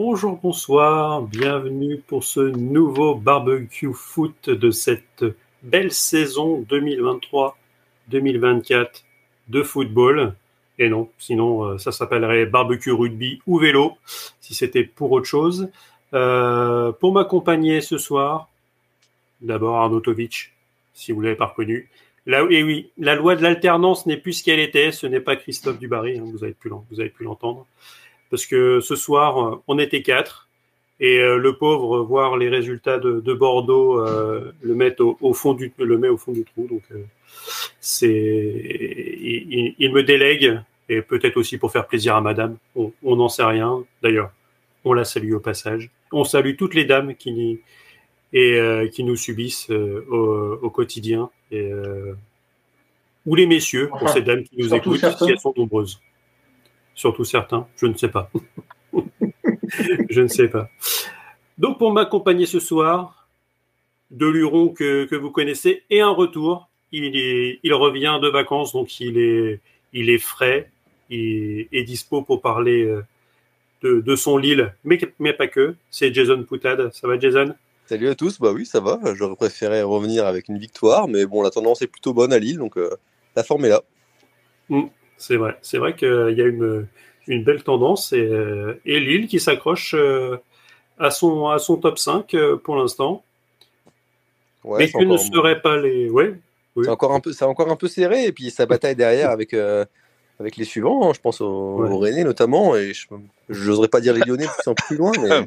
Bonjour, bonsoir, bienvenue pour ce nouveau barbecue foot de cette belle saison 2023-2024 de football. Et non, sinon ça s'appellerait barbecue rugby ou vélo, si c'était pour autre chose. Pour m'accompagner ce soir, d'abord Arnautovic, si vous ne l'avez pas reconnu. Là, et oui, la loi de l'alternance n'est plus ce qu'elle était, ce n'est pas Christophe Dubarry, hein, vous avez pu l'entendre. Parce que ce soir, on était 4 et le pauvre, voir les résultats de Bordeaux, le met au fond du trou. Donc, il me délègue, et peut-être aussi pour faire plaisir à madame. On n'en sait rien. D'ailleurs, on la salue au passage. On salue toutes les dames qui nous subissent au quotidien. Ou les messieurs, pour ces dames qui nous écoutent, si elles sont nombreuses. Surtout certains, je ne sais pas. Je ne sais pas. Donc, pour m'accompagner ce soir, Deluron que vous connaissez, et un retour. Il revient de vacances, donc il est frais, il est dispo pour parler de son Lille, mais pas que. C'est Jason Poutade. Ça va, Jason? Salut à tous. Bah oui, ça va. J'aurais préféré revenir avec une victoire, mais bon, la tendance est plutôt bonne à Lille, donc la forme est là. C'est vrai. C'est vrai qu'il y a une belle tendance et Lille qui s'accroche à son top 5 pour l'instant. Ouais, mais que ne seraient pas les... Ouais, oui. C'est encore un peu serré, et puis sa bataille derrière avec les suivants, hein, je pense au Rennais notamment, et je n'oserais pas dire les Lyonnais qui sont plus loin, mais...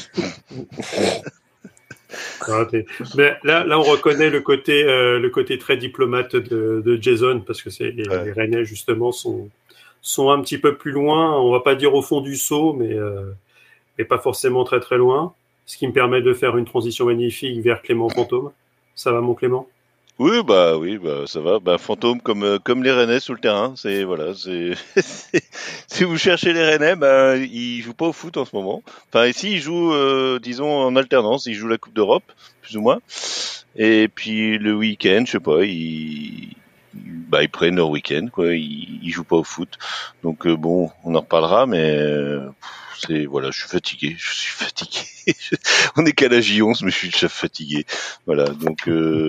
Mais là, on reconnaît le côté très diplomate de Jason, parce que les Rennais, justement, sont un petit peu plus loin, on va pas dire au fond du seau, mais pas forcément très très loin, ce qui me permet de faire une transition magnifique vers Clément Fantôme. Ça va, mon Clément? Oui, ça va. Fantôme comme les Rennais sous le terrain. C'est si vous cherchez les Rennais, ils jouent pas au foot en ce moment. Enfin, ici ils jouent, disons en alternance. Ils jouent la Coupe d'Europe, plus ou moins. Et puis le week-end, je sais pas, ils prennent leur week-end, quoi. Ils jouent pas au foot. Donc bon, on en reparlera, mais je suis fatigué. On est qu'à la J11, mais je suis déjà fatigué. Voilà, donc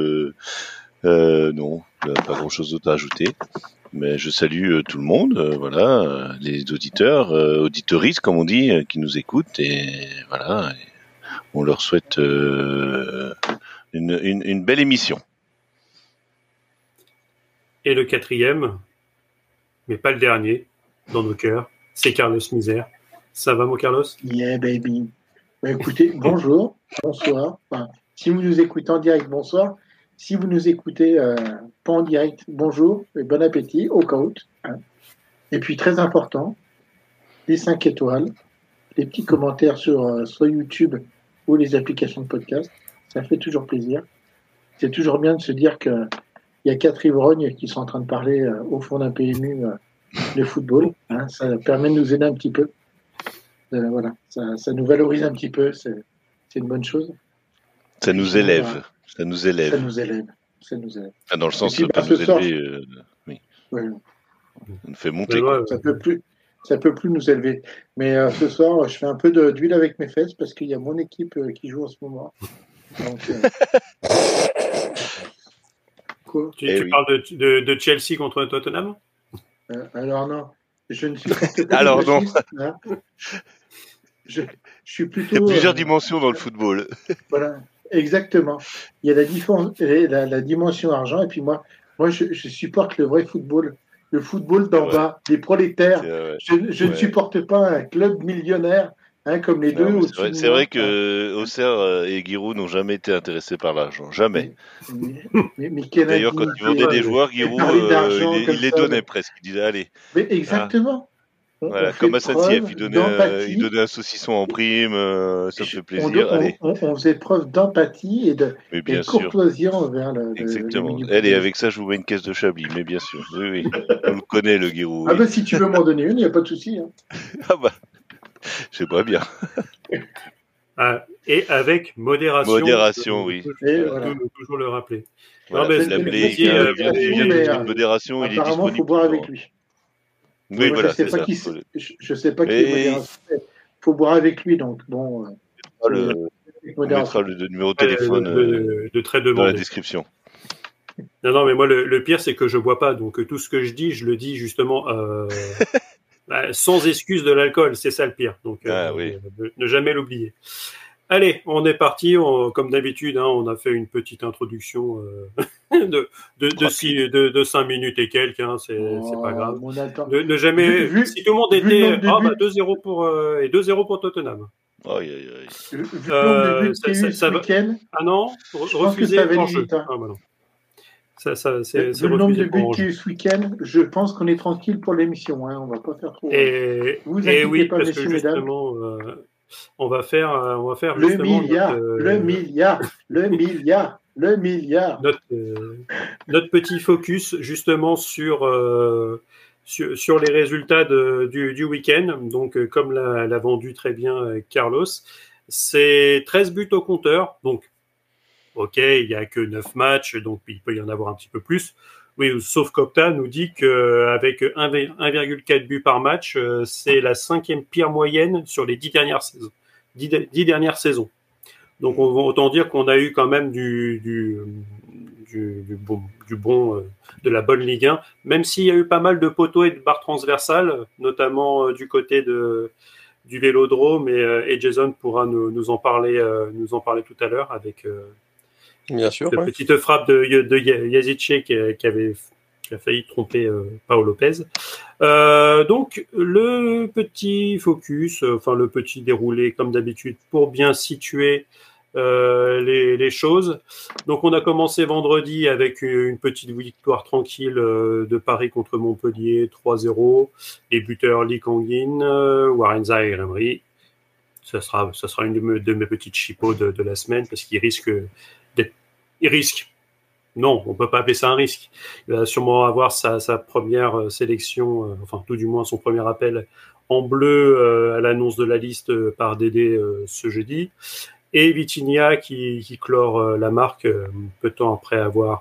non, pas grand-chose d'autre à ajouter. Mais je salue tout le monde, les auditeurs, auditeuristes comme on dit, qui nous écoutent, et voilà, on leur souhaite une belle émission. Et le quatrième, mais pas le dernier, dans nos cœurs, c'est Carlos Misère. Ça va, mon Carlos? Yeah, baby. Écoutez, bonjour, bonsoir. Enfin, si vous nous écoutez en direct, bonsoir. Si vous nous écoutez pas en direct, bonjour et bon appétit, au cas où. Hein. Et puis, très important, les 5 étoiles, les petits commentaires sur YouTube ou les applications de podcast. Ça fait toujours plaisir. C'est toujours bien de se dire qu'il y a 4 ivrognes qui sont en train de parler au fond d'un PMU de football. Hein. Ça permet de nous aider un petit peu. Voilà, ça nous valorise un petit peu, c'est une bonne chose. Ça nous élève. Ça nous élève. Ah, dans le sens de nous élever, oui. Ouais. Ça nous fait monter. Ça peut plus nous élever. Mais ce soir, je fais un peu d'huile avec mes fesses parce qu'il y a mon équipe qui joue en ce moment. Donc, Quoi tu parles de Chelsea contre Tottenham? Alors non. Je ne suis pas alors non. Hein. Je suis plutôt. Il y a plusieurs dimensions dans le football. Voilà, exactement. Il y a la dimension argent, et puis moi je supporte le vrai football, le football d'en bas, des prolétaires. Je ne supporte pas un club millionnaire. Hein, comme les deux. C'est vrai que Auxerre et Giroud n'ont jamais été intéressés par l'argent, jamais. Mais d'ailleurs, quand ils vendaient des joueurs, Giroud, il les donnait presque. Il disait allez. Mais exactement. Voilà, comme à Saint-Sief, il donnait un saucisson en prime, ça me fait plaisir. On faisait preuve d'empathie et de courtoisie envers exactement. Allez, avec ça, je vous mets une caisse de Chablis, mais bien sûr. Oui. On le connaît, le Giroud. Ah si tu veux m'en donner une, il n'y a pas de souci. Hein. Je sais pas bien. Et avec modération. Modération, oui. Toujours le rappeler. L'appeler, il vient de modération, il est disponible. Apparemment, il faut boire avec lui. Oui, voilà, je sais pas qui est modération. faut boire avec lui, donc bon. On mettra le numéro de téléphone de très dans demandé. la description. Non, mais moi, le pire, c'est que je bois pas. Donc, tout ce que je dis, je le dis justement sans excuse de l'alcool. C'est ça le pire. Donc, oui. ne jamais l'oublier. Allez, on est parti. Comme d'habitude, on a fait une petite introduction de 5 minutes et quelques. C'est pas grave. Ne jamais. Si tout le monde était 2-0 et 2-0 pour Tottenham. Vu le nombre de buts qu'il y a eu ce week-end. Ah non, refusé hors jeu. Ah bah non. Vu le nombre de buts qu'il y a eu ce week-end, je pense qu'on est tranquille pour l'émission. On va pas faire trop. Vous inquiétez pas, parce que justement, on va faire le milliard, le milliard. Notre petit focus justement sur les résultats du week-end. Donc, comme l'a vendu très bien Carlos, c'est 13 buts au compteur. Donc, ok, il n'y a que 9 matchs, donc il peut y en avoir un petit peu plus. Oui, sauf qu'Opta nous dit qu'avec 1,4 buts par match, c'est la 5e pire moyenne sur les 10 dernières saisons. Donc, autant dire qu'on a eu quand même de la bonne Ligue 1, même s'il y a eu pas mal de poteaux et de barres transversales, notamment du côté du Vélodrome, et Jason pourra nous en parler tout à l'heure avec bien sûr, la petite frappe de Yazice qui a failli tromper Pau Lopez. Donc le petit focus, le petit déroulé comme d'habitude pour bien situer les choses. Donc on a commencé vendredi avec une petite victoire tranquille de Paris contre Montpellier, 3-0. Les buteurs Lee Kang-in, Warenza et Emery. Ça sera une de mes petites chipots de la semaine parce qu'il risque non, on peut pas appeler ça un risque. Il va sûrement avoir sa première sélection, tout du moins son premier appel en bleu à l'annonce de la liste par Dédé ce jeudi. Et Vitinha qui clore la marque peu de temps après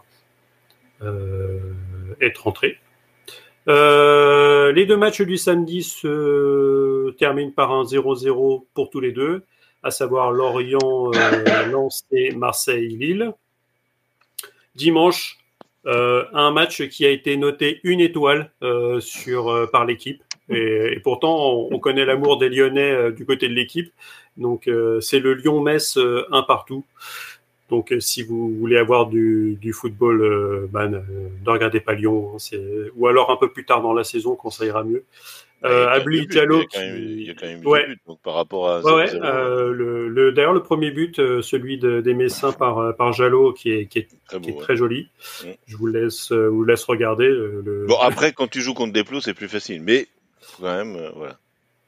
être rentré. Les deux matchs du samedi se terminent par un 0-0 pour tous les deux, à savoir Lorient, Lens et Marseille-Lille. Dimanche, un match qui a été noté 1 étoile par l'équipe. Et pourtant, on connaît l'amour des Lyonnais du côté de l'équipe. Donc, c'est le Lyon-Metz 1 partout. Donc, si vous voulez avoir du football, ne regardez pas Lyon. Ou alors un peu plus tard dans la saison, quand ça ira mieux. Abli Diallo, il y a quand même eu but, donc par rapport à d'ailleurs le premier but, celui des Messins par Jalot, qui est très joli. Je vous laisse regarder. Bon, après, quand tu joues contre des plots, c'est plus facile, mais quand même, voilà.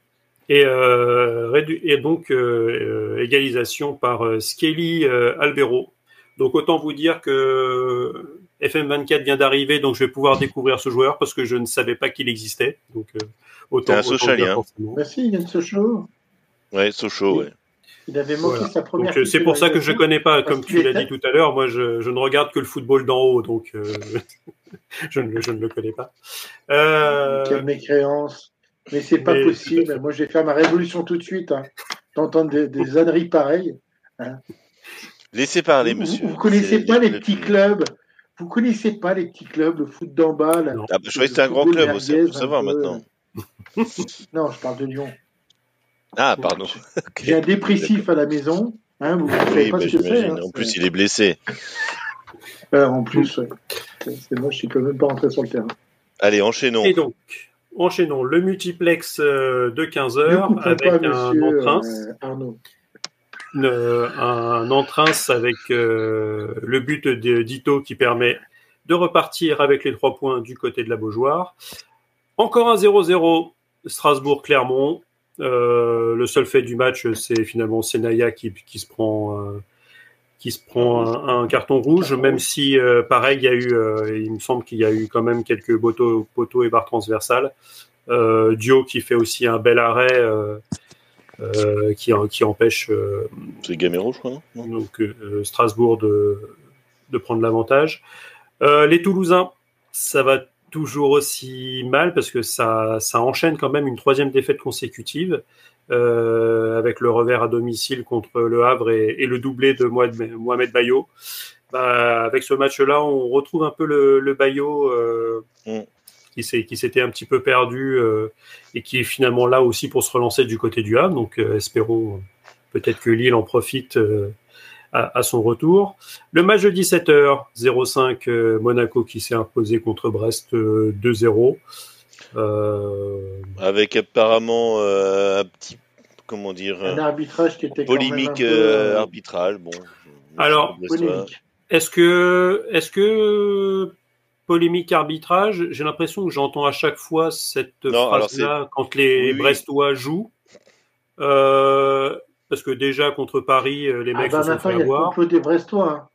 Et donc égalisation par Skelly Albero. Donc autant vous dire que FM24 vient d'arriver, donc je vais pouvoir découvrir ce joueur parce que je ne savais pas qu'il existait. Donc autant. C'est un Socialien. Merci Yann Sochaux. Ouais, Sochaux, ouais. Il avait manqué sa première. Donc c'est pour ça que je connais pas, comme tu l'as dit tout à l'heure. Moi, je ne regarde que le football d'en haut, donc je ne le connais pas. Quelle mécréance. Mais c'est pas possible. Moi, je vais faire ma révolution tout de suite. D'entendre des âneries pareilles. Laissez parler, monsieur. Vous connaissez pas les petits clubs. Vous connaissez pas les petits clubs, le foot d'en bas. Je croyais que c'était un grand club aussi, on peut savoir maintenant. Non, je parle de Lyon. Ah, pardon. J'ai un dépressif à la maison. Vous ne savez pas ce que c'est. En plus, il est blessé. En plus, c'est moi, je suis quand même pas rentré sur le terrain. Allez, enchaînons. Et donc, enchaînons le multiplex de 15h avec un entrain. Arnaud. Un entrain avec le but d'Ito qui permet de repartir avec les 3 points du côté de la Beaujoire. Encore un 0-0 Strasbourg-Clermont. Le seul fait du match, c'est finalement Senaya qui se prend un carton rouge, même si pareil, il me semble qu'il y a eu quand même quelques poteaux et barres transversales. Dio qui fait aussi un bel arrêt qui empêche c'est Gamero, je crois, non donc Strasbourg de prendre l'avantage. Les Toulousains, ça va toujours aussi mal parce que ça enchaîne quand même une 3e défaite consécutive avec le revers à domicile contre le Havre et le doublé de Mohamed Bayo. Avec ce match-là, on retrouve un peu le Bayo qui s'était un petit peu perdu et qui est finalement là aussi pour se relancer du côté du Havre. Donc espérons peut-être que Lille en profite à son retour. Le match de 17h, 0-5 Monaco qui s'est imposé contre Brest 2-0. Avec apparemment un petit, comment dire, un arbitrage qui était polémique quand même un peu, arbitral. Bon. Alors, est-ce que polémique arbitrage, j'ai l'impression que j'entends à chaque fois cette phrase-là quand les Brestois jouent. Parce que déjà contre Paris, les mecs se sont fait avoir. Il y a le complot des Brestois. Hein.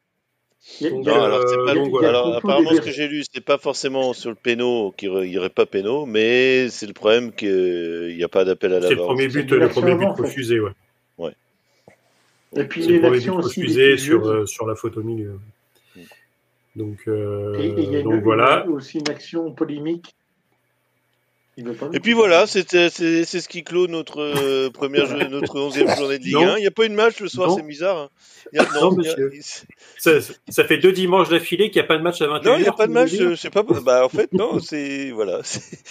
Alors apparemment, ce que j'ai lu, c'est pas forcément sur le péno qu'il n'y aurait pas péno, mais c'est le problème qu'il n'y a pas d'appel à la VAR. C'est le premier but refusé, ouais. Et puis il y a une action aussi refusé sur la faute au milieu. Donc voilà. Aussi une action polémique. Et puis voilà, c'est ce qui clôt notre notre 11e journée de Ligue 1. Il n'y a pas eu de match le soir, c'est bizarre. Non, monsieur. Ça fait 2 dimanches d'affilée qu'il n'y a pas de match à 21h. Non, il n'y a pas de match, je sais pas. En fait, non, c'est voilà.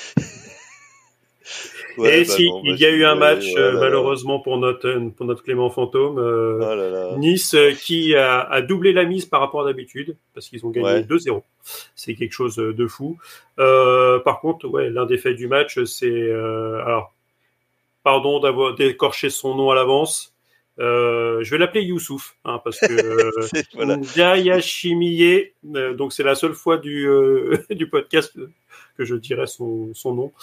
Ouais, il y a eu un match malheureusement pour notre Clément Fantôme. Nice qui a doublé la mise par rapport à d'habitude parce qu'ils ont gagné 2-0. C'est quelque chose de fou. Par contre, l'un des faits du match, c'est alors pardon d'avoir d'écorché son nom à l'avance. Je vais l'appeler Youssouf parce que Ndiaye Chimiye, donc c'est la seule fois du podcast que je dirais son nom.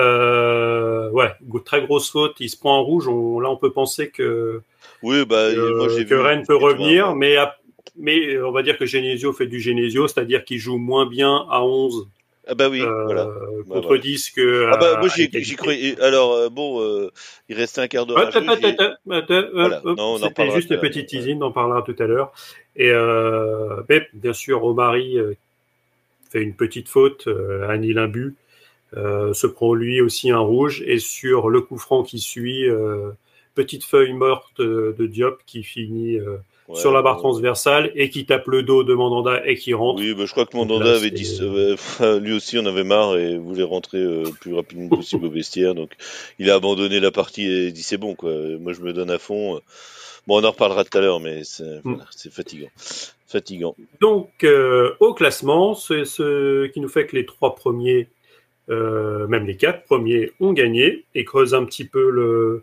Très grosse faute, il se prend en rouge. Là, on peut penser que moi j'ai que Rennes peut revenir, mais on va dire que Genesio fait du Genesio, c'est-à-dire qu'il joue moins bien à 11. Ah bah oui, contre 10 que. Moi j'y croyais. Alors il restait un quart d'heure. C'était juste une petite teasing, on en parlera tout à l'heure. Et mais bien sûr, Omari fait une petite faute, annule un but, se prend lui aussi un rouge, et sur le coup franc qui suit, petite feuille morte de Diop qui finit sur la barre transversale et qui tape le dos de Mandanda et qui rentre. Oui, je crois que Mandanda avait dit, lui aussi en avait marre et voulait rentrer le plus rapidement possible au vestiaire, donc il a abandonné la partie et dit c'est bon quoi, moi je me donne à fond. Bon, on en reparlera tout à l'heure, mais c'est fatigant. Donc, au classement, c'est ce qui nous fait que les 3 premiers, même les 4 premiers, ont gagné et creusent un petit peu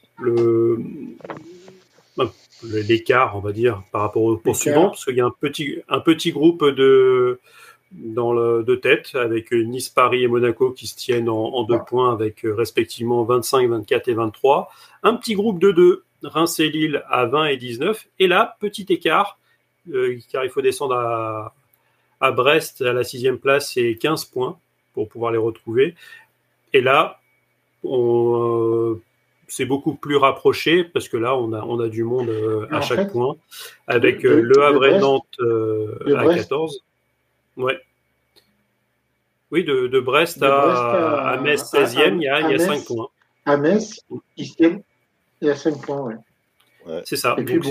l'écart, on va dire, par rapport au poursuivant, parce qu'il y a un petit groupe de tête avec Nice, Paris et Monaco qui se tiennent en 2 points avec respectivement 25, 24 et 23. Un petit groupe de 2, Reims et Lille à 20 et 19. Et là, petit écart, car il faut descendre à Brest à la 6e place et 15 points pour pouvoir les retrouver. Et là, c'est beaucoup plus rapproché parce que là, on a du monde à chaque point avec Le Havre et Nantes à 14. Ouais. Oui, de Brest à Metz 16e, il y a 5 points. À Metz, il y a 5 points, ouais. C'est ça. Et puis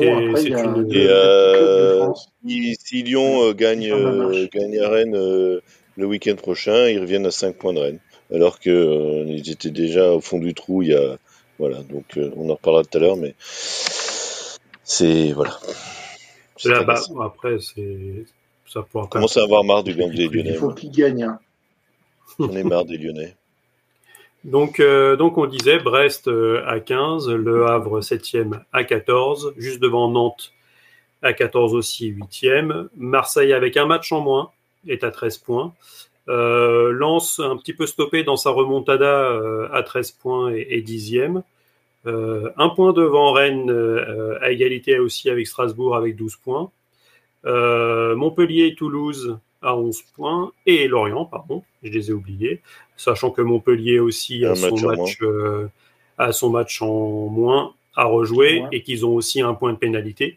si Lyon gagne à Rennes le week-end prochain, ils reviennent à 5 points de Rennes. Alors qu'ils étaient déjà au fond du trou il y a... Voilà, donc on en reparlera tout à l'heure, mais c'est... Voilà. Là-bas, après, ça pourra pas... Commence à avoir marre du gang des Lyonnais. Il faut qu'ils gagnent. J'en ai marre des Lyonnais. Donc on disait Brest à 15, Le Havre 7e à 14, juste devant Nantes à 14 aussi, 8e. Marseille avec un match en moins est à 13 points. Lens un petit peu stoppé dans sa remontada à 13 points et 10e. Un point devant Rennes à égalité aussi avec Strasbourg avec 12 points. Montpellier et Toulouse à 11 points, et Lorient, pardon, je les ai oubliés, sachant que Montpellier aussi a son match en moins à rejouer, et qu'ils ont aussi un point de pénalité.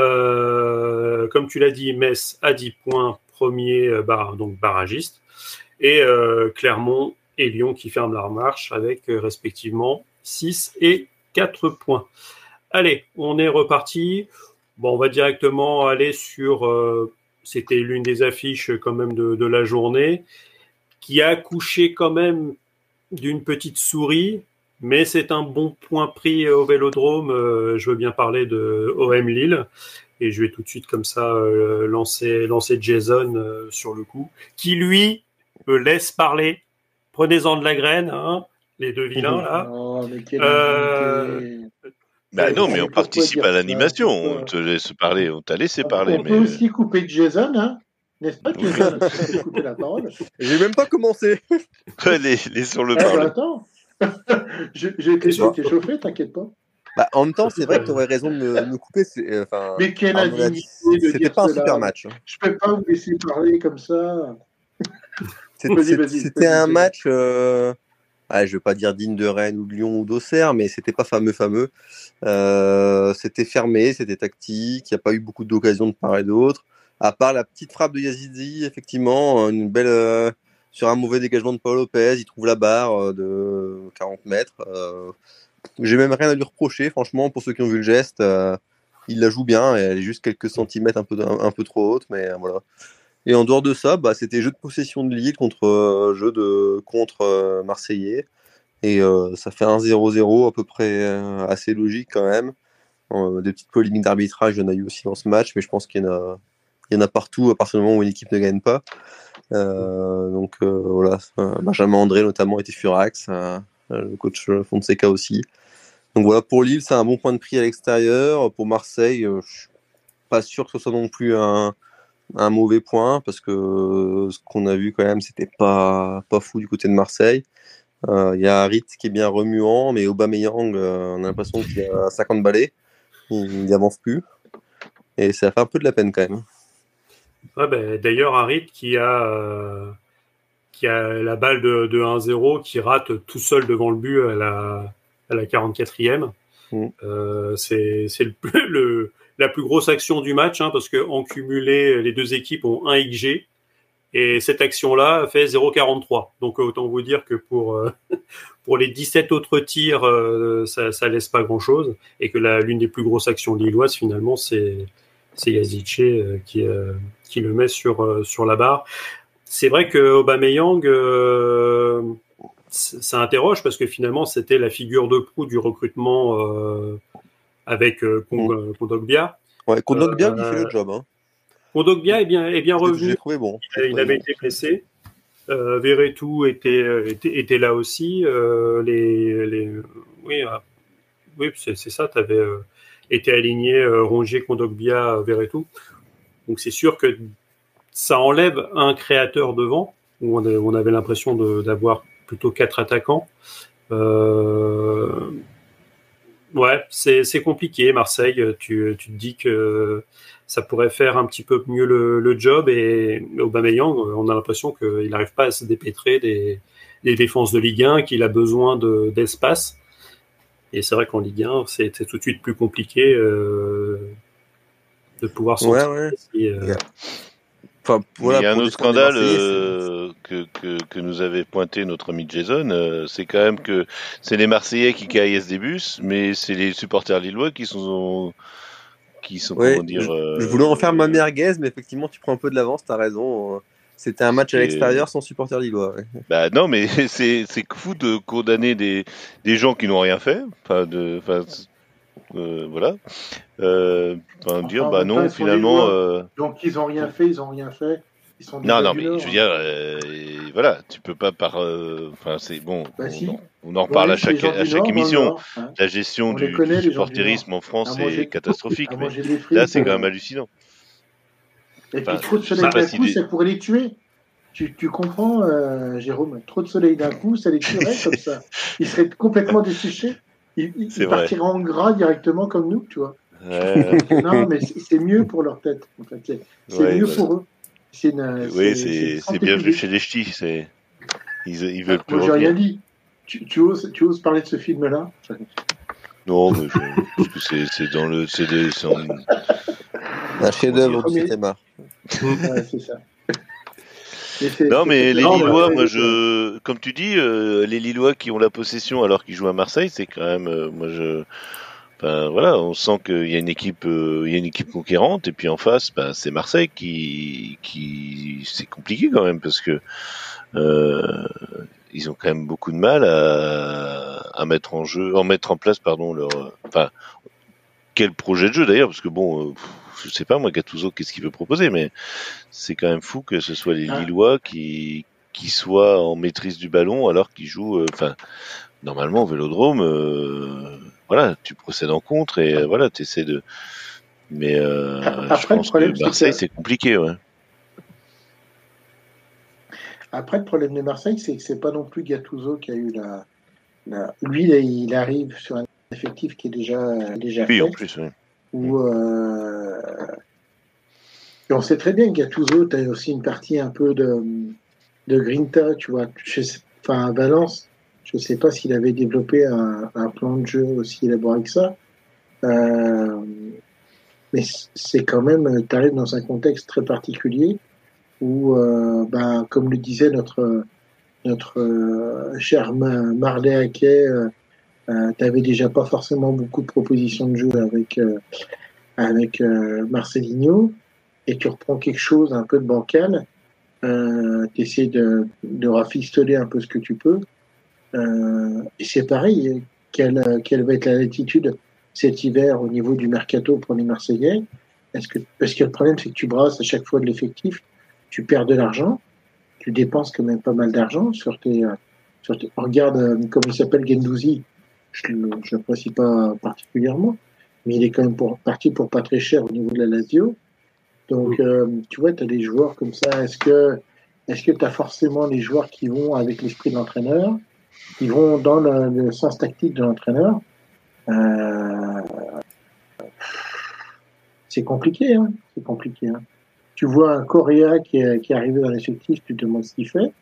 Comme tu l'as dit, Metz à 10 points, premier donc barragiste, et Clermont et Lyon qui ferment leur marche avec respectivement 6 et 4 points. Allez, on est reparti. Bon, on va directement aller sur... c'était l'une des affiches quand même de la journée, qui a accouché quand même d'une petite souris, mais c'est un bon point pris au Vélodrome. Je veux bien parler de OM Lille, et je vais tout de suite comme ça lancer Jason sur le coup, qui lui me laisse parler. Prenez-en de la graine, hein, les deux vilains là. Oh, mais quelle indignité. Bah non, mais on Pourquoi participe dire à l'animation, ça, on te laisse parler, on t'a laissé parler. On peut aussi couper Jason, hein, n'est-ce pas, Jason? On peut couper la parole. J'ai même pas commencé. Laissons-le Eh parler. ben attends, j'ai été chauffé, t'inquiète pas. Bah, en même temps, c'est vrai que tu aurais raison de me couper. Mais quelle indignité de c'était dire pas un cela. super match. Je peux pas vous laisser parler comme ça. C'était un match, je vais pas dire digne de Rennes ou de Lyon ou d'Auxerre, mais c'était pas fameux. C'était fermé, c'était tactique. Il n'y a pas eu beaucoup d'occasions de part et d'autre. À part la petite frappe de Yazidi, effectivement, une belle sur un mauvais dégagement de Paul Lopez, il trouve la barre de 40 mètres. J'ai même rien à lui reprocher, franchement, pour ceux qui ont vu le geste. Il la joue bien, et elle est juste quelques centimètres un peu trop haute, mais voilà. Et en dehors de ça, c'était jeu de possession de Lille contre Marseillais. Et ça fait un 0-0 à peu près assez logique quand même. Des petites polémiques d'arbitrage, il y en a eu aussi dans ce match, mais je pense qu'il y en a partout à partir du moment où une équipe ne gagne pas. Voilà, Benjamin André notamment était furax, le coach Fonseca aussi. Donc voilà, pour Lille, c'est un bon point de prix à l'extérieur. Pour Marseille, je suis pas sûr que ce soit non plus un mauvais point, parce que ce qu'on a vu quand même, c'était pas fou du côté de Marseille. Il y a Harit qui est bien remuant, mais Aubameyang, on a l'impression qu'il a 50 balais, il n'y avance plus, et ça fait un peu de la peine quand même. Ouais, d'ailleurs, Harit qui a la balle de 1-0, qui rate tout seul devant le but à la 44e. C'est la plus grosse action du match, hein, parce qu'en cumulé, les deux équipes ont 1 XG, et cette action-là fait 0,43. Donc autant vous dire que pour les 17 autres tirs, ça laisse pas grand-chose, et que l'une des plus grosses actions lilloises, finalement, c'est Yazice qui le met sur la barre. C'est vrai que Aubameyang, ça interroge, parce que finalement c'était la figure de proue du recrutement avec Kondogbia. Ouais, Kondogbia il fait le job. Hein. Kondogbia est bien revenu. Je l'ai trouvé bon. Il avait été blessé. Verretou était là aussi. Oui, c'est ça. Tu avais été aligné Rongier, Kondogbia, Verretou. Donc c'est sûr que ça enlève un créateur devant, où on avait l'impression d'avoir plutôt 4 attaquants. Ouais, c'est compliqué, Marseille. Tu te dis que ça pourrait faire un petit peu mieux le job, et Aubameyang, on a l'impression qu'il n'arrive pas à se dépêtrer des défenses de Ligue 1, qu'il a besoin d'espace. Et c'est vrai qu'en Ligue 1, c'est tout de suite plus compliqué de pouvoir sortir. Ouais. Enfin, voilà, il y a un autre scandale que nous avait pointé notre ami Jason, c'est quand même que c'est les Marseillais qui caillassent des bus, mais c'est les supporters lillois qui sont comment dire. Je voulais en faire ma merguez, mais effectivement, tu prends un peu de l'avance, t'as raison. C'était un match à l'extérieur sans supporters lillois. Ouais. Bah non, mais c'est fou de condamner des gens qui n'ont rien fait. Voilà. Dire bah non, finalement. Donc ils ont rien fait. Ils sont non, mais je veux dire, voilà, tu peux pas c'est bon. On en reparle à chaque émission. La gestion du supporterisme en France est catastrophique. Mais là, c'est quand même hallucinant. Et puis trop de soleil d'un coup, ça pourrait les tuer. Tu comprends, Jérôme, trop de soleil d'un coup, ça les tuerait comme ça. Ils seraient complètement desséchés. Ils partiraient en gras directement comme nous, tu vois. Non, mais c'est mieux pour leur tête. En fait. C'est mieux pour eux. C'est bienvenu chez les ch'tis. Ils veulent plus. Moi, j'ai rien dit. Tu oses parler de ce film-là? Non, mais parce que c'est dans le CD. Un chef-d'œuvre du cinéma. Ouais, c'est ça. Non, mais les Non, Lillois, bah, comme tu dis, les Lillois qui ont la possession alors qu'ils jouent à Marseille, c'est quand même, enfin, voilà, on sent qu'il y a une équipe, conquérante, et puis en face, c'est Marseille c'est compliqué quand même parce que ils ont quand même beaucoup de mal à mettre en place, pardon, quel projet de jeu d'ailleurs, parce que bon, je sais pas moi, Gattuso, qu'est-ce qu'il veut proposer, mais c'est quand même fou que ce soit les Lillois qui soient en maîtrise du ballon alors qu'ils jouent, normalement au Vélodrome, voilà, tu procèdes en contre et voilà, tu essaies de. Mais je pense que Marseille, c'est compliqué, ouais. Après, le problème de Marseille, c'est que c'est pas non plus Gattuso qui a eu lui, il arrive sur un effectif qui est déjà Oui, fait. en plus, oui. Et on sait très bien que Gattuso, tu as aussi une partie un peu de grinta, tu vois. À Valence, je sais pas s'il avait développé un plan de jeu aussi élaboré que ça. Mais c'est quand même, tu arrives dans un contexte très particulier où, comme le disait notre cher Marley Hackey, tu n'avais déjà pas forcément beaucoup de propositions de jeu avec Marcelinho, et tu reprends quelque chose un peu de bancal, tu essaies de rafistoler un peu ce que tu peux, et c'est pareil, quelle va être la latitude cet hiver au niveau du mercato pour les Marseillais? Parce que le problème, c'est que tu brasses à chaque fois de l'effectif, tu perds de l'argent, tu dépenses quand même pas mal d'argent sur tes regarde, comment il s'appelle, Guendouzi, je l'apprécie pas particulièrement, mais il est quand même parti pour pas très cher au niveau de la Lazio. Donc, tu vois, tu as des joueurs comme ça. Est-ce que tu as forcément les joueurs qui vont avec l'esprit de l'entraîneur, qui vont dans le sens tactique de l'entraîneur? C'est compliqué, hein. C'est compliqué, hein. Tu vois un Correa qui est arrivé dans l'effectif, tu te demandes ce qu'il fait.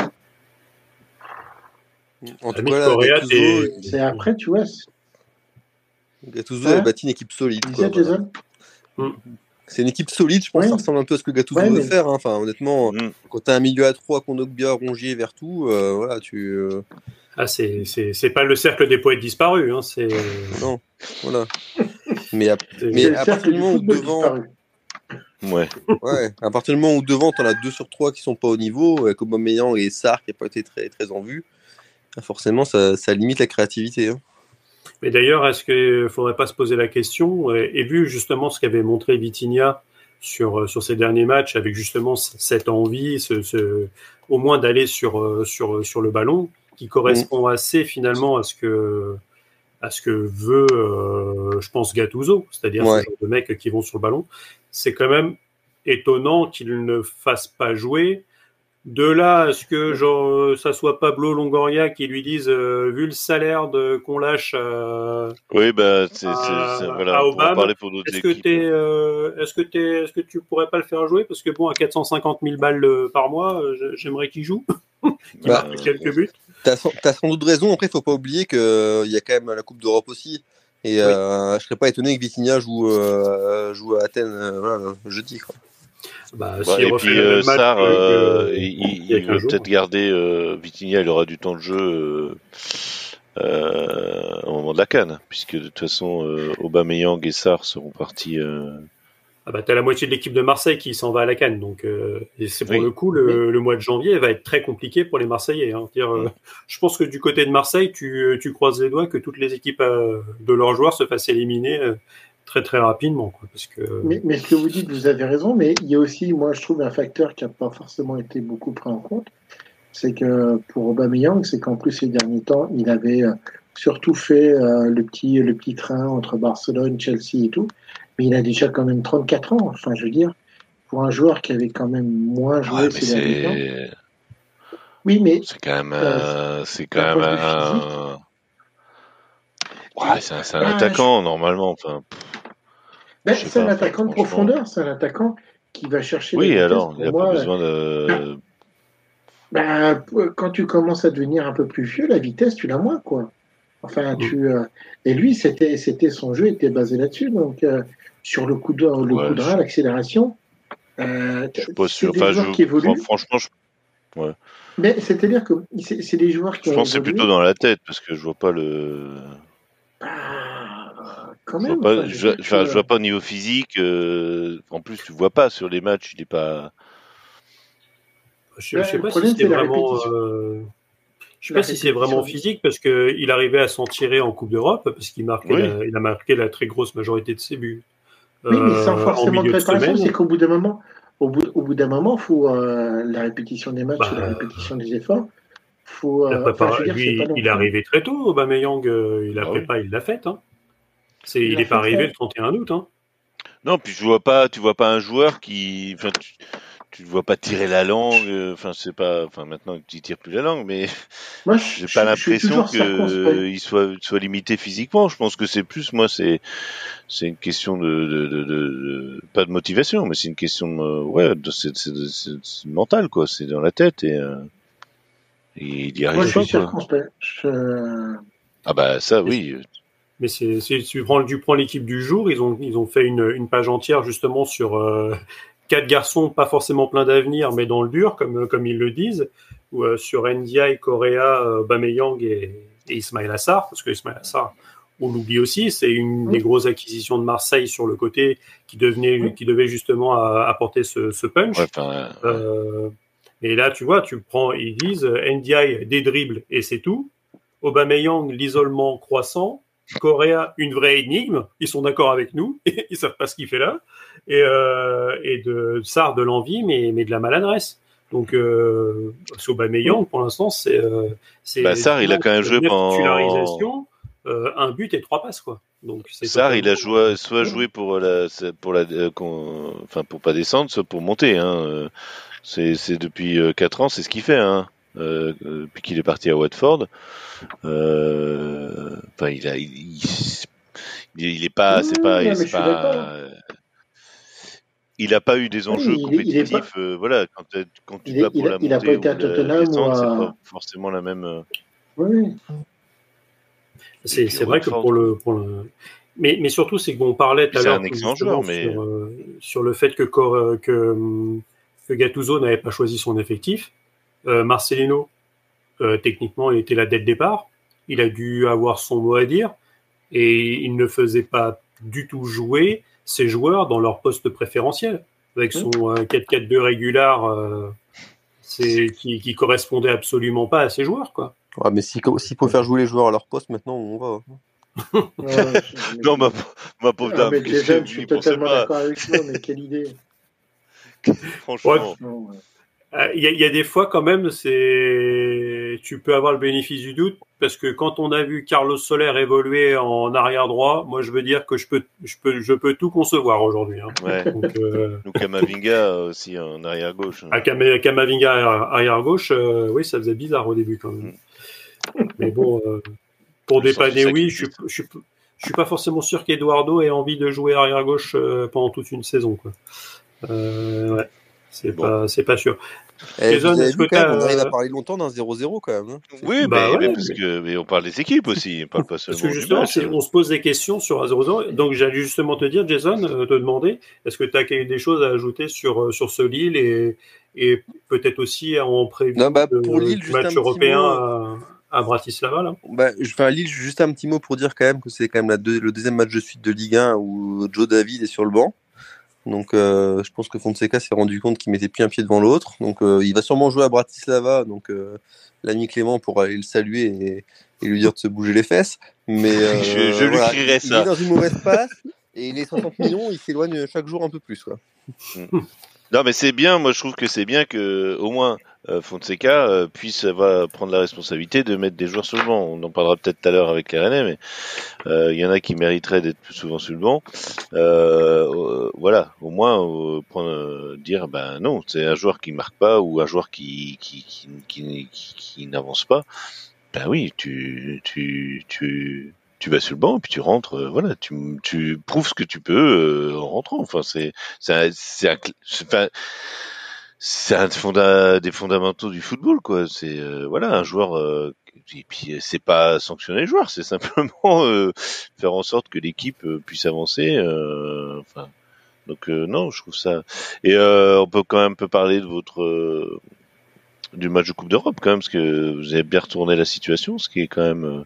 En tout cas, là, Gattuso, c'est après, tu vois. Gattuso a bâti une équipe solide. Quoi, voilà. C'est une équipe solide, je pense que ça ressemble un peu à ce que Gattuso veut faire. Hein. Enfin, honnêtement, quand tu as un milieu à 3, Kondogbia, Rongier, Vertou, voilà, tu. C'est pas le cercle des poètes disparus. Hein, non, voilà. Mais à partir du moment où devant. Ouais. À partir du moment où devant, t'en as 2 sur 3 qui sont pas au niveau, avec Aubameyang et Sarr qui n'a pas été très, très en vue, forcément, ça limite la créativité. Hein. Mais d'ailleurs, est-ce qu'il ne faudrait pas se poser la question, et vu justement ce qu'avait montré Vitinha sur ces derniers matchs, avec justement cette envie, au moins d'aller sur le ballon, qui correspond assez finalement à ce que veut, je pense, Gattuso, c'est-à-dire ce genre de mecs qui vont sur le ballon, c'est quand même étonnant qu'il ne fasse pas jouer. De là à ce que ça soit Pablo Longoria qui lui dise vu le salaire qu'on lâche oui, voilà, on pourra parler pour d'autres équipes. Est-ce que tu pourrais pas le faire jouer parce que bon, à 450 000 balles par mois, j'aimerais qu'il joue, qu'il marque quelques buts. T'as sans doute raison. Après, il faut pas oublier qu'il y a quand même la Coupe d'Europe aussi. Et je serais pas étonné que Vitinha joue à Athènes jeudi. Quoi. Et puis Sarr, il veut peut-être garder Vitinha, il aura du temps de jeu au moment de la CAN, puisque de toute façon Aubameyang et Sarr seront partis. T'as la moitié de l'équipe de Marseille qui s'en va à la CAN, donc et c'est pour le coup le mois de janvier va être très compliqué pour les Marseillais. Hein. Je pense que du côté de Marseille, tu croises les doigts que toutes les équipes de leurs joueurs se fassent éliminer très très rapidement, quoi, parce que. Mais ce que vous dites, vous avez raison, mais il y a aussi, moi, je trouve un facteur qui n'a pas forcément été beaucoup pris en compte, c'est que pour Aubameyang, c'est qu'en plus ces derniers temps, il avait surtout fait le petit train entre Barcelone, Chelsea et tout, mais il a déjà quand même 34 ans. Enfin, je veux dire, pour un joueur qui avait quand même moins joué ces derniers temps. Oui, mais c'est quand même un. Ouais, c'est un attaquant normalement. Enfin. C'est un attaquant de profondeur, c'est un attaquant qui va chercher. Oui, alors il n'a pas besoin de. Quand tu commences à devenir un peu plus vieux, la vitesse, tu l'as moins, quoi. Enfin, et lui, c'était son jeu était basé là-dessus. Donc, sur le coup de rein, l'accélération. Je suis pas sûr. Enfin, franchement, Ouais. Mais c'est-à-dire que c'est des joueurs qui Je ont pense que c'est évolué. plutôt dans la tête parce que je vois pas le. Quand Je vois même, pas, enfin, je veux dire que je vois pas au niveau physique. En plus, tu vois pas sur les matchs, il est pas. Je sais le pas si problème, c'est c'est la vraiment. répétition. Je sais La pas si c'est vraiment répétition. physique parce que il arrivait à s'en tirer en Coupe d'Europe parce Oui. il a marqué la très grosse majorité de ses buts Oui, mais sans en forcément de milieu de préparation, c'est semaine. qu'au bout d'un moment, au bout d'un moment, faut la répétition des matchs et la Bah, répétition des efforts. Faut, enfin, je veux dire, c'est pas lui, non il est plus. arrivé très tôt. Aubameyang, la Bah oui. prépa, il l'a faite. Hein. Il Il l'a est pas fait arrivé ça. le 31 août. Hein. Non, puis tu vois pas un joueur qui, enfin, tu le vois pas tirer la langue. Enfin, c'est pas, enfin, maintenant tu tires plus la langue, mais Moi, j'ai pas je suis l'impression toujours circonspect. que il soit limité physiquement. Je pense que c'est plus, moi, c'est une question pas de motivation, mais c'est une question de, ouais, c'est mental, quoi. C'est dans la tête et il y Moi, je arrive suis pas, quoi. circonspect. Ah bah ça, Mais, oui. mais tu prends l'équipe du jour, ils ont fait une page entière justement sur quatre garçons pas forcément pleins d'avenir, mais dans le dur, comme ils le disent, ou sur Ndiaye, Correa, Aubameyang et Ismail Assar, parce que Ismail Assar, on l'oublie aussi, c'est une des grosses acquisitions de Marseille sur le côté qui devait justement apporter ce Ouais, punch. enfin, ouais. Et là, tu vois, ils disent Ndiaye des dribbles et c'est tout. Aubameyang, l'isolement croissant. Correa, une vraie énigme. Ils sont d'accord avec nous. Ils savent pas ce qu'il fait là. Et de Sarr, de l'envie, mais de la maladresse. Donc, Aubameyang, pour l'instant, Bah c'est Sarr, il a vraiment quand même joué première pendant. titularisation, un but et 3 passes, quoi. Donc, c'est Sarr, il totalement. a soit joué pour la, enfin pour pas descendre, soit pour monter. Hein. C'est depuis 4 ans, c'est ce qu'il fait. Hein. Depuis qu'il est parti à Watford. Enfin, il est pas, Non, mais c'est je suis d'accord. pas. Il a pas eu des enjeux Oui, il est pas, compétitifs. Voilà, quand tu te bats pour la il a pas montée été ou à la Tottenham ou descente, c'est pas à. forcément la même. Oui, Et puis à C'est vrai que Watford, quoi. mais surtout, c'est qu'on parlait Puis tout à c'est un l'heure excellent joueur, justement mais sur le fait que Gattuso n'avait pas choisi son effectif. Marcelino, techniquement, il était là dès le départ. Il a dû avoir son mot à dire et il ne faisait pas du tout jouer ses joueurs dans leur poste préférentiel. Avec son 4-4-2 régulier, qui correspondait absolument pas à ses joueurs, quoi. Ouais, mais s'il faut faire jouer les joueurs à leur poste, maintenant, on va. ouais, non, ma pauvre ah, dame, mais qu'est-ce que Jason, je vous suis n'y pensez totalement pas, d'accord avec toi, mais quelle idée. Ouais, franchement. Franchement, ouais. y a des fois quand même, tu peux avoir le bénéfice du doute parce que quand on a vu Carlos Soler évoluer en arrière droit, moi je veux dire que je peux tout concevoir aujourd'hui. Hein. Ouais. Donc, Nous, Kamavinga aussi en arrière gauche. à Kamavinga arrière gauche, oui, ça faisait bizarre au début quand même. Mais bon, pour Le sens du dépanner, oui, sacrifice. je suis pas forcément sûr qu'Eduardo ait envie de jouer arrière gauche pendant toute une saison, quoi. Ouais, Bon. c'est pas sûr. Vous Jason, avez est-ce que vu quand même, on arrive à t'as, parler longtemps d'un 0-0 quand même. Hein. C'est Oui, fou. bah mais ouais, parce que mais on parle des équipes aussi, on parle pas parce que seulement du justement, match. on se pose des questions sur A0-0. Donc, j'allais justement te dire, Jason, te demander, est-ce que tu as des choses à ajouter sur ce Lille et peut-être aussi en prévue Non, bah, pour Lille, du juste un match petit européen mot. à Bratislava, là? Bah, Lille, juste un petit mot pour dire quand même que c'est quand même le deuxième match de suite de Ligue 1 où Joe David est sur le banc. Donc, je pense que Fonseca s'est rendu compte qu'il mettait plus un pied devant l'autre. Donc, il va sûrement jouer à Bratislava. Donc, l'ami Clément pourra aller le saluer et lui dire de se bouger les fesses. Mais Je lui voilà, crierai il est ça. dans une mauvaise passe et les 60 millions, il s'éloigne chaque jour un peu plus, quoi. Non, mais c'est bien. Moi, je trouve que c'est bien que au moins Fonseca puisse prendre la responsabilité de mettre des joueurs sur le banc. On en parlera peut-être tout à l'heure avec les Rennais, mais il y en a qui mériteraient d'être plus souvent sur le banc. Voilà, au moins dire ben non, c'est un joueur qui marque pas ou un joueur qui n'avance pas. Ben oui, tu vas sur le banc et puis tu rentres. Voilà, tu prouves ce que tu peux en rentrant. Enfin, c'est un des fondamentaux du football, quoi. C'est voilà un joueur. Et puis c'est pas sanctionner le joueur, c'est simplement faire en sorte que l'équipe puisse avancer. Enfin, donc non, je trouve ça. Et on peut quand même un peu parler de du match de Coupe d'Europe quand même, parce que vous avez bien retourné la situation, ce qui est quand même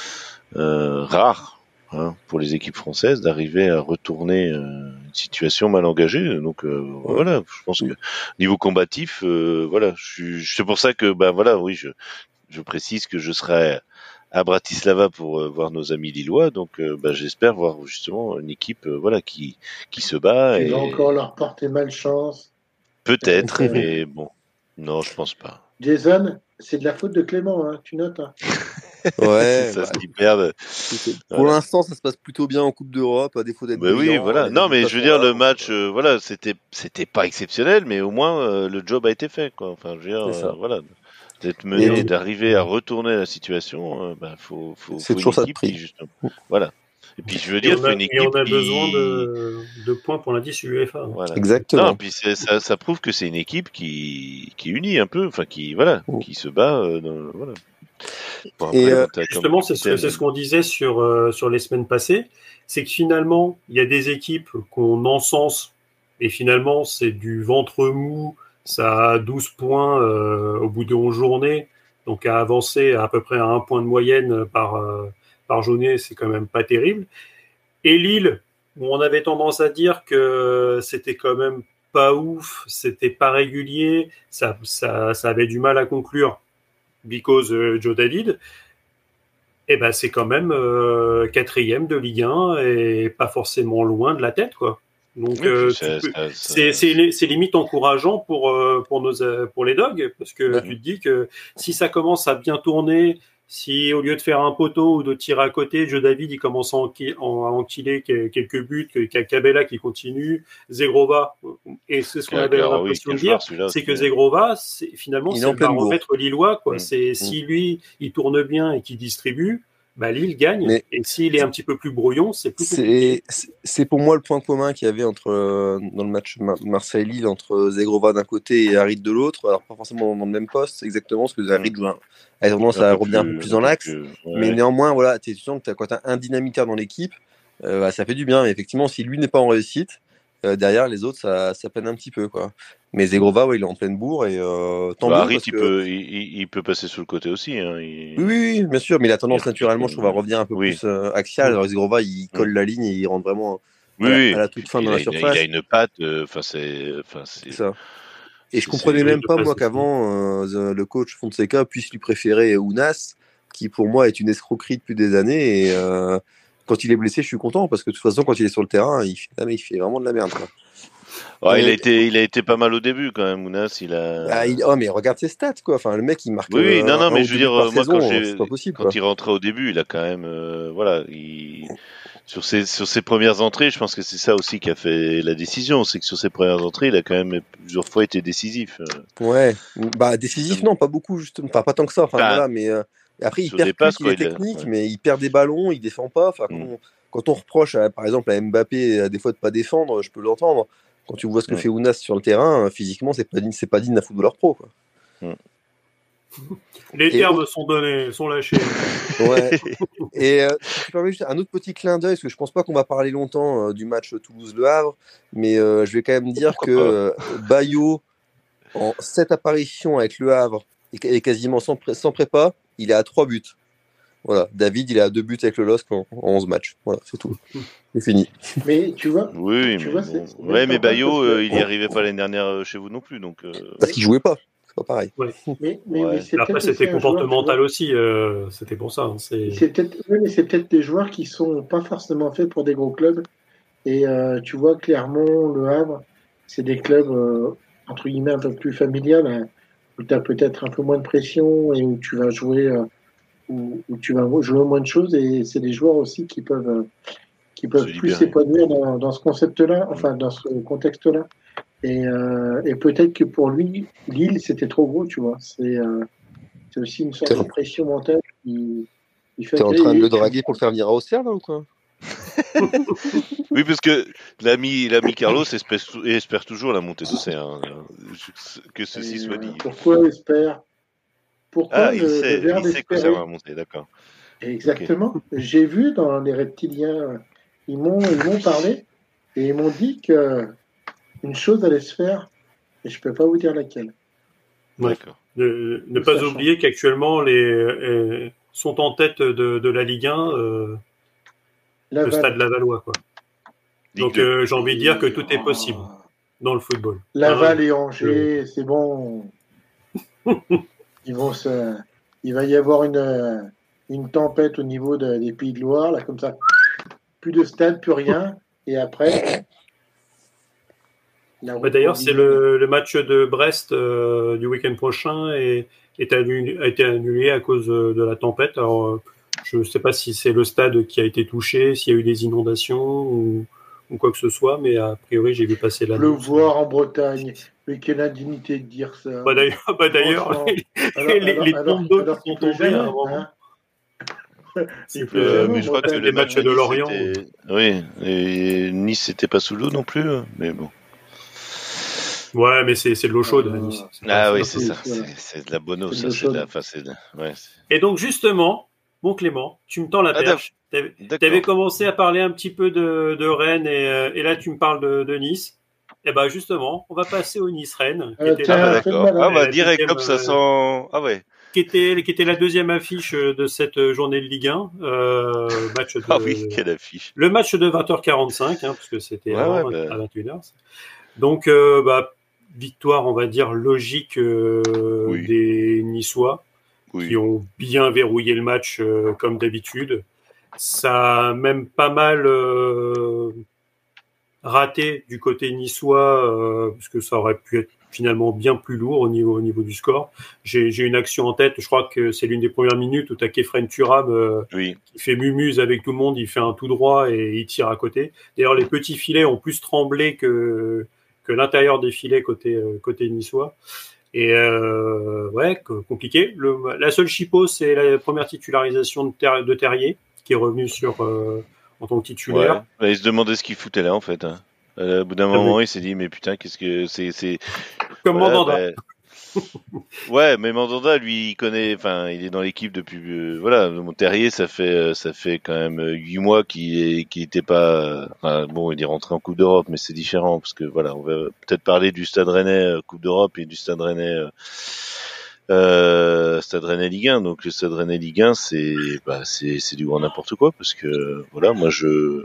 rare pour les équipes françaises d'arriver à retourner une situation mal engagée. Donc voilà, je pense que niveau combatif, voilà, c'est pour ça que voilà, oui, je précise que je serai à Bratislava pour voir nos amis lillois, donc j'espère voir justement une équipe voilà qui se bat. Tu vas encore leur porter malchance. Peut-être, mais bon, non, je pense pas. Jason, c'est de la faute de Clément, hein, tu notes. Hein. Ouais, c'est ça, ce qu'ils perdent. Pour l'instant, ça se passe plutôt bien en Coupe d'Europe, à défaut d'être brillant. Oui, voilà. Non, mais je veux dire, le match, voilà, c'était pas exceptionnel, mais au moins le job a été fait, quoi. Enfin, je veux dire, voilà, d'être mené et d'arriver à retourner la situation, faut c'est toujours ça de prix, justement. Voilà. Et puis je veux dire, faut une équipe et on a besoin de points pour l'indice UEFA. Voilà. Exactement. Non, puis ça prouve que c'est une équipe qui unit un peu, enfin qui qui se bat. Voilà. Bon, après, et justement, c'est ce qu'on disait sur les semaines passées, c'est que finalement, il y a des équipes qu'on encense et finalement, c'est du ventre mou, ça a 12 points au bout de 11 journées, donc à avancer à peu près à 1 point de moyenne par journée, c'est quand même pas terrible. Et Lille, où on avait tendance à dire que c'était quand même pas ouf, c'était pas régulier, ça avait du mal à conclure. Because Joe David, c'est quand même 4e de Ligue 1 et pas forcément loin de la tête, quoi. Donc c'est limite encourageant pour les Dogs, parce que tu te dis que si ça commence à bien tourner, si au lieu de faire un poteau ou de tirer à côté, Joe David il commence à enquiler quelques buts, Cabella qui continue, Zegrova, et c'est ce qu'on avait l'impression de dire, c'est que Zegrova, finalement, c'est le baromètre lillois, quoi. Si lui, il tourne bien et qu'il distribue, Lille gagne, et s'il est un petit peu plus brouillon, c'est plus compliqué. C'est pour moi le point commun qu'il y avait dans le match Marseille-Lille entre Zegrova d'un côté et Harit de l'autre, alors pas forcément dans le même poste, exactement, parce que Harit a tendance à revenir un peu plus dans l'axe, mais néanmoins, voilà, tu sens que quand tu as un dynamiteur dans l'équipe, ça fait du bien, mais effectivement, si lui n'est pas en réussite, derrière les autres, ça peine un petit peu, quoi. Mais Zegrova, il est en pleine bourre et tant mieux. Harit, il peut passer sur le côté aussi. Hein, oui, bien sûr, mais il a tendance naturellement, je trouve, à revenir un peu plus axial. Alors Zegrova, il colle la ligne et il rentre vraiment à la toute fin dans la surface. Il a une patte, c'est ça. Et je comprenais même pas, moi, qu'avant, le coach Fonseca puisse lui préférer Ounas, qui pour moi est une escroquerie depuis des années. Et quand il est blessé, je suis content, parce que de toute façon, quand il est sur le terrain, il fait vraiment de la merde, quoi. Ouais, il a été pas mal au début quand même, Ounas. Mais regarde ses stats, quoi. Enfin, le mec, il marque. Oui, non, mais je veux dire, moi, c'est pas possible, quand il rentrait au début, il a quand même, voilà, sur ses premières entrées, je pense que c'est ça aussi qui a fait la décision, c'est que sur ses premières entrées, il a quand même plusieurs fois été décisif. Ouais, décisif, non, pas beaucoup, justement, pas tant que ça. Enfin, voilà, mais après, il percute, il est technique, mais il perd des ballons, il défend pas. Enfin, quand on reproche, par exemple, à Mbappé, des fois de pas défendre, je peux l'entendre. Quand tu vois ce que fait Ounas sur le terrain, physiquement, c'est pas digne d'un footballeur pro, quoi. Les termes sont donnés, sont lâchés. Ouais. Et si tu permets juste un autre petit clin d'œil, parce que je pense pas qu'on va parler longtemps du match Toulouse-Le Havre, mais je vais quand même dire que Bayo, en 7 apparitions avec Le Havre et quasiment sans prépa, il est à 3 buts. Voilà, David, il est à 2 buts avec le LOSC en 11 matchs. Voilà, c'est tout. C'est fini. Mais tu vois. Oui, mais Bayo, il n'y arrivait pas l'année dernière chez vous non plus. Donc, parce qu'il jouait pas. C'est pas pareil. Ouais. Mais après, c'était comportemental aussi. C'était pour ça. C'est peut-être des joueurs qui sont pas forcément faits pour des gros clubs. Et tu vois, Clermont, Le Havre, c'est des clubs, entre guillemets, un peu plus familiales, hein, où tu as peut-être un peu moins de pression et où tu vas jouer. Où tu vas jouer moins de choses, et c'est des joueurs aussi qui peuvent plus s'épanouir dans ce concept-là, enfin dans ce contexte-là. Et peut-être que pour lui, Lille, c'était trop gros, tu vois. C'est aussi une sorte de pression mentale qui fait. T'es en train de le draguer pour le faire venir à Auxerre, là, ou quoi? Oui, parce que l'ami Carlos espère toujours la montée d'Auxerre. Hein. Que ceci soit dit. Pourquoi espère? Pourquoi il sait que ça va monter, d'accord. Exactement. Okay. J'ai vu dans les reptiliens, ils m'ont parlé et ils m'ont dit que une chose allait se faire, et je peux pas vous dire laquelle. Ouais. D'accord. Ne pas Sachant. oublier qu'actuellement, sont en tête de la Ligue 1, le Laval. Stade Lavallois, quoi. Ligue Donc, 2. j'ai envie de dire que tout est possible dans le football. Laval Hein, et Angers, c'est bon. Il va y avoir une tempête au niveau des Pays de Loire, là, comme ça. Plus de stade, plus rien. Et après, la route D'ailleurs, c'est bourguignonne. le match de Brest du week-end prochain a été annulé à cause de la tempête. Alors, je ne sais pas si c'est le stade qui a été touché, s'il y a eu des inondations ou quoi que ce soit, mais a priori, j'ai vu passer l'annonce. Pleuvoir en Bretagne. Mais quelle indignité de dire ça. D'ailleurs, Franchement. Alors, les tombes d'eau qui qu'il sont pleut tombées à un jamais. moment. Hein. Il pleut C'était, jamais Mais en je crois que c'était Bretagne. les le matchs match de de Nice, Lorient. c'était... Oui, et Nice, c'était pas sous l'eau non plus, mais bon. Ouais, mais c'est de l'eau chaude à Nice. Ah oui, c'est c'est ça. voilà. C'est de la bono, C'est de ça. l'eau C'est de la... chaude. Enfin, ouais, Et donc, justement, mon Clément, tu me tends la Ah, perche. d'accord. T'avais commencé à parler un petit peu de Rennes et là, tu me parles de Nice. Et ben justement, on va passer au Nice-Rennes, qui était Ah bah Tiens, fais le d'accord. malin. Ah bah la direct, deuxième, comme ça sent... Ah ouais. qui était la deuxième affiche de cette journée de Ligue 1. Ah oui, quelle affiche. Le match de 20h45, parce que c'était Ouais, ouais, avant bah... à 21h. Donc, victoire, on va dire, logique Oui, des Niçois, qui oui. ont bien verrouillé le match comme d'habitude. Ça a même pas mal raté du côté niçois, parce que ça aurait pu être finalement bien plus lourd au niveau du score. J'ai une action en tête, je crois que c'est l'une des premières minutes où tu as Kefren Turam Oui. qui fait mumuse avec tout le monde, il fait un tout droit et il tire à côté. D'ailleurs, les petits filets ont plus tremblé que l'intérieur des filets côté niçois. Et ouais, compliqué. La seule chipot, c'est la première titularisation de Terrier, qui est revenu en tant que titulaire. Ouais. Bah, il se demandait ce qu'il foutait là, en fait. Hein. Au bout d'un moment, il s'est dit, mais putain, qu'est-ce que c'est... Comme Voilà, Mandanda. bah... Ouais, mais Mandanda, lui, il connaît, enfin, il est dans l'équipe depuis, voilà, mon Terrier, ça fait quand même 8 mois qu'il était pas, enfin, bon, il est rentré en Coupe d'Europe, mais c'est différent, parce que voilà, on va peut-être parler du Stade Rennais Coupe d'Europe et du Stade Rennais, Stade Rennais Ligue 1. Donc le Stade Rennais Ligue 1, c'est du grand n'importe quoi, parce que, voilà, moi,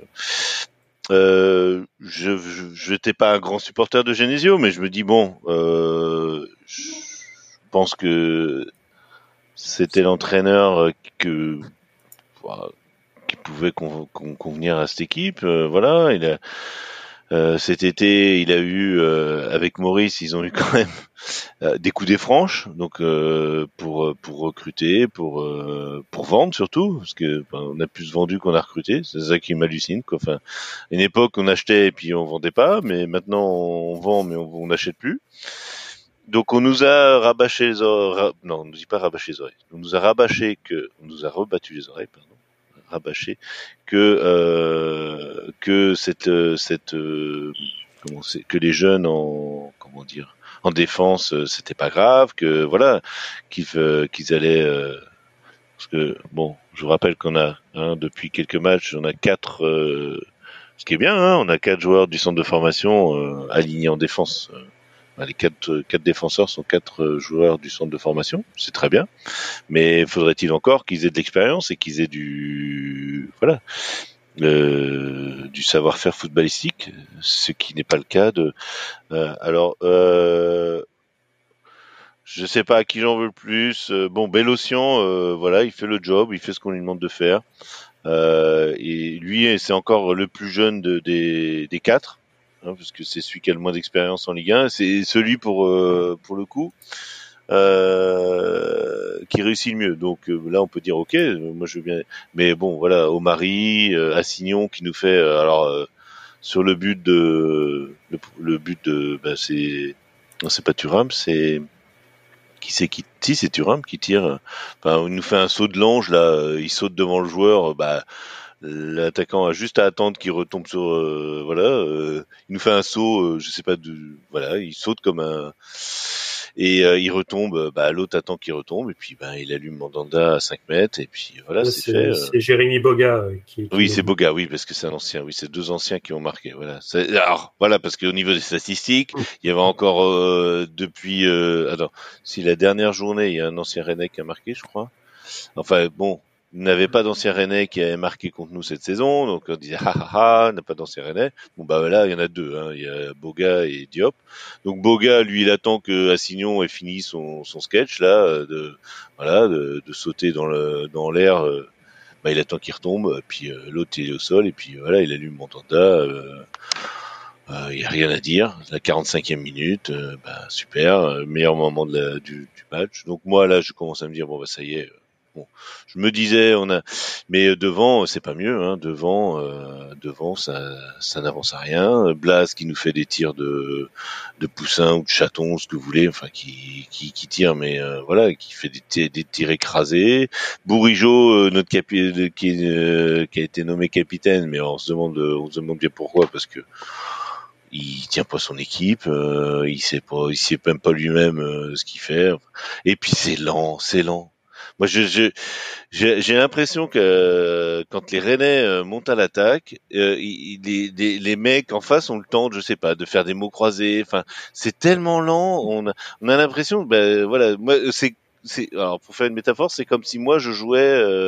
je n'étais pas un grand supporter de Genesio, mais je me dis bon, je pense que c'était l'entraîneur qui pouvait convenir à cette équipe. Voilà, cet été, il a eu avec Maurice, ils ont eu quand même des coups des franches, donc pour recruter, pour vendre surtout, parce que on a plus vendu qu'on a recruté, c'est ça qui m'hallucine, quoi. Enfin, à une époque on achetait et puis on vendait pas, mais maintenant on vend mais on n'achète plus. Donc on nous a rabâché les oreilles, non, on nous dit pas rabâché les oreilles, on nous a rebattu les oreilles, pardon, rabâché que que les jeunes en défense, c'était pas grave, que voilà, qu'ils allaient, parce que bon, je vous rappelle qu'on a depuis quelques matchs, on a 4, ce qui est bien, on a 4 joueurs du centre de formation alignés en défense. Les quatre défenseurs sont 4 joueurs du centre de formation, c'est très bien, mais faudrait-il encore qu'ils aient de l'expérience et qu'ils aient du savoir-faire footballistique, ce qui n'est pas le cas de. Je sais pas à qui j'en veux le plus. Bon, Bélocian, voilà, il fait le job, il fait ce qu'on lui demande de faire. Et lui, c'est encore le plus jeune des 4, parce que c'est celui qui a le moins d'expérience en Ligue 1. C'est celui pour le coup qui réussit le mieux. Donc là, on peut dire ok, moi je veux bien. Mais bon, voilà, Omari, Assignon qui nous fait sur le but de c'est pas Thuram, c'est si c'est Thuram qui tire. Enfin, il nous fait un saut de l'ange là, il saute devant le joueur. L'attaquant a juste à attendre qu'il retombe sur il nous fait un saut, je sais pas voilà, il saute comme un et il retombe, l'autre attend qu'il retombe et puis il allume Mandanda à 5 mètres et puis voilà, Là, c'est fait. c'est Jérémy Boga qui Oui, met c'est le but. Boga, oui, parce que c'est un ancien, oui, c'est 2 anciens qui ont marqué, voilà. Alors, voilà, parce qu'au niveau des statistiques, il y avait encore depuis, attends, si la dernière journée, il y a un ancien Rennais qui a marqué, je crois. Enfin, bon, il n'avait pas d'ancien Rennais qui avait marqué contre nous cette saison, donc on disait, on n'a pas d'ancien Rennais. Bon, là, il y en a deux, hein, il y a Boga et Diop. Donc Boga, lui, il attend que Assignon ait fini son sketch, là, de sauter dans l'air, il attend qu'il retombe, puis l'autre il est au sol, et puis voilà, il allume Mandanda. Il y a rien à dire. La 45e minute, super, meilleur moment du match. Donc moi là, je commence à me dire ça y est. Bon, je me disais mais devant c'est pas mieux. Hein. Devant ça n'avance à rien. Blas qui nous fait des tirs de poussin ou de chaton, ce que vous voulez, enfin qui tire, mais voilà, qui fait des tirs écrasés. Bourigeaud, notre qui a été nommé capitaine, mais on se demande bien pourquoi, parce que il tient pas son équipe, il sait même pas lui-même ce qu'il fait. Et puis c'est lent. Moi, j'ai l'impression que quand les Rennais montent à l'attaque, les mecs en face ont le temps, je sais pas, de faire des mots croisés. Enfin, c'est tellement lent. On a l'impression, voilà, moi, alors pour faire une métaphore, c'est comme si moi je jouais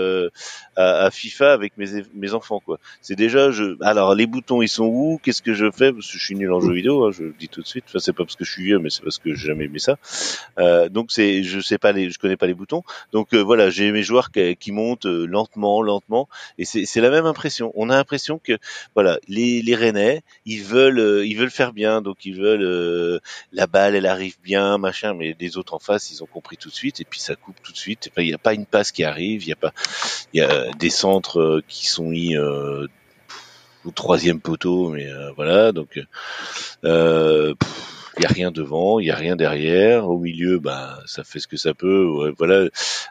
à FIFA avec mes enfants, quoi. C'est déjà, alors les boutons ils sont où? Qu'est-ce que je fais? Parce que je suis nul en jeux vidéo, hein, je le dis tout de suite. Enfin, c'est pas parce que je suis vieux, mais c'est parce que j'ai jamais aimé ça. Donc je connais pas les boutons. Donc voilà, j'ai mes joueurs qui montent lentement, et c'est la même impression. On a l'impression que voilà, les Rennais, ils veulent faire bien, donc ils veulent la balle, elle arrive bien, machin, mais les autres en face, ils ont compris tout de suite, et puis ça coupe tout de suite. Il y a pas une passe qui arrive, il y a des centres qui sont mis au 3e poteau, mais voilà, donc il y a rien devant, il y a rien derrière. Au milieu, ça fait ce que ça peut. Ouais, voilà.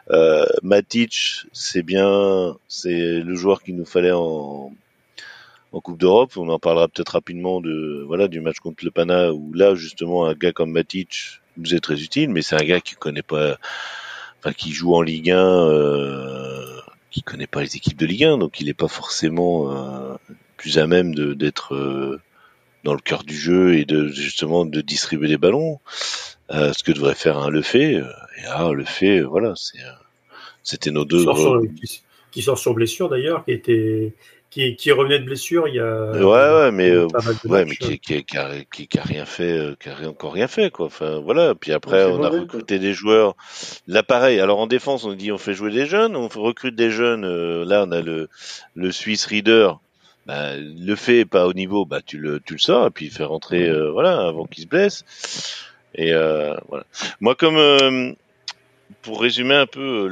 Matic, c'est bien, c'est le joueur qu'il nous fallait en Coupe d'Europe. On en parlera peut-être rapidement du match contre le Pana, où là justement un gars comme Matic nous est très utile, mais c'est un gars qui connaît pas, enfin qui joue en Ligue 1, qui connaît pas les équipes de Ligue 1, donc il est pas forcément plus à même d'être dans le cœur du jeu et justement de distribuer les ballons, ce que devrait faire un Lefebvre. Et là, Lefebvre, voilà, c'était nos deux. Qui sort sur blessure d'ailleurs, qui revenait de blessure il y Ouais, mais pas mal de ouais, matchs. mais qui a rien fait, encore rien fait, quoi. Enfin voilà. Puis après, on a recruté des joueurs. Là, pareil. Alors en défense, on dit on fait jouer des jeunes, on recrute des jeunes. Là, on a le Swiss Reader. Le fait pas au niveau, tu le sors et puis il fait rentrer, voilà, avant qu'il se blesse. Et voilà. Moi, comme pour résumer un peu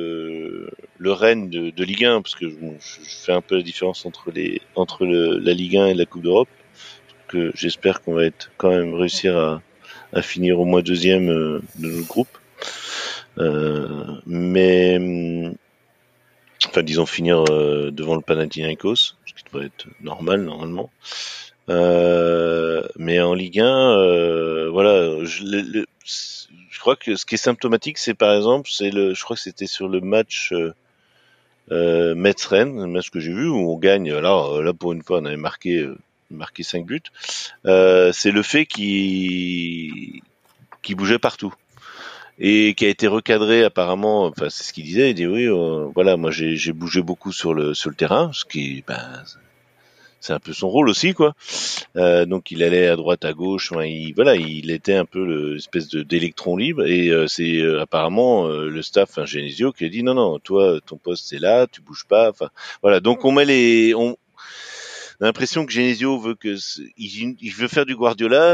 le Rennes de Ligue 1, parce que je fais un peu la différence entre la Ligue 1 et la Coupe d'Europe, que j'espère qu'on va être quand même réussir à finir au moins 2e de notre groupe. Mais enfin, disons finir devant le Panathinaikos, ce qui devrait être normal normalement. Mais en Ligue 1, voilà, je crois que ce qui est symptomatique, c'est par exemple, je crois que c'était sur le match Metz-Rennes, le match que j'ai vu où on gagne. Alors là, pour une fois, on avait marqué 5 buts. C'est le fait qui bougeait partout et qui a été recadré apparemment. Enfin, c'est ce qu'il disait. Il dit oui, voilà, moi j'ai bougé beaucoup sur le terrain, ce qui, c'est un peu son rôle aussi, quoi. Donc il allait à droite, à gauche. Il était un peu l'espèce d'électron libre. Et c'est apparemment le staff, Genesio, qui a dit non, toi, ton poste c'est là, tu bouges pas. Enfin, voilà. Donc on a l'impression que Genesio il veut faire du Guardiola,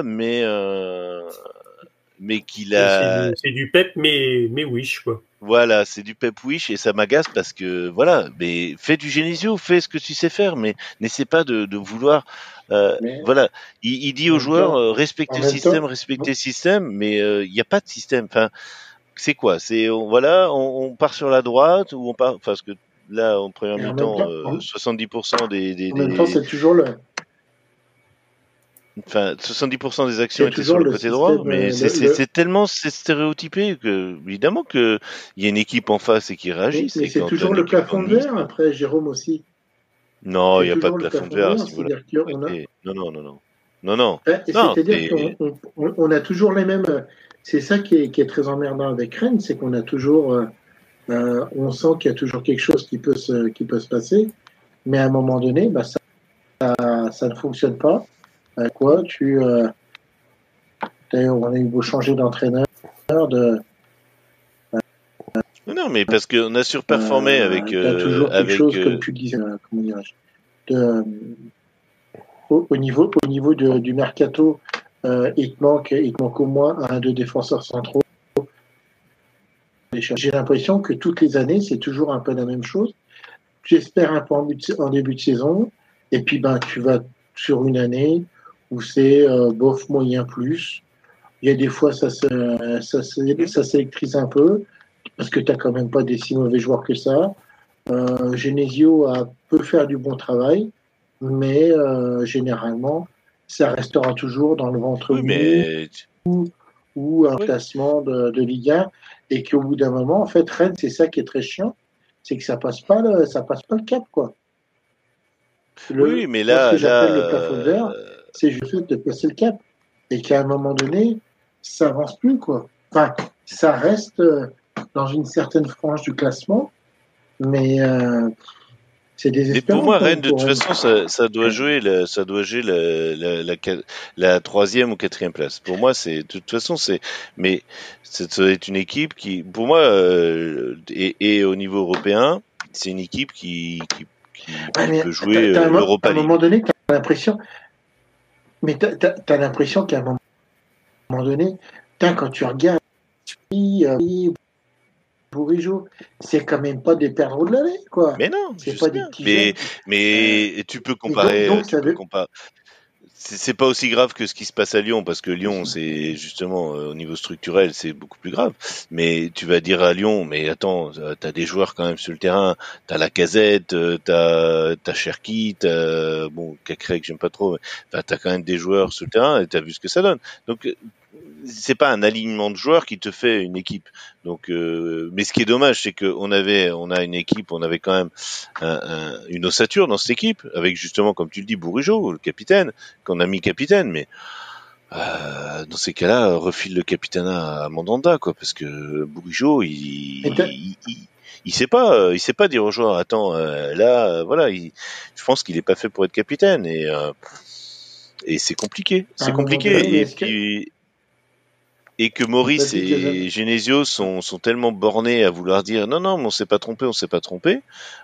mais qu'il a. C'est du Pep, mais wish, quoi. Voilà, c'est du Pep Wish et ça m'agace parce que voilà, mais fais du Genesio, fais ce que tu sais faire, mais n'essaie pas de vouloir. Voilà, il dit aux joueurs respectez le système, mais il n'y a pas de système. Enfin, c'est quoi? On part sur la droite ou on part parce que là en première mi-temps, 70% des. En même temps, c'est toujours le. Enfin, 70% des actions C'est étaient sur toujours le le côté droit, système, mais c'est tellement stéréotypé que, évidemment, que il y a une équipe en face et qui réagisse. mais Et c'est quand t'as toujours le l'équipe en plafond de demi, verre, après, Jérôme aussi. non, il C'est n'y a pas de toujours le plafond de plafond de verre à verre, ce niveau-là. c'est-à-dire qu'on a, Non, non, non, non. Non, non. Non, c'est-à-dire qu'on a toujours les mêmes. C'est ça qui est très emmerdant avec Rennes, c'est qu'on a toujours, on sent qu'il y a toujours quelque chose qui peut se passer, mais à un moment donné, bah, ça ne fonctionne pas. Quoi, d'ailleurs, on a eu beau changer d'entraîneur, non, mais parce qu'on a surperformé t'as toujours quelque avec chose, comme tu disais, comment dirais-je, de, au niveau du mercato, il te manque au moins un, deux défenseurs centraux. J'ai l'impression que toutes les années, c'est toujours un peu la même chose. Tu espères un peu en début de saison, et puis ben, tu vas sur une année où c'est bof moyen plus. Il y a des fois, ça s'électrise un peu, parce que tu n'as quand même pas des si mauvais joueurs que ça. Genesio peut faire du bon travail, mais généralement, ça restera toujours dans le ventre oui, mou mais ou un oui, classement de Ligue 1, et qu'au bout d'un moment, en fait, Rennes, c'est ça qui est très chiant, c'est que ça passe pas le cap, quoi. oui, mais Moi, ce que là, j'appelle le plafond de verre, c'est juste le fait de passer le cap, et qu'à un moment donné, ça avance plus, quoi. Enfin, ça reste dans une certaine frange du classement, mais c'est mais désespérant pour moi, pour, Rennes, de toute pour Rennes. façon, ça doit jouer, la troisième ou quatrième place. Pour moi, de toute façon, mais ça doit être une équipe qui, pour moi, et au niveau européen, c'est une équipe Ouais, qui mais peut jouer à l'Europa un moment League. donné, tu as l'impression, mais t'as l'impression qu'à un moment donné, quand tu regardes Bourigeau, c'est quand même pas des perdreaux de l'année, quoi. Mais non, C'est je pas sais des bien. petits jeunes. Mais tu peux Et comparer, donc ça veut. c'est pas aussi grave que ce qui se passe à Lyon, parce que Lyon, c'est justement au niveau structurel, c'est beaucoup plus grave. Mais tu vas dire à Lyon, mais attends, t'as des joueurs quand même sur le terrain, t'as Lacazette, t'as Cherki, bon Cacré que j'aime pas trop, mais t'as quand même des joueurs sur le terrain et t'as vu ce que ça donne. Donc c'est pas un alignement de joueurs qui te fait une équipe. Donc, mais ce qui est dommage, c'est que on a une équipe, on avait quand même une ossature dans cette équipe, avec justement, comme tu le dis, Bourigeau, le capitaine, qu'on a mis capitaine, mais dans ces cas-là, refile le capitana à Mandanda, quoi, parce que Bourigeau, il sait pas dire aux joueurs, attends, là, voilà, je pense qu'il est pas fait pour être capitaine, et c'est compliqué, À un moment donné, et puis. Et que Maurice vas-y, Jason. et Genesio sont tellement bornés à vouloir dire non, mais on s'est pas trompé,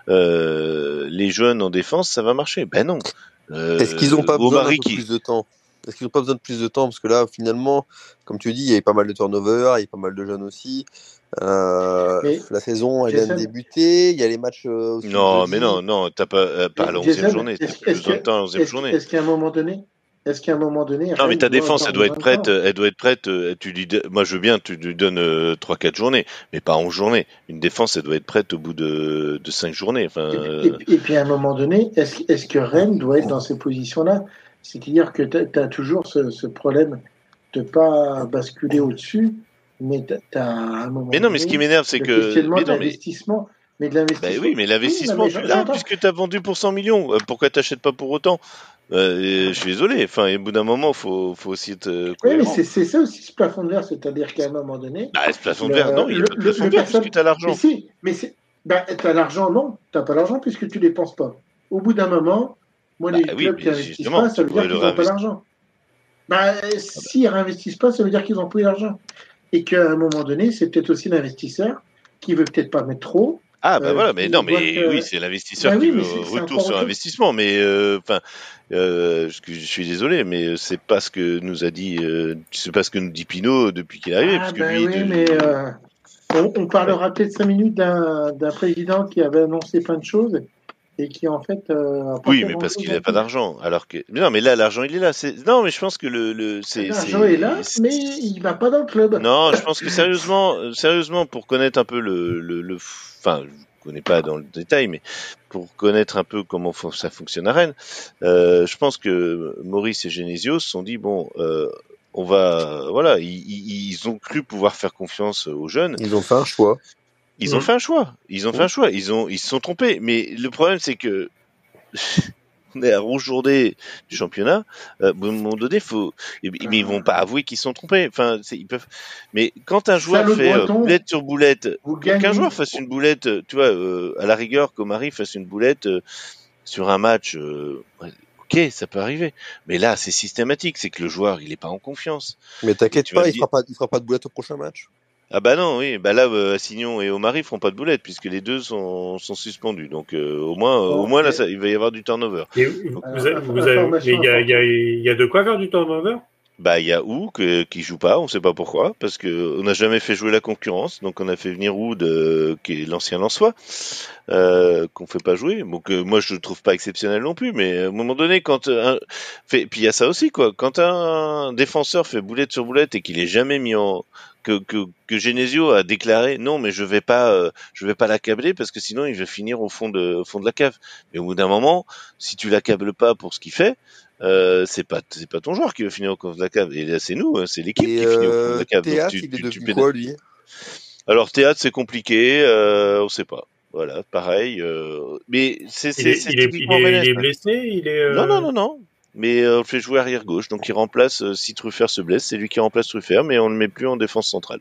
les jeunes en défense, ça va marcher. Ben non. Est-ce qu'ils n'ont pas besoin d'un Aubary peu plus de temps? Est-ce qu'ils n'ont pas besoin de plus de temps? Parce que là, finalement, comme tu dis, il y a eu pas mal de turnover, il y a pas mal de jeunes aussi. Mais La saison, elle vient de Jason, débuter. Il y a les matchs aussi le Non, mais jeudi. non, t'as pas à la 11e Jason, journée. T'as plus besoin de temps à la 11e journée. est-ce qu'à un moment donné, Non, mais Rennes ta doit défense, avoir besoin de temps? elle doit être prête. Moi, je veux bien, tu lui donnes 3-4 journées, mais pas 11 journées. Une défense, elle doit être prête au bout de 5 journées. Enfin, Et puis à un moment donné, est-ce que Rennes doit être dans ces positions-là? C'est-à-dire que tu as toujours ce problème de ne pas basculer au-dessus, mais tu as à un moment mais non, mais ce qui donné m'énerve, c'est le que, questionnement mais de non, mais l'investissement. Mais de ben l'investissement, oui, mais oui, non, l'investissement, mais tu l'as j'entends. puisque tu as vendu pour 100 millions. Pourquoi t'achètes pas pour autant? Je suis désolé. Enfin, au bout d'un moment, faut aussi être Oui, mais cohérent. c'est ça aussi ce plafond de verre, c'est-à-dire qu'à un moment donné, Bah, ce plafond de verre, non, il n'y a pas de plafond le de verre puisque personne. tu as Mais l'argent. si, ben, tu as l'argent, non, tu n'as pas l'argent puisque tu ne dépenses pas. Au bout d'un moment, moi, Bah les oui, clubs qui mais n'investissent pas, justement, ça tu veut dire pourrais le qu'ils n'ont pas réinvestir. l'argent. Ben, s'ils ne réinvestissent pas, ça veut dire qu'ils n'ont plus l'argent. Et qu'à un moment donné, c'est peut-être aussi l'investisseur qui veut peut-être pas mettre trop, Ah bah voilà, mais non, qui voit mais oui, que. c'est l'investisseur Ben qui oui, mais veut c'est retour encore sur autre chose. investissement, mais je suis désolé, mais c'est pas ce que nous a dit, c'est pas ce que nous dit Pinot depuis qu'il est arrivé, Ah parce que ben lui, oui, mais on ouais. parlera peut-être 5 minutes d'un président qui avait annoncé plein de choses et qui en fait n'a pas Oui, fait mais parce grand-chose qu'il non n'a pas plus. d'argent, alors que, mais non, mais là, l'argent il est là. Non, mais je pense que L'argent est là, mais il va pas dans le club. non, je pense que sérieusement, pour connaître un peu enfin, connais pas dans le détail, mais pour connaître un peu comment ça fonctionne à Rennes, je pense que Maurice et Genesio se sont dit on va, voilà, ils ont cru pouvoir faire confiance aux jeunes. Ils ont fait un choix. Ils ont fait un choix. Ils se sont trompés. Mais le problème, c'est que on est à rouge journée du championnat. À un moment donné, mais ils vont pas avouer qu'ils se sont trompés. Enfin, ils peuvent. Mais quand un joueur fait boulette sur boulette, qu'un joueur fasse une boulette, tu vois, à la rigueur, qu'Omari fasse une boulette sur un match. Ok, ça peut arriver. Mais là, c'est systématique. C'est que le joueur, il est pas en confiance. Mais t'inquiète pas, il fera pas de boulette au prochain match. Ah bah non, oui, bah là, Assignon et Omari feront pas de boulette puisque les deux sont suspendus. Donc au moins là, il va y avoir du turnover. Et il y a de quoi faire du turnover. Bah il y a Oud qui joue pas, on sait pas pourquoi, parce que on n'a jamais fait jouer la concurrence, donc on a fait venir Oud qui est l'ancien Lensois, qu'on fait pas jouer. Donc moi je le trouve pas exceptionnel non plus, mais à un moment donné puis il y a ça aussi quoi, quand un défenseur fait boulette sur boulette et qu'il est jamais mis en que Genesio a déclaré non mais je vais pas l'accabler parce que sinon il va finir au fond de la cave. Mais au bout d'un moment, si tu l'accables pas pour ce qu'il fait, c'est pas ton joueur qui va finir au fond de la cave. Et là, c'est nous, hein, c'est l'équipe qui finit au fond de la cave. Théâtre, il est devenu quoi, lui? Alors, Théâtre, c'est compliqué, on sait pas. Voilà, pareil. Mais c'est typiquement Rennes. Il est blessé, Non. Mais on le fait jouer arrière gauche, donc il remplace, si Truffert se blesse, c'est lui qui remplace Truffert, mais on le met plus en défense centrale.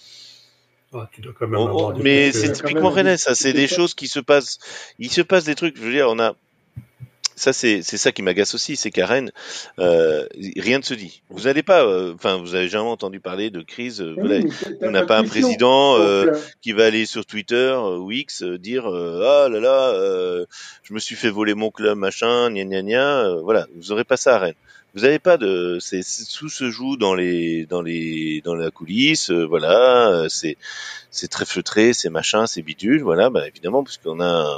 Tu dois quand même mais c'est typiquement Rennes, ça, c'est des choses qui se passent. Il se passe des trucs, je veux dire, ça c'est ça qui m'agace aussi, c'est qu'à Rennes, rien ne se dit. Vous n'allez pas, vous avez jamais entendu parler de crise. Voilà, on n'a pas un président qui va aller sur Twitter ou X dire ah là là, je me suis fait voler mon club machin, gna gna gna. Voilà, vous aurez pas ça à Rennes. Vous avez pas de, tout se joue dans la coulisse. Voilà, c'est très feutré, c'est machin, c'est bidule. Voilà, bah évidemment parce qu'on a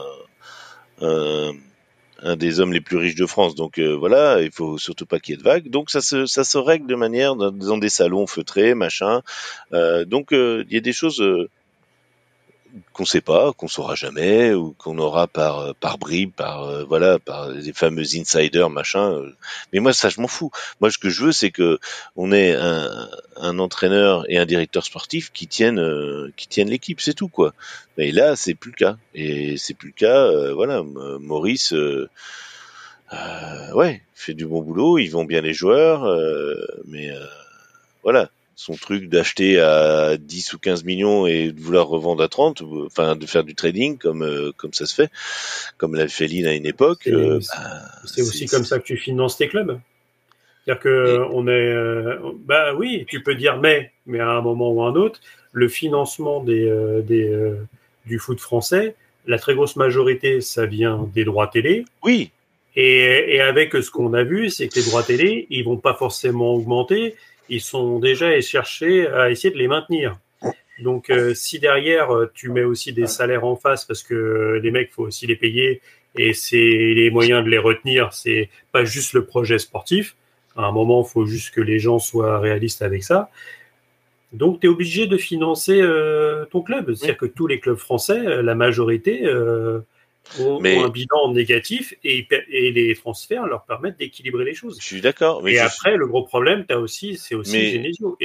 un des hommes les plus riches de France, donc voilà, il faut surtout pas qu'il y ait de vagues. Donc ça se règle de manière dans des salons feutrés, machin. Donc il y a des choses qu'on sait pas, qu'on saura jamais, ou qu'on aura par bribes, par les fameux insiders, machin. Mais moi ça je m'en fous. Moi ce que je veux c'est que on ait un entraîneur et un directeur sportif qui tiennent l'équipe, c'est tout quoi. Et là c'est plus le cas. Et c'est plus le cas. Voilà, Maurice. Fait du bon boulot, ils vont bien les joueurs, mais voilà, son truc d'acheter à 10 ou 15 millions et de vouloir revendre à 30, enfin de faire du trading comme ça se fait, comme l'a fait Lille à une époque. C'est aussi comme ça que tu finances tes clubs. C'est-à-dire que bah oui, tu peux dire mais à un moment ou à un autre, le financement du foot français, la très grosse majorité, ça vient des droits télé. Oui. Et avec ce qu'on a vu, c'est que les droits télé, ils vont pas forcément augmenter, ils sont déjà cherchés à essayer de les maintenir. Donc si derrière tu mets aussi des salaires en face, parce que les mecs faut aussi les payer et c'est les moyens de les retenir, c'est pas juste le projet sportif. À un moment, il faut juste que les gens soient réalistes avec ça. Donc tu es obligé de financer ton club. C'est-à-dire que tous les clubs français, la majorité ont un bilan négatif et les transferts leur permettent d'équilibrer les choses. Je suis d'accord. Mais après, le gros problème, c'est aussi Genesio.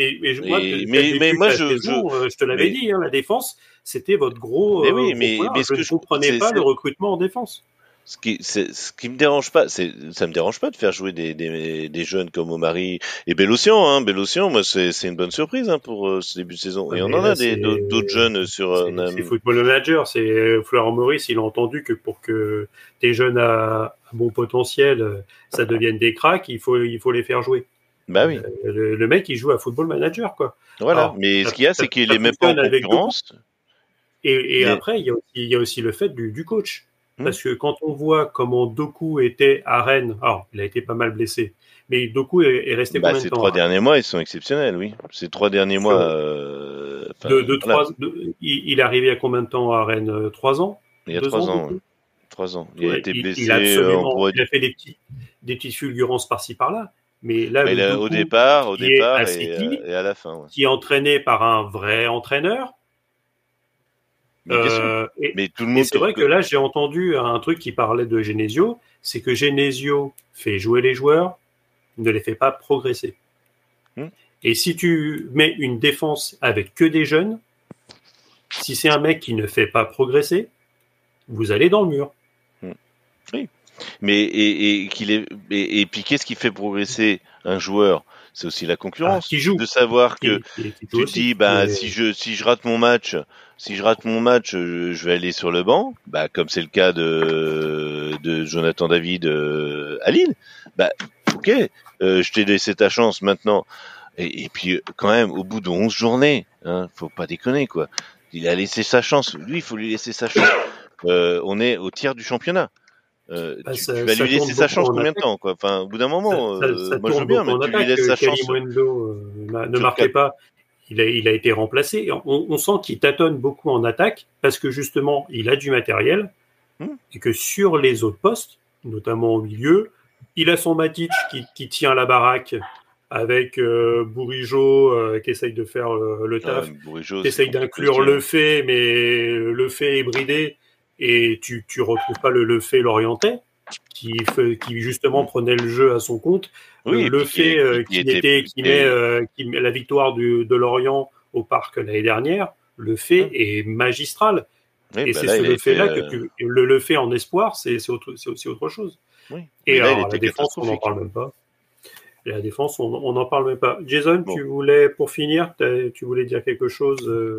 Je te l'avais dit, hein, la défense, c'était votre gros. Mais je ne comprenais pas le recrutement en défense. Ce qui me dérange pas, ça me dérange pas de faire jouer des jeunes comme Omari et Bellocian, hein. Bellocian, moi, c'est une bonne surprise, hein, pour ce début de saison. Et on en a d'autres jeunes sur. C'est Football Manager, c'est Florent Maurice, il a entendu que pour que tes jeunes à bon potentiel, ça devienne des cracks, il faut les faire jouer. Bah oui. Le mec, il joue à Football Manager, quoi. Voilà. Alors, mais ce qu'il y a, c'est qu'il les met pas en concurrence. Après, il y a aussi le fait du coach. Parce que quand on voit comment Doku était à Rennes, alors il a été pas mal blessé, mais Doku est resté combien de temps? Ces 3 derniers mois, ils sont exceptionnels, oui. Ces 3 derniers mois. Il est arrivé à combien de temps à Rennes? 3 ans? Il y a 3 ans. 3 ans. Il a été blessé. Il a fait des petites fulgurances par-ci par-là. Mais là, au départ et à la fin. Ouais. Qui est entraîné par un vrai entraîneur. bien sûr. Mais tout le monde. Et c'est vrai que là, j'ai entendu un truc qui parlait de Genesio, c'est que Genesio fait jouer les joueurs, ne les fait pas progresser. Et si tu mets une défense avec que des jeunes, si c'est un mec qui ne fait pas progresser, vous allez dans le mur. Oui. Mais et puis qu'est-ce qui fait progresser un joueur? C'est aussi la concurrence. Qui joue. De savoir que qui tu te dis, bah, si je rate mon match, je vais aller sur le banc, bah, comme c'est le cas de Jonathan David à Lille. Bah, ok, je t'ai laissé ta chance maintenant. Et puis, quand même, au bout de 11 journées, hein, faut pas déconner, quoi. Il a laissé sa chance. Lui, il faut lui laisser sa chance. On est au tiers du championnat. Tu vas lui laisser sa chance combien de temps, quoi? Enfin, au bout d'un moment, moi je veux bien, mais tu lui laisses sa chance. Kalimundo ne marquait pas. Il a été remplacé. On sent qu'il tâtonne beaucoup en attaque parce que justement, il a du matériel et que sur les autres postes, notamment au milieu, il a son Matic qui tient la baraque avec Bourigeaud qui essaye de faire le taf, qui essaye d'inclure le fait, mais le fait est bridé. Et tu retrouves pas le fait Lorientais qui justement prenait le jeu à son compte. Oui, le fait qui met la victoire de Lorient au Parc l'année dernière, le fait est magistral. Oui, et c'est le fait-là que le fait en espoir, c'est aussi autre chose. Oui. Et alors, la défense, on n'en parle même pas. Et la défense, on n'en parle même pas. Jason, tu voulais, pour finir, tu voulais dire quelque chose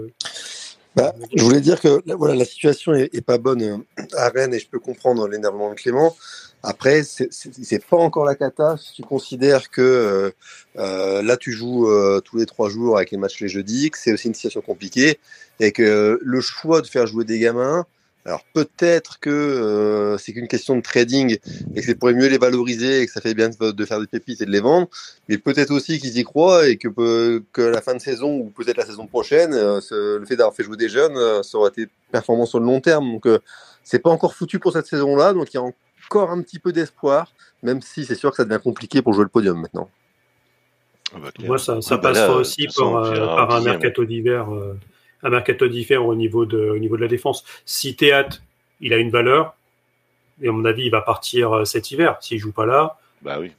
je voulais dire que voilà, la situation est pas bonne à Rennes et je peux comprendre l'énervement de Clément. Après, c'est pas encore la cata si tu considères que là tu joues tous les 3 jours avec les matchs les jeudis, que c'est aussi une situation compliquée et que le choix de faire jouer des gamins, alors peut-être que c'est qu'une question de trading et que c'est pour mieux les valoriser et que ça fait bien de faire des pépites et de les vendre, mais peut-être aussi qu'ils y croient et que la fin de saison ou peut-être la saison prochaine, le fait d'avoir fait jouer des jeunes, ça aurait été performant sur le long terme. Donc c'est pas encore foutu pour cette saison-là, donc il y a encore un petit peu d'espoir, même si c'est sûr que ça devient compliqué pour jouer le podium maintenant. Moi, ça passera aussi par un mercato d'hiver. Un mercato d'hiver au niveau de la défense. Si Théâtre, il a une valeur, et à mon avis, il va partir cet hiver. S'il joue pas là, bah oui.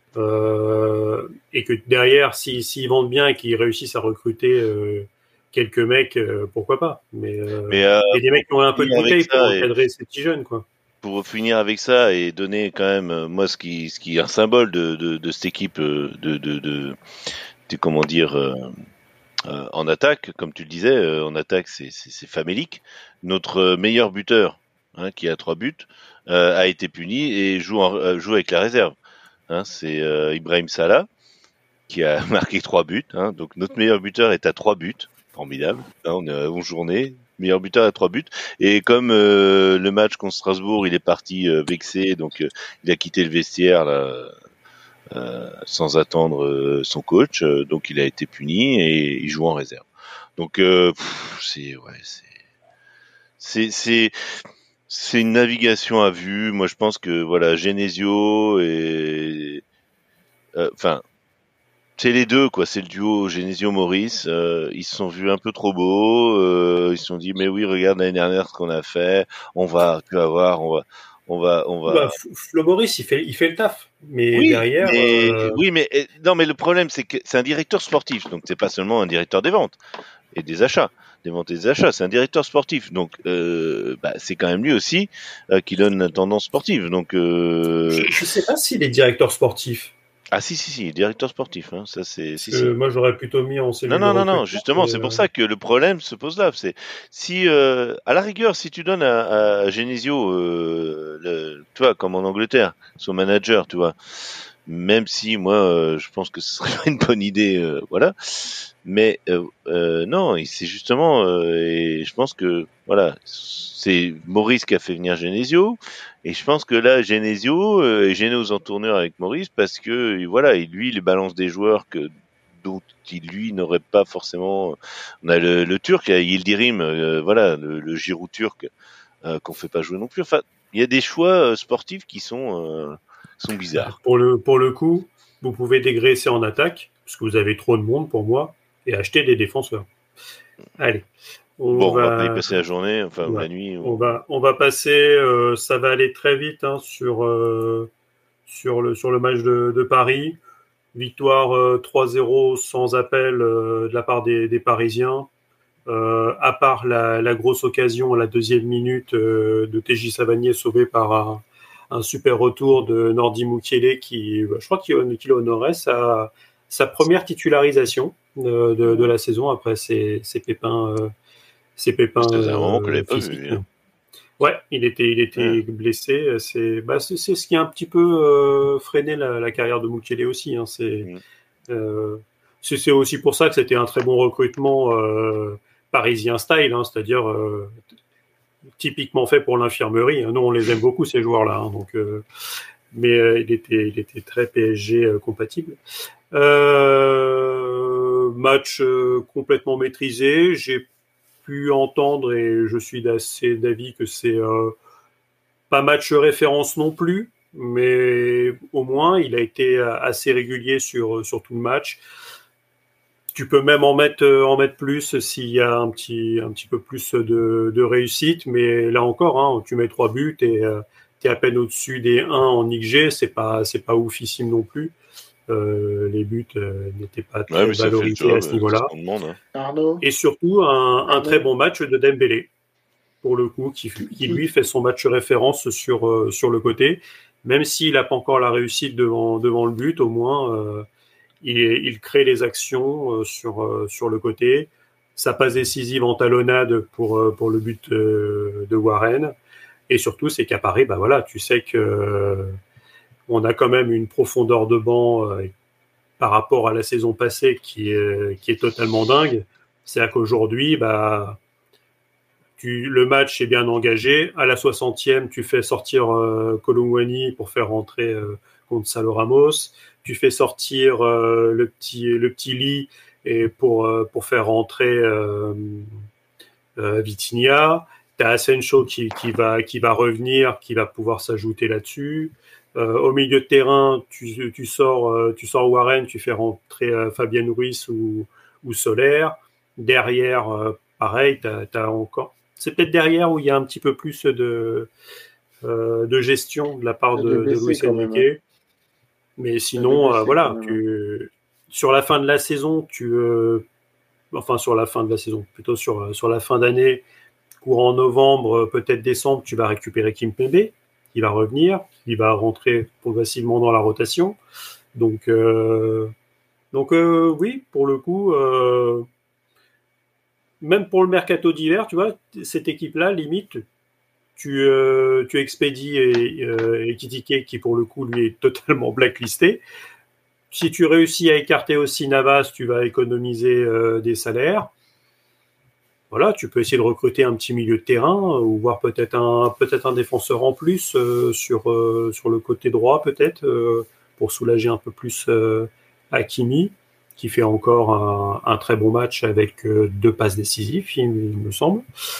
Et que derrière, s'ils vendent bien et qu'ils réussissent à recruter quelques mecs, pourquoi pas. Mais il y a des mecs qui ont un peu de bouteille pour encadrer ces petits jeunes, quoi. Pour finir avec ça et donner quand même, moi, ce qui est un symbole de cette équipe de comment dire. En attaque, comme tu le disais, en attaque c'est famélique. Notre meilleur buteur, qui a 3 buts, a été puni et joue avec la réserve. C'est Ibrahim Salah qui a marqué 3 buts. Donc notre meilleur buteur est à 3 buts, formidable. On est à 11 journées, meilleur buteur à 3 buts. Et comme le match contre Strasbourg, il est parti vexé, donc il a quitté le vestiaire là. Sans attendre son coach, donc il a été puni et il joue en réserve. Donc c'est une navigation à vue. Moi je pense que voilà, Genesio et c'est les deux, quoi. C'est le duo Genesio-Maurice. Ils se sont vus un peu trop beaux. Ils se sont dit mais oui, regarde l'année dernière ce qu'on a fait. Tu vas voir, on va. Flo Maurice, il fait le taf, mais oui, derrière. Non, mais le problème, c'est que c'est un directeur sportif, donc c'est pas seulement un directeur des ventes et des achats, c'est un directeur sportif, donc c'est quand même lui aussi qui donne la tendance sportive. Donc je sais pas s'il est directeur sportif. Ah si, directeur sportif, ça c'est. Moi j'aurais plutôt mis en cellule. Non, justement, c'est pour ça que le problème se pose là. C'est si, à la rigueur, si tu donnes à Genesio, tu vois, comme en Angleterre, son manager, tu vois, même si moi, je pense que ce serait pas une bonne idée, voilà. Mais non, c'est justement, et je pense que voilà, c'est Maurice qui a fait venir Genesio. Et je pense que là, Genesio est gêné aux entournures avec Maurice parce que voilà, lui, il balance des joueurs dont il lui n'aurait pas forcément. On a le Turc, il y a Yildirim, voilà, le Giroud turc qu'on fait pas jouer non plus. Enfin, il y a des choix sportifs qui sont bizarres. Pour le coup, vous pouvez dégraisser en attaque parce que vous avez trop de monde pour moi et acheter des défenseurs. Allez, on va pas y passer la journée, enfin ouais, la nuit. on va passer, ça va aller très vite hein, sur le match de Paris. Victoire 3-0 sans appel de la part des Parisiens. À part la grosse occasion à la deuxième minute de TJ Savanier sauvé par un super retour de Nordi Mukiele qui, je crois qu'il honorait sa première titularisation de la saison après ses pépins, Ça faisait un moment que je l'avais pas physiques. vu. Hein. Ouais, il était blessé. C'est ce qui a un petit peu freiné la carrière de Mukiele aussi. Hein. C'est aussi pour ça que c'était un très bon recrutement parisien style, hein, c'est-à-dire typiquement fait pour l'infirmerie. Nous, on les aime beaucoup ces joueurs-là, hein, donc. Mais il était très PSG compatible. Match complètement maîtrisé. J'ai pu entendre et je suis assez d'avis que c'est pas match référence non plus, mais au moins il a été assez régulier sur tout le match. Tu peux même en mettre plus s'il y a un petit peu plus de réussite, mais là encore, hein, tu mets 3 buts et t'es à peine au-dessus des 1 en XG, c'est pas oufissime non plus. Les buts n'étaient pas très valorisés à ce niveau-là. Arnaud. Et surtout un très bon match de Dembélé, pour le coup, qui lui fait son match référence sur le côté, même s'il n'a pas encore la réussite devant le but, au moins il crée les actions sur le côté. Sa passe décisive en talonnade pour le but de Warren. Et surtout, c'est qu'à Paris, bah voilà, tu sais que on a quand même une profondeur de banc par rapport à la saison passée qui est totalement dingue. C'est-à-dire qu'aujourd'hui, bah, le match est bien engagé. À la 60e, tu fais sortir Kolomouani pour faire rentrer Gonzalo Ramos. Tu fais sortir le petit Lee et pour faire rentrer Vitinha. T'as Asensio qui va revenir, qui va pouvoir s'ajouter là-dessus. Au milieu de terrain, tu sors Warren, tu fais rentrer Fabien Ruiz ou Soler. Derrière, pareil, t'as encore. C'est peut-être derrière où il y a un petit peu plus de gestion de la part de Luis Enrique. Hein. Mais sinon, voilà, sur la fin de la saison, enfin sur la fin de la saison, plutôt sur la fin d'année, courant novembre, peut-être décembre, tu vas récupérer Kimpembe, qui va revenir, il va rentrer progressivement dans la rotation. Donc oui, pour le coup, même pour le mercato d'hiver, tu vois, cette équipe-là, limite, tu expédies et Kitike, qui pour le coup, lui, est totalement blacklisté. Si tu réussis à écarter aussi Navas, tu vas économiser des salaires. Voilà, tu peux essayer de recruter un petit milieu de terrain ou voir peut-être un défenseur en plus sur le côté droit peut-être pour soulager un peu plus Hakimi, qui fait encore un très bon match avec 2 passes décisives, il me semble.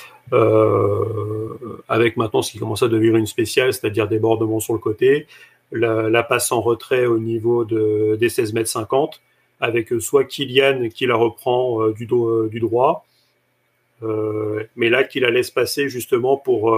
Avec maintenant ce qui commence à devenir une spéciale, c'est-à-dire débordement sur le côté, la passe en retrait au niveau des 16,50 m, avec soit Kylian qui la reprend du droit, mais là qui la laisse passer justement pour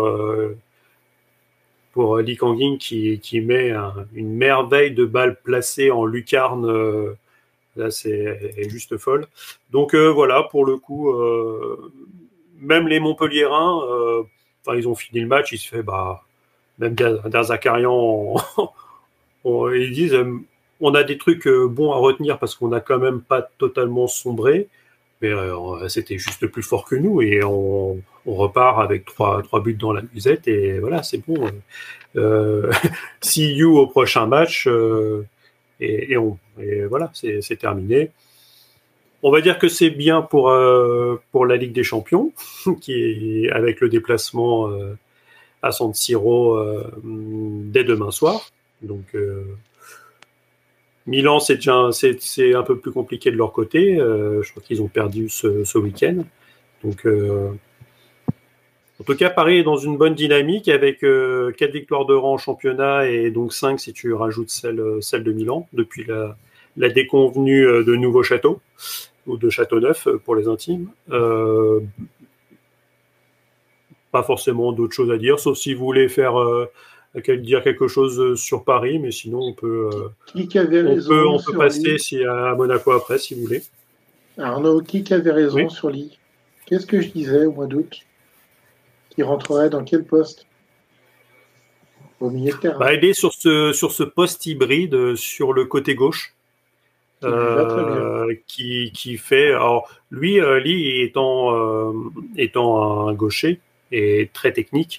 Lee Kang-in qui met une merveille de balle placée en lucarne. Là, c'est juste folle. Donc voilà, pour le coup, même les Montpelliérains, ils ont fini le match, ils se fait, même Zakarian, ils disent, on a des trucs bons à retenir parce qu'on n'a quand même pas totalement sombré, mais c'était juste plus fort que nous et on repart avec 3 buts dans la musette et voilà, c'est bon. See you au prochain match et voilà, c'est terminé. On va dire que c'est bien pour la Ligue des Champions, qui est avec le déplacement à San Siro dès demain soir. Donc Milan, c'est un peu plus compliqué de leur côté. Je crois qu'ils ont perdu ce week-end. Donc en tout cas, Paris est dans une bonne dynamique avec 4 victoires de rang en championnat et donc 5 si tu rajoutes celle de Milan depuis la déconvenue de Nouveau Château ou de Châteauneuf pour les intimes. pas forcément d'autres choses à dire, sauf si vous voulez dire quelque chose sur Paris, mais sinon on peut passer à Monaco après si vous voulez. Arnaud, qui avait raison sur Lee? Qu'est-ce que je disais au mois d'août? Qui rentrerait dans quel poste? Au milieu de terrain. Il est sur ce poste hybride sur le côté gauche. Qui fait. Alors, lui, Lee étant un gaucher et très technique,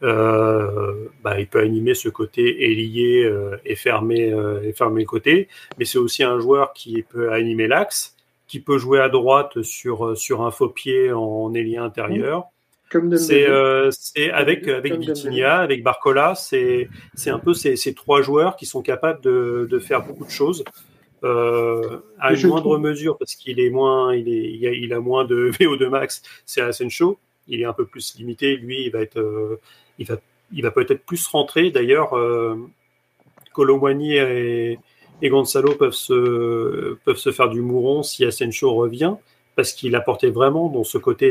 il peut animer ce côté ailier et fermer le côté, mais c'est aussi un joueur qui peut animer l'axe, qui peut jouer à droite sur un faux pied en ailier intérieur. C'est avec Vitinha, avec Barcola, c'est un peu ces trois joueurs qui sont capables de faire beaucoup de choses. À une moindre mesure parce qu'il est moins, il a moins de VO2 max. C'est Asensio, il est un peu plus limité. Lui, il va peut-être plus rentrer. D'ailleurs, Colomboigny et Gonzalo peuvent se faire du mouron si Asensio revient, parce qu'il apportait vraiment dans ce côté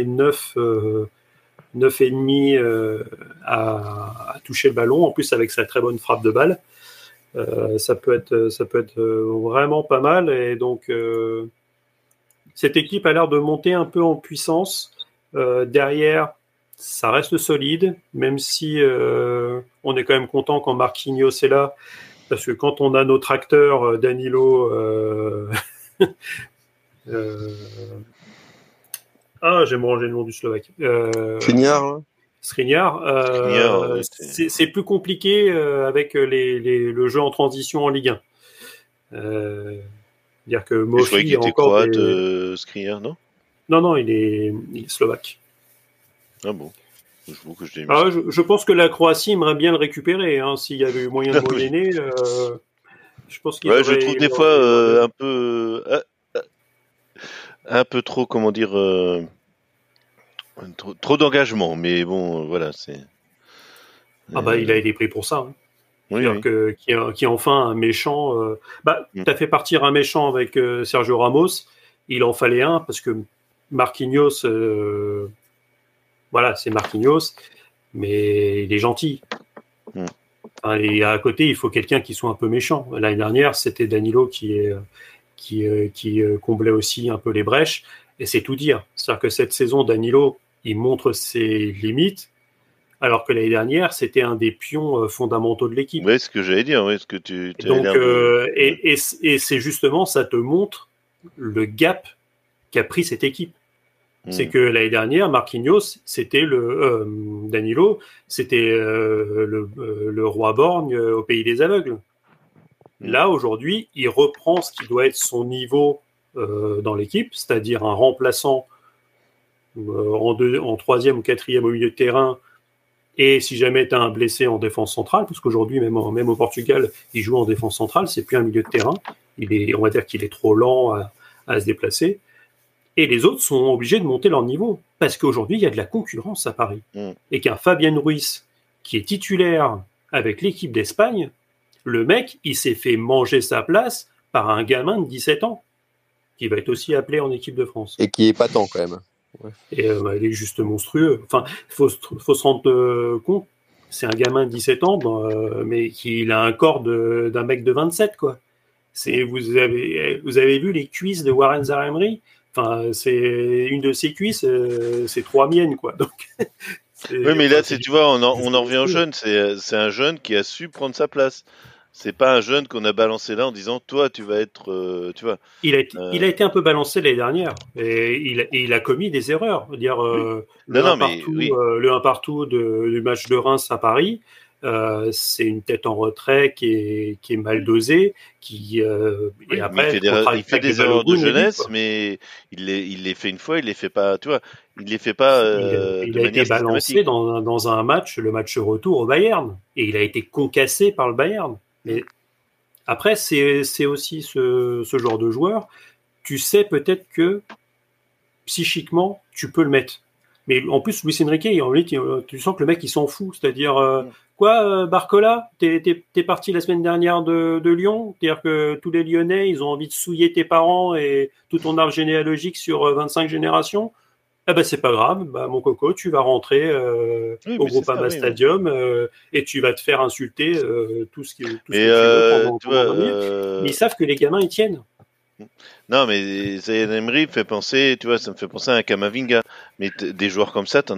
9,5 à toucher le ballon. En plus, avec sa très bonne frappe de balle. Ça peut être vraiment pas mal, et donc cette équipe a l'air de monter un peu en puissance. Derrière, ça reste solide, même si on est quand même content quand Marquinhos est là, parce que quand on a notre acteur Danilo, j'ai mangé le nom du Slovaque. Skriniar, c'est plus compliqué avec le jeu en transition en Ligue 1. Dire que Mofi il était encore croate, Skriniar, non? Non, il est slovaque. Ah bon. Je pense que la Croatie aimerait bien le récupérer, s'il y avait eu moyen de moyenner. Je pense qu'il je trouve des fois un peu trop, comment dire. Trop d'engagement, mais bon, voilà, c'est. Il a été pris pour ça. C'est-à-dire qu'il y a enfin un méchant. T'as fait partir un méchant avec Sergio Ramos. Il en fallait un parce que Marquinhos, c'est Marquinhos, mais il est gentil. Et à côté, il faut quelqu'un qui soit un peu méchant. L'année dernière, c'était Danilo qui comblait aussi un peu les brèches. Et c'est tout dire. C'est-à-dire que cette saison, Danilo, il montre ses limites, alors que l'année dernière, c'était un des pions fondamentaux de l'équipe. Oui, ce que j'allais dire, ce que tu donc, et c'est justement, ça te montre le gap qu'a pris cette équipe. C'est que l'année dernière, Marquinhos, c'était Danilo, c'était le roi borgne au pays des aveugles. Là, aujourd'hui, il reprend ce qui doit être son niveau dans l'équipe, c'est-à-dire un remplaçant en troisième ou quatrième au milieu de terrain, et si jamais tu as un blessé en défense centrale, parce qu'aujourd'hui, même au Portugal, il joue en défense centrale, c'est plus un milieu de terrain, on va dire qu'il est trop lent à se déplacer, et les autres sont obligés de monter leur niveau, parce qu'aujourd'hui, il y a de la concurrence à Paris, et qu'un Fabien Ruiz, qui est titulaire avec l'équipe d'Espagne, le mec, il s'est fait manger sa place par un gamin de 17 ans, qui va être aussi appelé en équipe de France. Et qui est patent quand même. Ouais. Et il est juste monstrueux. Enfin, faut se rendre compte, c'est un gamin de 17 ans, mais il a un corps d'un mec de 27, quoi. Vous avez vu les cuisses de Warren Zaïre-Emery? Enfin, c'est une de ses cuisses, c'est 3 miennes, quoi. Donc, oui, mais là, tu vois, on en revient au jeune. C'est un jeune qui a su prendre sa place. C'est pas un jeune qu'on a balancé là en disant toi tu vas être tu vois. Il a été un peu balancé l'année dernière et il a commis des erreurs. Dire le 1 partout du match de Reims à Paris, c'est une tête en retrait qui est mal dosée, et après il fait des erreurs de jeunesse, mais il les fait une fois, il les fait pas, tu vois, il les fait pas. Il a été balancé dans un match, le match retour au Bayern, et il a été concassé par le Bayern. Mais après, c'est aussi ce genre de joueur. Tu sais peut-être que psychiquement, tu peux le mettre. Mais en plus, Luis Enrique, tu sens que le mec, il s'en fout. C'est-à-dire, Barcola, t'es parti la semaine dernière de Lyon. C'est-à-dire que tous les Lyonnais, ils ont envie de souiller tes parents et tout ton arbre généalogique sur 25 générations. Ah bah c'est pas grave, bah mon coco, tu vas rentrer Oui, au mais c'est ça, Groupama oui. Stadium et tu vas te faire insulter tout ce Mais que tu veux tu vois, pendant 20 minutes. Mais ils savent que les gamins ils tiennent. non, mais Zayn Emery me fait penser, tu vois, ça me fait penser à un Kamavinga. Mais des joueurs comme ça,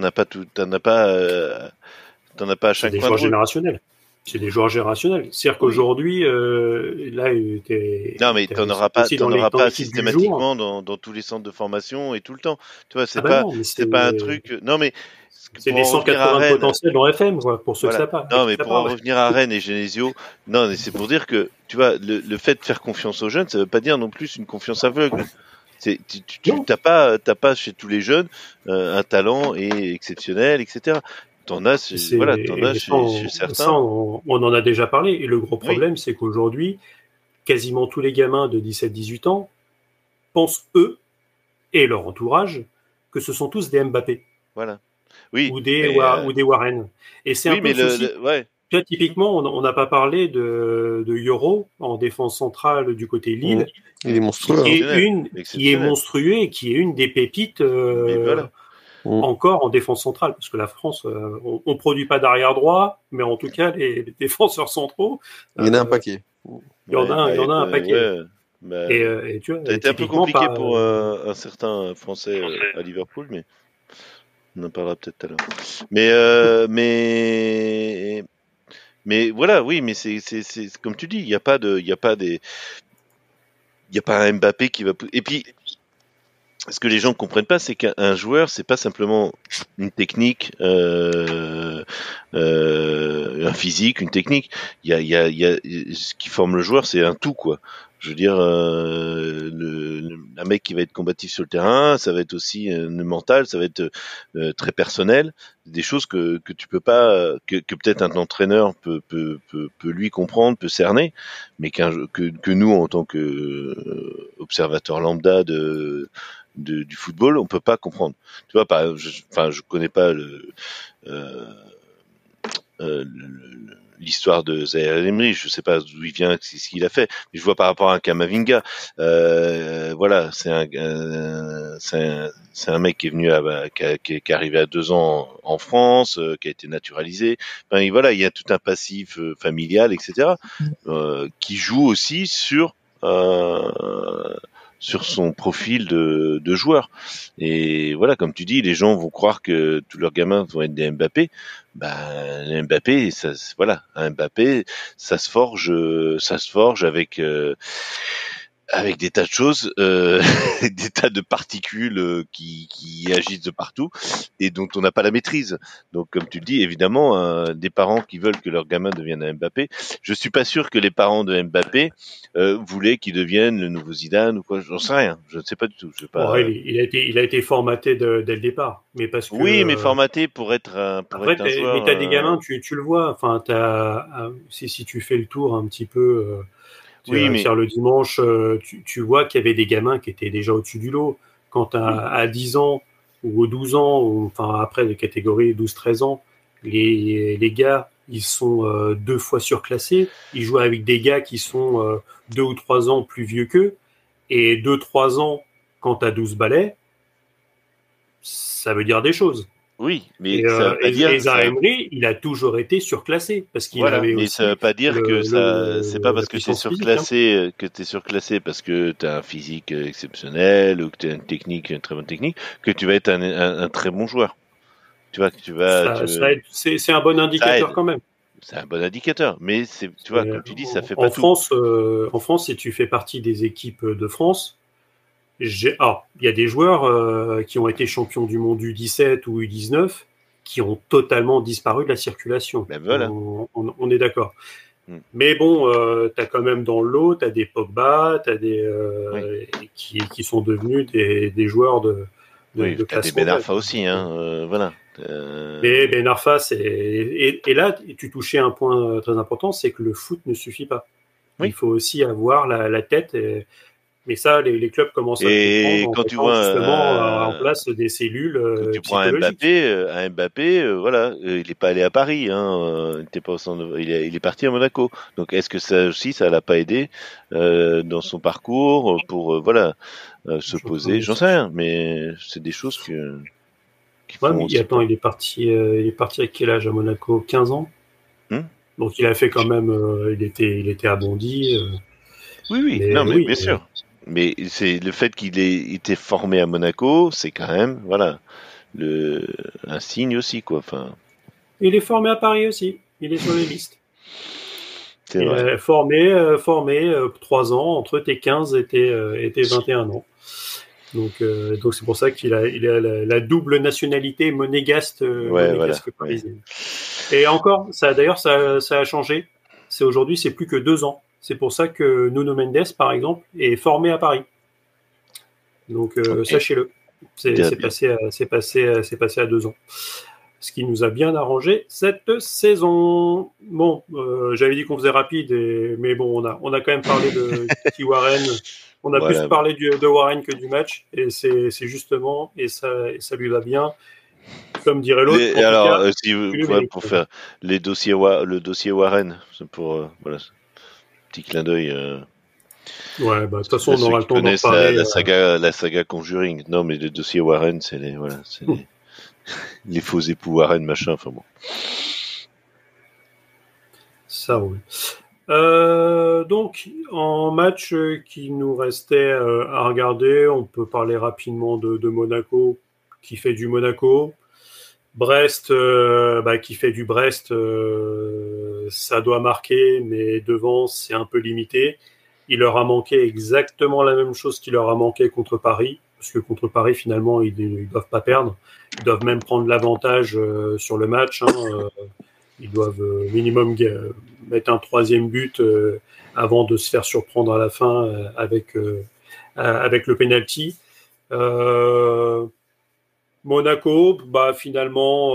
t'en as pas à C'est chaque des coin de joueurs rue. générationnels. C'est des joueurs générationnels. C'est-à-dire Oui. qu'aujourd'hui, là, Non, mais aussi dans t'en auras pas l'équipe du jour. systématiquement dans tous les centres de formation et tout le temps. Tu vois, Ah bah non, mais c'est pas un truc. Non, mais c'est pour des en revenir à 180 de Rennes, potentiel dans FM, quoi, pour ceux que voilà. ça parle. Non, mais pour en revenir à Rennes et Genesio, non, mais c'est pour dire que, tu vois, le fait de faire confiance aux jeunes, ça veut pas dire non plus une confiance aveugle. Non. T'as pas chez tous les jeunes un talent exceptionnel, etc. T'en as chez Ça, certains. on en a déjà parlé. Et le gros Oui, problème, c'est qu'aujourd'hui, quasiment tous les gamins de 17-18 ans pensent, eux, et leur entourage, que ce sont tous des Mbappé voilà. Oui, ou des Warren. Et c'est un oui, peu mais le souci. ouais. Tu vois, typiquement, on n'a pas parlé de Euro en défense centrale du côté Mm. Lille, Il est monstrueux. Hein. qui est monstrueux et qui est une des pépites Mais voilà. encore en défense centrale, parce que la France, on produit pas d'arrière droit, mais en tout cas les défenseurs centraux, Il y en a un paquet. il y en a un paquet. Ouais, bah, Et tu vois, ça a été un peu typiquement compliqué pour un certain Français à Liverpool, mais on en parlera peut-être tout à l'heure. Mais voilà, oui, mais c'est comme tu dis, il y a pas un Mbappé qui va. Et puis, ce que les gens ne comprennent pas, c'est qu'un joueur, c'est pas simplement une technique, un physique, une technique. Il y a ce qui forme le joueur, c'est un tout, quoi. Je veux dire, un mec qui va être combatif sur le terrain, ça va être aussi le mental, ça va être très personnel, des choses que tu peux pas, que peut-être un entraîneur peut lui comprendre, peut cerner, mais que nous en tant que observateur lambda du football, on peut pas comprendre. Tu vois, je connais pas euh, l'histoire de Zaïre Emery, je sais pas d'où il vient, ce qu'il a fait, mais je vois par rapport à un Kamavinga, voilà, c'est un mec qui est venu qui est arrivé à 2 ans en France, qui a été naturalisé. Enfin, et voilà, il y a tout un passif familial, etc., qui joue aussi sur son profil de joueur. Et voilà, comme tu dis, les gens vont croire que tous leurs gamins vont être des Mbappé. Ben, les Mbappé, voilà, un Mbappé, ça se forge avec des tas de choses, des tas de particules qui agissent de partout et dont on n'a pas la maîtrise. Donc, comme tu le dis, évidemment, des parents qui veulent que leur gamin devienne un Mbappé, je suis pas sûr que les parents de Mbappé voulaient qu'il devienne le nouveau Zidane ou quoi. J'en sais rien. Je ne sais pas du tout. Je vais bon, pas. il a été formaté dès le départ, mais parce que Oui, mais formaté pour être après, un joueur. t'as des gamins, tu le vois. Enfin, si tu fais le tour un petit peu. Oui, mais Sur le dimanche, tu vois qu'il y avait des gamins qui étaient déjà au-dessus du lot. Quand à 10 ans ou 12 ans, ou, enfin après les catégories 12-13 ans, les gars, ils sont 2 fois surclassés. Ils jouent avec des gars qui sont 2 ou 3 ans plus vieux qu'eux. Et 2-3 ans, quand t'as 12 balais, ça veut dire des choses. oui, mais ça veut pas dire. Et Zaha Emery, il a toujours été surclassé parce qu'il Voilà, avait mais ça veut aussi pas dire que c'est pas la parce que puissance physique. Hein. que t'es surclassé parce que t'as un physique exceptionnel ou que t'as une très bonne technique, que tu vas être un très bon joueur. Tu vois, que C'est un bon ça indicateur aide. quand même. C'est un bon indicateur, mais tu vois, comme tu dis, ça fait pas tout. En France, si tu fais partie des équipes de France, il y a des joueurs qui ont été champions du monde U17 ou U19 qui ont totalement disparu de la circulation. Ben voilà. On est d'accord. Mais bon, t'as quand même dans le lot, t'as des Pogba, t'as des qui sont devenus des joueurs de t'as des classe Ben mondiale. Arfa aussi, hein, voilà. Mais Ben Arfa, et là, tu touchais un point très important, c'est que le foot ne suffit pas. Oui. Il faut aussi avoir la tête. Mais ça, les clubs commencent à le comprendre quand en tu mettant vois justement en place des cellules quand tu prends psychologiques. un Mbappé, voilà, il est pas allé à Paris, hein, il était pas il est parti à Monaco. Donc est-ce que ça aussi, ça l'a pas aidé dans son parcours pour voilà se poser? J'en sais rien, mais c'est des choses que. Ouais, mais attends, il est parti à quel âge à Monaco? 15 ans. Donc il a fait quand même, il était à Bondy. Oui, mais non, mais oui, bien sûr. Mais c'est le fait qu'il ait été formé à Monaco, c'est quand même, voilà, un signe aussi, quoi. Enfin, il est formé à Paris aussi. Il est sur les listes. c'est Il vrai. est formé 3 ans entre tes 15 et tes 21 ans. Donc c'est pour ça qu'il a la double nationalité monégasque Ouais, voilà. Ouais. parisienne. Et encore, ça a changé. Aujourd'hui, c'est plus que 2 ans. C'est pour ça que Nuno Mendes, par exemple, est formé à Paris. Donc sachez-le, c'est passé à 2 ans. Ce qui nous a bien arrangé cette saison. Bon, j'avais dit qu'on faisait rapide, mais bon, on a quand même parlé de Kiki Warren. On a plus parlé de Warren que du match, et c'est justement, et ça lui va bien. Comme dirait l'autre. Et alors, pour faire le dossier Warren, c'est pour voilà, petit clin d'œil. Ouais, de toute façon, on aura le temps d'en parler. La saga Conjuring. Non, mais le dossier Warren, c'est les faux époux Warren, machin. Enfin bon. Ça roule. Donc, en match qui nous restait à regarder, on peut parler rapidement de Monaco, qui fait du Monaco. Brest, qui fait du Brest, ça doit marquer, mais devant, c'est un peu limité. Il leur a manqué exactement la même chose qu'il leur a manqué contre Paris, parce que contre Paris, finalement, ils ne doivent pas perdre. Ils doivent même prendre l'avantage sur le match. Ils doivent minimum mettre un 3e but avant de se faire surprendre à la fin avec le penalty. Monaco, finalement,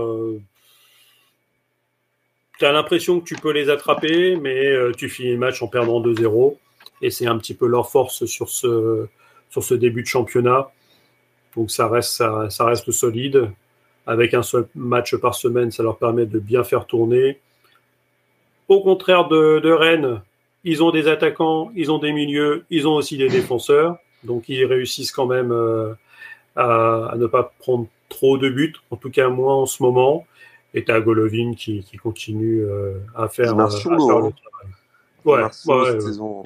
tu as l'impression que tu peux les attraper, mais tu finis le match en perdant 2-0. Et c'est un petit peu leur force sur ce début de championnat. Donc ça reste solide. Avec un seul match par semaine, ça leur permet de bien faire tourner. Au contraire de Rennes, ils ont des attaquants, ils ont des milieux, ils ont aussi des défenseurs. Donc ils réussissent quand même à ne pas prendre trop de buts, en tout cas moins en ce moment. Et t'as Golovin qui continue à faire le travail. Ouais. Saison.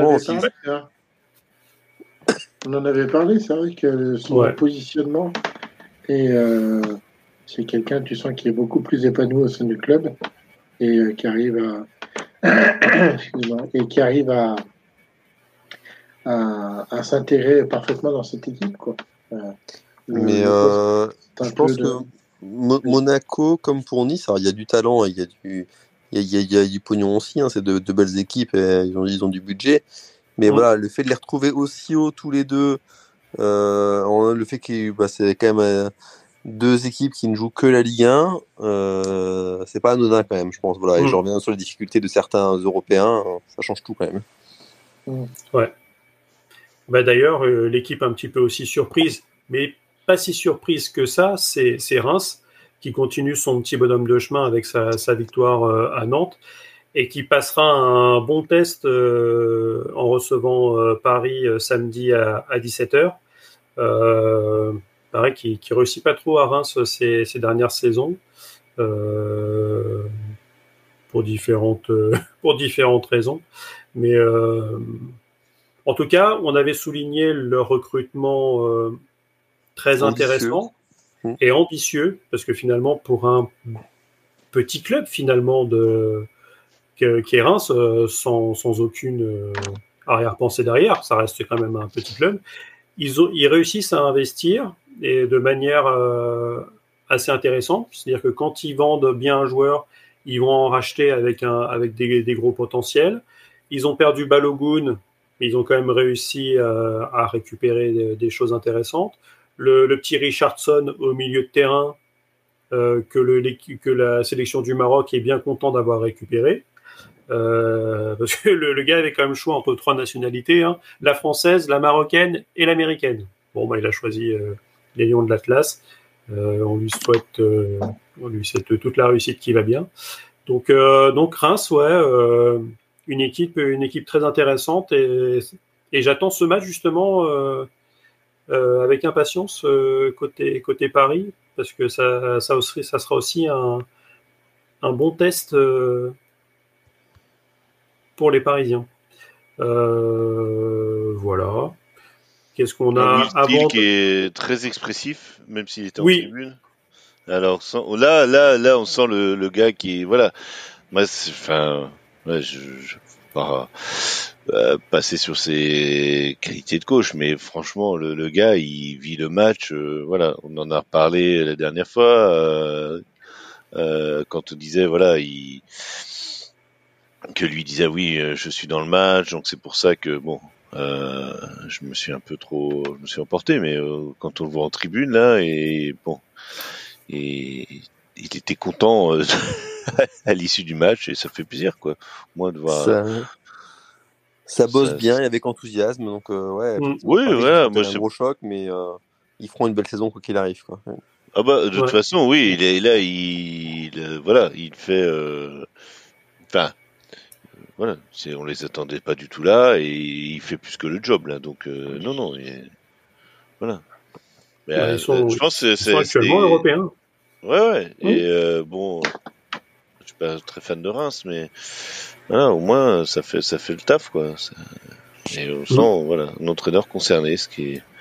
On en avait parlé, c'est vrai que son positionnement et c'est quelqu'un, tu sens, qui est beaucoup plus épanoui au sein du club et qui arrive à s'intégrer parfaitement dans cette équipe, quoi. Mais je pense que Monaco, comme pour Nice, il y a du talent, il y a du pognon aussi, c'est de belles équipes, et ils ont du budget. Mais voilà, le fait de les retrouver aussi haut tous les deux, le fait que c'est quand même 2 équipes qui ne jouent que la Ligue 1, c'est pas anodin quand même, je pense. Voilà, et je reviens sur les difficultés de certains Européens, ça change tout quand même. Ouais. D'ailleurs, l'équipe un petit peu aussi surprise, mais pas si surprise que ça, c'est Reims, qui continue son petit bonhomme de chemin avec sa victoire à Nantes, et qui passera un bon test en recevant Paris samedi à 17h. Pareil, qui réussit pas trop à Reims ces dernières saisons, pour différentes raisons. Mais en tout cas, on avait souligné le recrutement très intéressant et ambitieux, parce que finalement, pour un petit club finalement qui est Reims, sans aucune arrière-pensée derrière, ça reste quand même un petit club. Ils réussissent à investir, et de manière assez intéressante. C'est-à-dire que quand ils vendent bien un joueur, ils vont en racheter avec des gros potentiels. Ils ont perdu Balogun, mais ils ont quand même réussi à récupérer des choses intéressantes. Le petit Richardson au milieu de terrain, que la sélection du Maroc est bien content d'avoir récupéré. Parce que le gars avait quand même le choix entre 3 nationalités, la française, la marocaine et l'américaine. Bon, il a choisi les Lions de l'Atlas. On lui souhaite toute la réussite qui va bien. Donc Reims, une équipe très intéressante, et j'attends ce match justement avec impatience côté Paris, parce que ça sera aussi un bon test pour les Parisiens. Voilà. Qu'est-ce qu'on a Will Steele avant qui est très expressif, même s'il était en Oui, tribune. Alors là, on sent le gars qui est voilà. Moi, ouais, je pas passer sur ses qualités de coach, mais franchement, le gars, il vit le match. Voilà, on en a reparlé la dernière fois quand on disait voilà, que lui disait oui, je suis dans le match, donc c'est pour ça que bon. Je me suis emporté, mais quand on le voit en tribune là, et bon, et il était content à l'issue du match et ça fait plaisir quoi. Moi de voir ça bosse bien et avec enthousiasme, donc ouais. Effectivement, oui, Paris, voilà, c'était un gros choc, mais ils feront une belle saison quoi qu'il arrive quoi. Ah bah de toute façon oui, il est là, voilà, il fait enfin voilà, on les attendait pas du tout là et il fait plus que le job là, donc non, voilà. Mais, ils sont je pense que ils sont actuellement européens. Ouais, et bon, je suis pas très fan de Reims, mais voilà, au moins ça fait le taf quoi. Et on sent voilà un entraîneur concerné, ce qui est.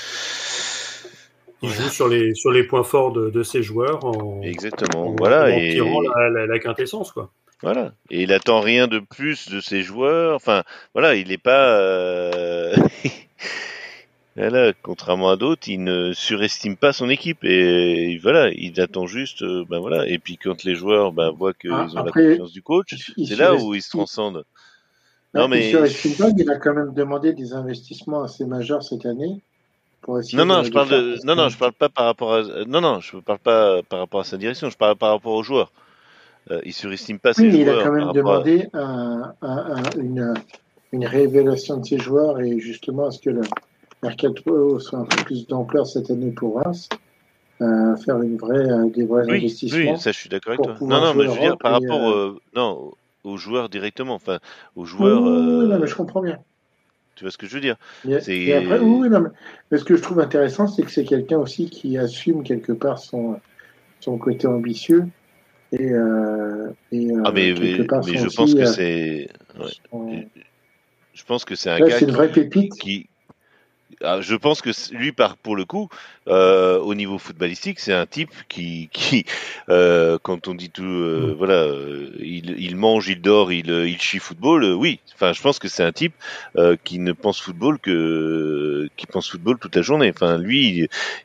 Il joue sur les points forts de ses joueurs Exactement, en voilà, tirant la quintessence quoi. Voilà, et il attend rien de plus de ses joueurs. Enfin, voilà, il n'est pas. Voilà, contrairement à d'autres, il ne surestime pas son équipe et voilà, il attend juste, ben voilà. Et puis quand les joueurs voient qu'ils ont la confiance du coach, c'est là où ils se transcendent. Non, mais sur Espinbag, il a quand même demandé des investissements assez majeurs cette année pour essayer je parle pas par rapport à je parle pas par rapport à sa direction, je parle par rapport aux joueurs. Il surestime pas ses mais joueurs. il a quand même demandé une révélation de ses joueurs et justement à ce que le mercato soit un peu plus d'ampleur cette année pour Reims, faire des vrais investissements. Oui, ça je suis d'accord avec toi. Non, mais je veux dire par rapport aux joueurs directement, enfin aux joueurs. Oui, non, mais je comprends bien. Tu vois ce que je veux dire? Mais après, mais ce que je trouve intéressant, c'est que c'est quelqu'un aussi qui assume quelque part son côté ambitieux et quelque part mais je pense que c'est. Je pense que c'est un gars c'est une vraie pépite. Je pense que lui, pour le coup, au niveau footballistique, c'est un type qui quand on dit tout, voilà, il mange, il dort, il chie football. Oui, enfin, je pense que c'est un type qui ne pense football qui pense football toute la journée. Enfin, lui,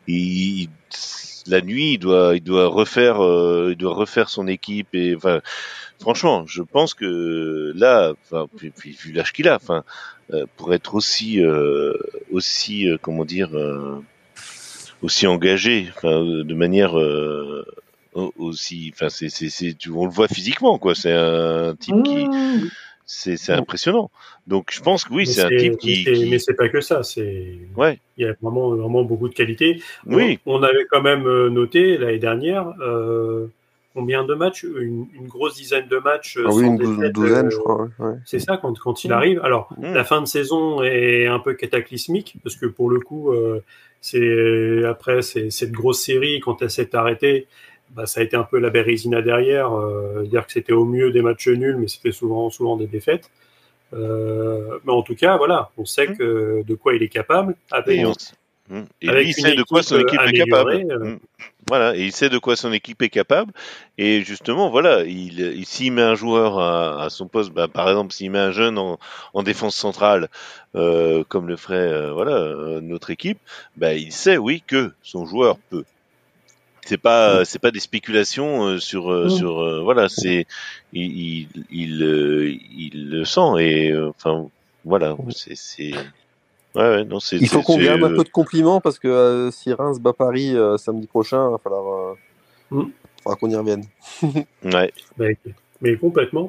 la nuit, il doit refaire son équipe et enfin. Franchement, je pense que là, puis vu l'âge qu'il a, pour être aussi comment dire, aussi engagé, de manière aussi, on le voit physiquement, quoi. C'est un type qui, c'est impressionnant. Donc, je pense que oui, c'est un type mais c'est pas que ça. Il y a vraiment beaucoup de qualité. Oui. On avait quand même noté l'année dernière. Combien de matchs? Une grosse dizaine de matchs. Une douzaine, je crois. Ouais. C'est ça quand il arrive. Alors, la fin de saison est un peu cataclysmique parce que pour le coup, après cette grosse série, quand elle s'est arrêtée, ça a été un peu la Bérésina derrière. Dire que c'était au mieux des matchs nuls, mais c'était souvent des défaites. Mais en tout cas, voilà, on sait de quoi il est capable. Et lui, il sait de quoi son équipe est capable. Voilà, et il sait de quoi son équipe est capable. Et justement, voilà, s'il met un joueur à son poste, par exemple, s'il met un jeune en défense centrale, comme le ferait notre équipe, il sait, oui, que son joueur peut. C'est pas des spéculations sur voilà, c'est il le sent et enfin voilà, c'est. Ouais, non, il faut qu'on garde un peu de compliments parce que si Reims bat Paris samedi prochain, il va falloir qu'on y revienne. Ouais. Mais complètement.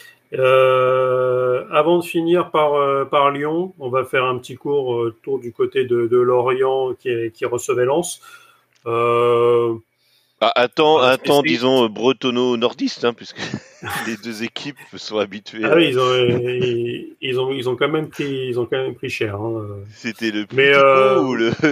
Avant de finir par Lyon, on va faire un petit tour du côté de Lorient qui recevait Lens. Disons bretonno-nordiste, hein, puisque les deux équipes sont habituées. Ah oui, ils ont quand même pris cher. Hein. C'était le Mais, Plutico ou le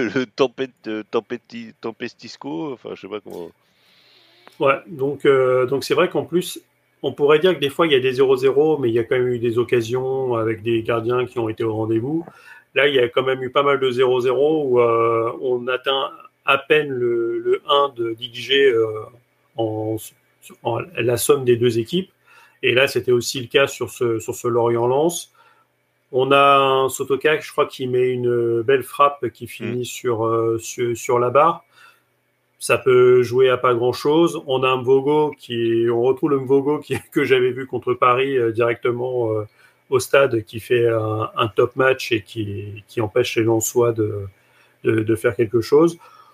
Tempestisco, enfin je sais pas comment. Ouais, donc c'est vrai qu'en plus, on pourrait dire que des fois il y a des 0-0, mais il y a quand même eu des occasions avec des gardiens qui ont été au rendez-vous. Là, il y a quand même eu pas mal de 0-0 où on atteint à peine le 1 de DG en la somme des deux équipes. Et là, c'était aussi le cas sur ce Lorient-Lens. On a un Sotoka, je crois, qui met une belle frappe qui finit sur la barre. Ça peut jouer à pas grand-chose. On a un Mvogo on retrouve le Mvogo que j'avais vu contre Paris directement au stade, qui fait un top match et qui empêche les Lensois de faire quelque chose.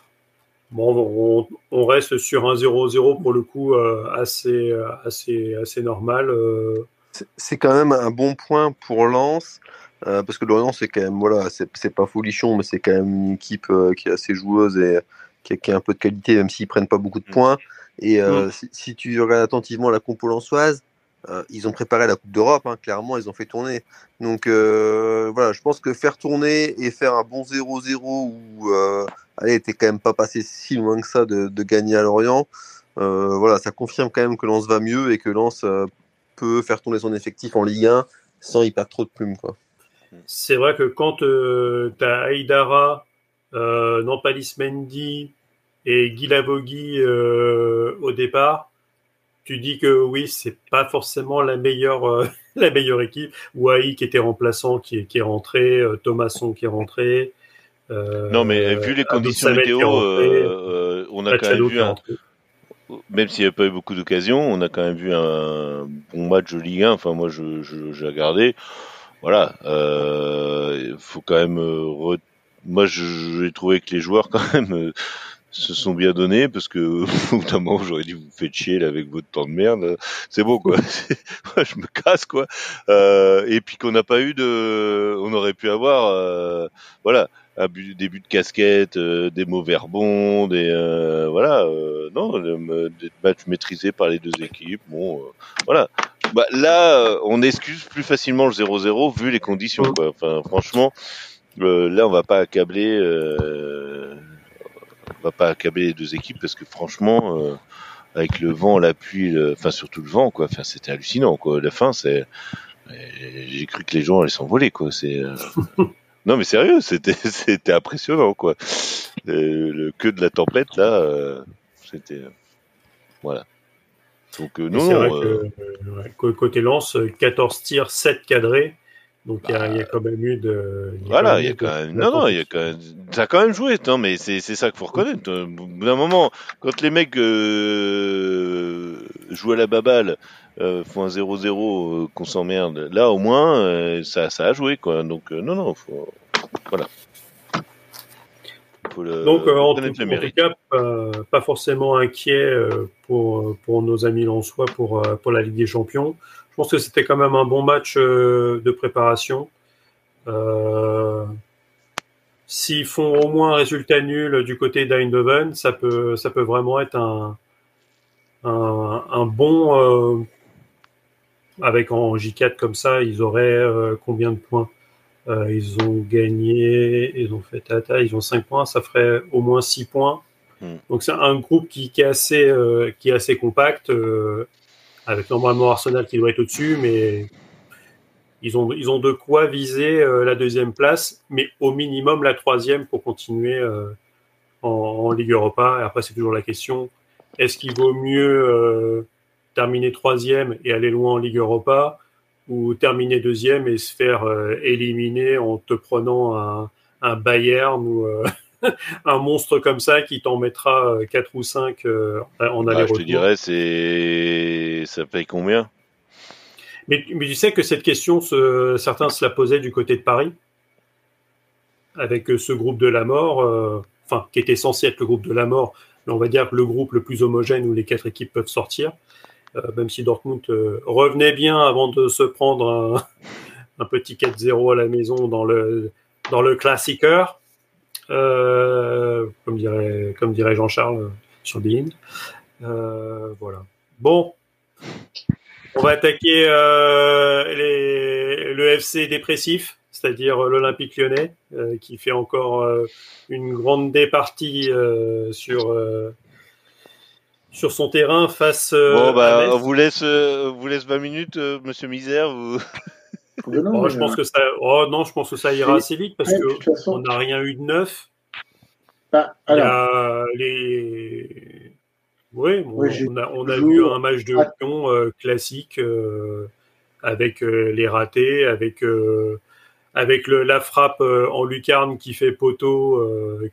Bon, on reste sur un 0-0 pour le coup assez normal. C'est quand même un bon point pour Lens, parce que Lorient, c'est quand même, voilà, c'est pas folichon, mais c'est quand même une équipe qui est assez joueuse et qui a un peu de qualité, même s'ils prennent pas beaucoup de points. Et si tu regardes attentivement la compo lensoise, ils ont préparé la Coupe d'Europe, hein, clairement, ils ont fait tourner. Donc voilà, je pense que faire tourner et faire un bon 0-0 où allez, t'es quand même pas passé si loin que ça de gagner à Lorient, voilà, ça confirme quand même que Lens va mieux et que Lens peut faire tourner son effectif en Ligue 1 sans y perdre trop de plumes, quoi. C'est vrai que quand tu as Aïdara, Nampalis Mendy et Guy Lavogui au départ, tu dis que oui, c'est pas forcément la meilleure équipe. Wai qui était remplaçant, qui est rentré, Thomasson qui est rentré. Non, mais vu les conditions météo, on a quand même vu même s'il n'y a pas eu beaucoup d'occasions, on a quand même vu un bon match de Ligue 1. Enfin, moi, j'ai regardé. Voilà, faut quand même. Moi, j'ai trouvé que les joueurs quand même se sont bien donnés, parce que notamment j'aurais dit, vous faites chier là avec votre temps de merde. C'est bon, quoi. Je me casse, quoi. Et puis qu'on n'a pas eu on aurait pu avoir, voilà, des buts de casquette, des mauvais rebonds, voilà, non, des matchs maîtrisés par les deux équipes. Bon, voilà. Bah, là, on excuse plus facilement le 0-0 vu les conditions, quoi. Enfin, franchement, là, on va pas accabler les deux équipes, parce que franchement, avec le vent, la pluie, enfin surtout le vent, quoi. Enfin, c'était hallucinant, quoi. La fin, j'ai cru que les gens allaient s'envoler, quoi. Non, mais sérieux, c'était impressionnant, quoi. Le queue de la tempête là, c'était voilà. Donc non. C'est vrai que côté Lens, 14 tirs, 7 cadrés. Donc il y a quand même eu voilà, il y a quand même. Non, il y a quand même. Ça a quand même joué, non, mais c'est ça qu'il faut reconnaître. Au bout d'un moment, quand les mecs jouent à la baballe, font un 0-0, qu'on s'emmerde, là au moins ça a joué, quoi. Donc non, voilà. Donc en tout cas, pas forcément inquiet pour nos amis lensois pour la Ligue des Champions. Je pense que c'était quand même un bon match de préparation. S'ils font au moins un résultat nul du côté d'Eindhoven, ça peut vraiment être un bon avec en J4 comme ça, ils auraient combien de points? Ils ont gagné, ils ont fait tata, ils ont 5 points, ça ferait au moins 6 points. Donc c'est un groupe qui est assez compact, avec normalement Arsenal qui doit être au-dessus, mais ils ont de quoi viser la deuxième place, mais au minimum la troisième pour continuer en Ligue Europa. Et après, c'est toujours la question, est-ce qu'il vaut mieux terminer troisième et aller loin en Ligue Europa, ou terminer deuxième et se faire éliminer en te prenant un Bayern ou un monstre comme ça qui t'en mettra 4 ou 5 en aller-retour. Je te dirais, ça paye combien? Mais tu sais que cette question, certains se la posaient du côté de Paris, avec ce groupe de la mort, qui était censé être le groupe de la mort, mais on va dire le groupe le plus homogène où les 4 équipes peuvent sortir, même si Dortmund revenait bien avant de se prendre un petit 4-0 à la maison dans le classiqueur, comme dirait Jean-Charles. sur Bein. Voilà. Bon, on va attaquer le FC dépressif, c'est-à-dire l'Olympique Lyonnais, qui fait encore une grande départie sur son terrain face Bon, à Metz. on vous laisse 20 minutes, Monsieur Misère. Non, je pense que ça. Oh non, je pense que ça ira assez vite parce que on n'a rien eu de neuf. Bah, il y a les. Oui, on a vu un match de Lyon classique avec les ratés, avec la frappe en lucarne qui fait poteau,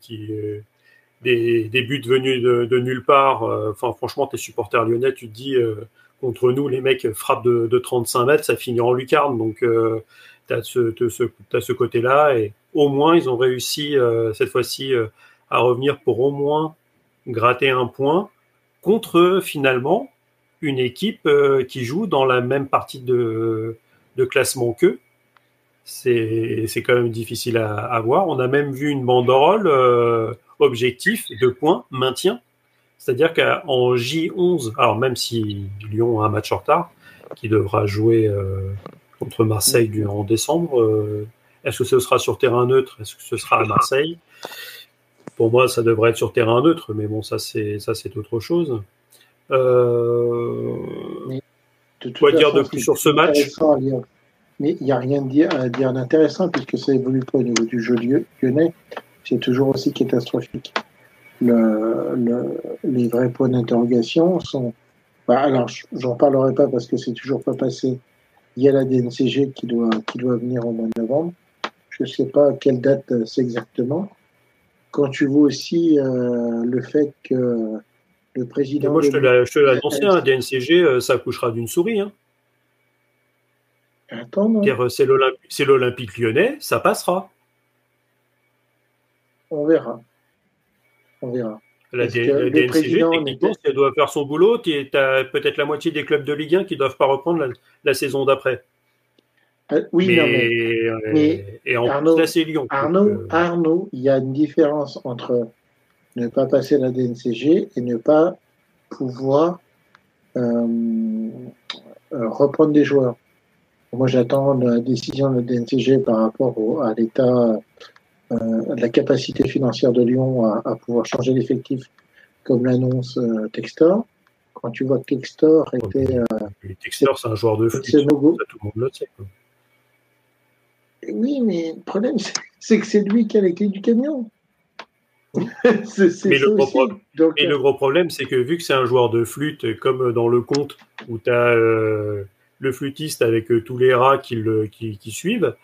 des buts venus de nulle part. Enfin, franchement, tes supporters lyonnais, tu te dis contre nous, les mecs frappent de 35 mètres, ça finit en lucarne. Donc, t'as ce côté-là. Et au moins, ils ont réussi cette fois-ci à revenir pour au moins gratter un point contre finalement une équipe qui joue dans la même partie de classement qu'eux. C'est quand même difficile à voir. On a même vu une banderole objectif, 2 points, maintien. C'est-à-dire qu'en J11, alors même si Lyon a un match en retard, qui devra jouer contre Marseille en décembre, est-ce que ce sera sur terrain neutre? Est-ce que ce sera à Marseille? Pour moi, ça devrait être sur terrain neutre, mais bon, ça c'est autre chose. Quoi dire de plus sur ce match? Mais il n'y a rien à dire d'intéressant puisque ça évolue pas au niveau du jeu lyonnais. C'est toujours aussi catastrophique. Les vrais points d'interrogation sont. Alors, j'en parlerai pas parce que c'est toujours pas passé. Il y a la DNCG qui doit venir au mois de novembre. Je ne sais pas à quelle date c'est exactement. Quand tu vois aussi le fait que le président. Et moi, je te l'ai annoncé, hein, DNCG, ça accouchera d'une souris. Hein. Attends, non. C'est l'Olympique Lyonnais, ça passera. On verra. La DNCG, techniquement, si elle doit faire son boulot, tu as peut-être la moitié des clubs de Ligue 1 qui ne doivent pas reprendre la saison d'après. Oui, mais et en plus, là, c'est Lyon. Arnaud, il y a une différence entre ne pas passer la DNCG et ne pas pouvoir reprendre des joueurs. Moi, j'attends la décision de la DNCG par rapport à l'état de la capacité financière de Lyon à pouvoir changer l'effectif, comme l'annonce Textor. Quand tu vois que Textor était... Textor, c'est un joueur de foot, ça, tout le monde le sait. Quoi. Oui, mais le problème, c'est que c'est lui qui a les clés du camion. Mais le gros problème, c'est que vu que c'est un joueur de flûte, comme dans le conte où tu as le flûtiste avec tous les rats qui suivent,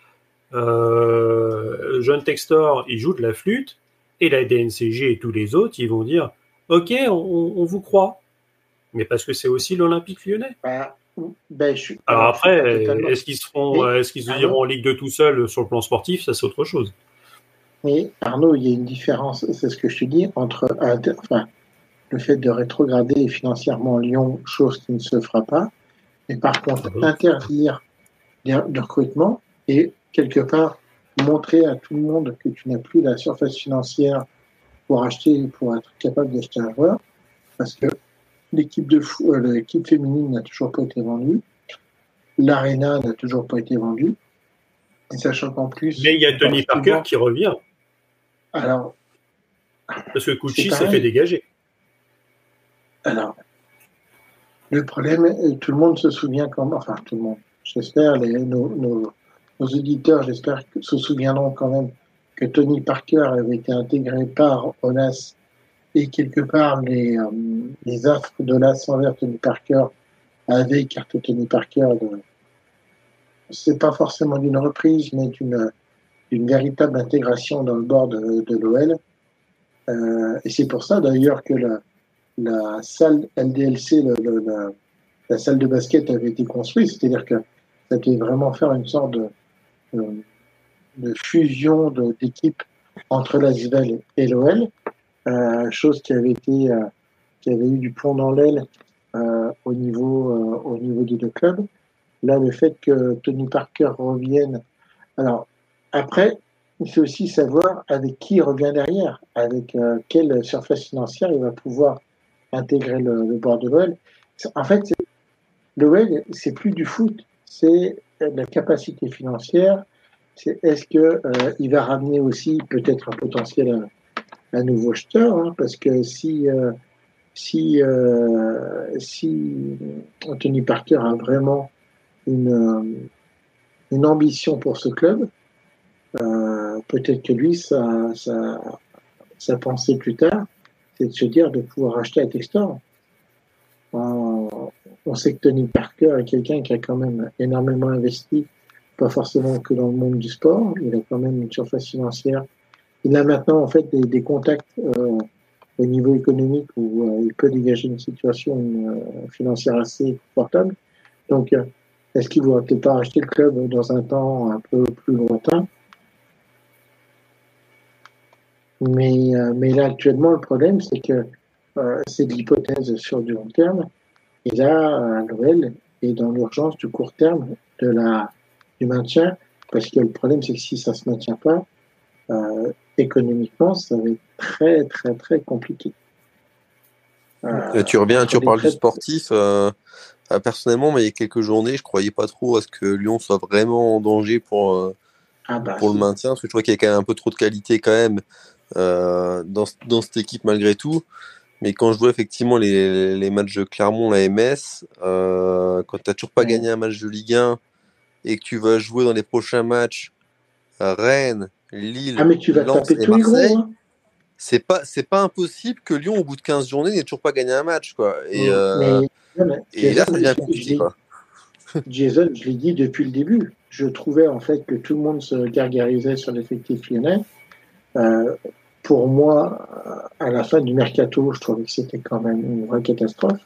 jeune Textor, il joue de la flûte, et la DNCG et tous les autres, ils vont dire « Ok, on vous croit ». Mais parce que c'est aussi l'Olympique Lyonnais. Alors après, est-ce qu'ils iront en Ligue 2 tout seuls sur le plan sportif? Ça, c'est autre chose. Mais Arnaud, il y a une différence, c'est ce que je te dis, entre le fait de rétrograder financièrement Lyon, chose qui ne se fera pas, mais par contre interdire de recrutement et quelque part montrer à tout le monde que tu n'as plus la surface financière pour être capable d'acheter un joueur, parce que l'équipe féminine n'a toujours pas été vendue, l'Arena n'a toujours pas été vendue, et sachant qu'en plus... Mais il y a Tony Parker qui revient. Alors... Parce que Cucci s'est fait dégager. Alors, le problème, tout le monde se souvient enfin tout le monde, j'espère, nos auditeurs, j'espère, se souviendront quand même que Tony Parker avait été intégré par Olas et quelque part les affres de l'AS envers Tony Parker avaient écarté Tony Parker c'est pas forcément d'une reprise, mais d'une véritable intégration dans le bord de l'OL. Et c'est pour ça d'ailleurs que la salle LDLC, la salle de basket avait été construite, c'est-à-dire que ça devait vraiment faire une sorte de fusion d'équipes entre l'ASVEL et l'OL, chose qui avait eu du plomb dans l'aile au niveau des deux clubs. Là, le fait que Tony Parker revienne. Alors, après, il faut aussi savoir avec qui il revient derrière, avec quelle surface financière il va pouvoir intégrer le bord de l'OL. En fait, l'OL, c'est plus du foot, c'est la capacité financière. C'est est-ce que il va ramener aussi peut-être un potentiel un nouveau acheteur, hein, parce que si Anthony Parker a vraiment une ambition pour ce club, peut-être que lui, sa pensée plus tard, c'est de se dire de pouvoir acheter à Textor. On sait que Tony Parker est quelqu'un qui a quand même énormément investi, pas forcément que dans le monde du sport, il a quand même une surface financière. Il a maintenant en fait des contacts au niveau économique où il peut dégager une situation financière assez confortable. Donc, est-ce qu'il ne voudrait peut-être pas acheter le club dans un temps un peu plus lointain? Mais là, actuellement, le problème, c'est que c'est de l'hypothèse sur du long terme. Et là, l'OL est dans l'urgence du court terme du maintien, parce que le problème, c'est que si ça ne se maintient pas, économiquement, ça va être très, très, très compliqué. Tu reparles du sportif. Personnellement, mais il y a quelques journées, je croyais pas trop à ce que Lyon soit vraiment en danger pour le maintien, parce que je crois qu'il y a quand même un peu trop de qualité quand même dans cette équipe malgré tout. Mais quand je vois effectivement les matchs de Clermont, la MS, quand tu n'as toujours pas gagné un match de Ligue 1 et que tu vas jouer dans les prochains matchs Rennes, Lille, mais tu vas Lens taper et tous Marseille, les gros, hein. c'est pas impossible que Lyon, au bout de 15 journées, n'ait toujours pas gagné un match, quoi. Et là, ça devient compliqué, quoi. Jason, je l'ai dit depuis le début. Je trouvais en fait que tout le monde se gargarisait sur l'effectif lyonnais. Pour moi, à la fin du mercato, je trouvais que c'était quand même une vraie catastrophe.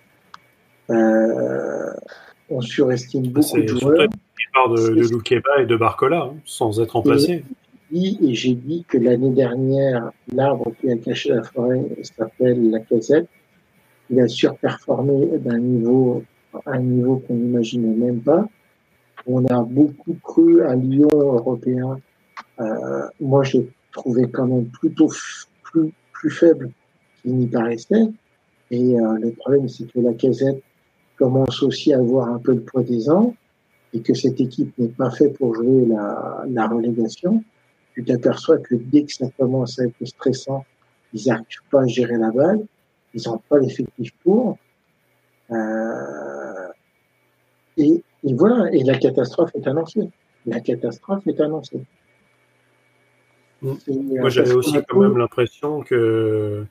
On surestime beaucoup de joueurs. Surtout de Loukeba et de Barcola, hein, sans être remplacés. Et j'ai dit que l'année dernière, l'arbre qui a caché la forêt s'appelle Lacazette. Il a surperformé un niveau qu'on n'imaginait même pas. On a beaucoup cru à Lyon européen. Moi, je l'ai trouvé quand même plutôt plus faible qu'il n'y paraissait. Et le problème, c'est que Lacazette commence aussi à avoir un peu le poids des ans et que cette équipe n'est pas faite pour jouer la relégation. Tu t'aperçois que dès que ça commence à être stressant, ils n'arrivent pas à gérer la balle, ils n'ont pas l'effectif pour. Et voilà, et la catastrophe est annoncée. Moi, j'avais aussi quand même l'impression que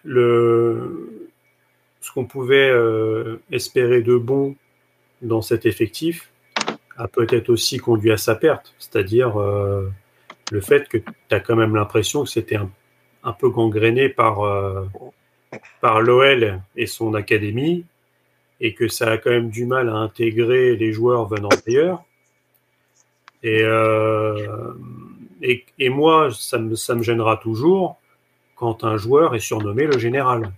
ce qu'on pouvait espérer de bon dans cet effectif a peut-être aussi conduit à sa perte. C'est-à-dire le fait que tu as quand même l'impression que c'était un peu gangréné par l'OL et son académie, et que ça a quand même du mal à intégrer les joueurs venant d'ailleurs. Et moi, ça me gênera toujours quand un joueur est surnommé le général.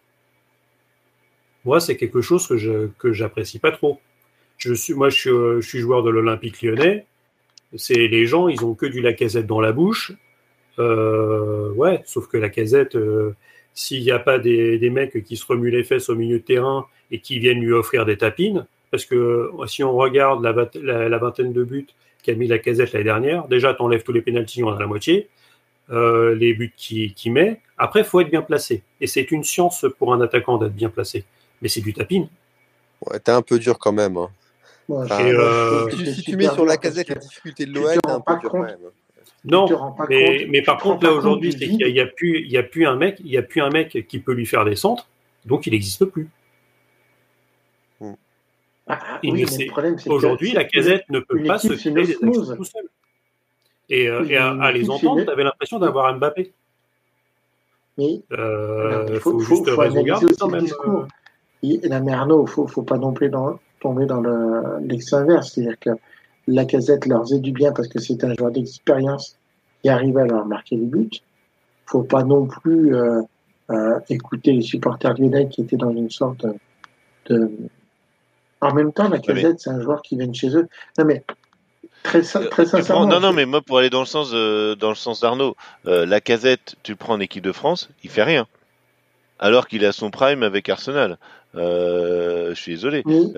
Moi, c'est quelque chose que j'apprécie pas trop. Je suis joueur de l'Olympique Lyonnais. C'est les gens, ils ont que du Lacazette dans la bouche. Ouais, sauf que Lacazette, s'il n'y a pas des mecs qui se remuent les fesses au milieu de terrain et qui viennent lui offrir des tapines, parce que si on regarde la vingtaine de buts qu'a mis Lacazette l'année dernière, déjà t'enlèves tous les pénaltys, on a la moitié. Les buts qu'il met. Après, il faut être bien placé. Et c'est une science pour un attaquant d'être bien placé. Mais c'est du tapine. Ouais, t'es un peu dur quand même. Hein. Si tu mets sur Lacazette la difficulté de l'OL, t'es un peu dur quand même. Non, mais par contre, là, aujourd'hui, c'est qu'il n'y a plus un mec qui peut lui faire des centres, donc il n'existe plus. Aujourd'hui, Lacazette ne peut pas se créer des actions tout seul. Et à les entendre, tu avais l'impression d'avoir Mbappé. Mais il faut juste raison garder quand même. Mais Arnaud, il ne faut pas non plus tomber dans l'excès inverse. C'est-à-dire que Lacazette leur faisait du bien parce que c'est un joueur d'expérience qui arrive à leur marquer des buts. Il ne faut pas non plus écouter les supporters lyonnais qui étaient dans une sorte de... En même temps, Lacazette, c'est un joueur qui vient de chez eux. Non, mais très sincèrement. Non, mais moi, pour aller dans le sens d'Arnaud, Lacazette, tu le prends en équipe de France, il fait rien. alors qu'il est à son prime avec Arsenal. Je suis désolé. Oui.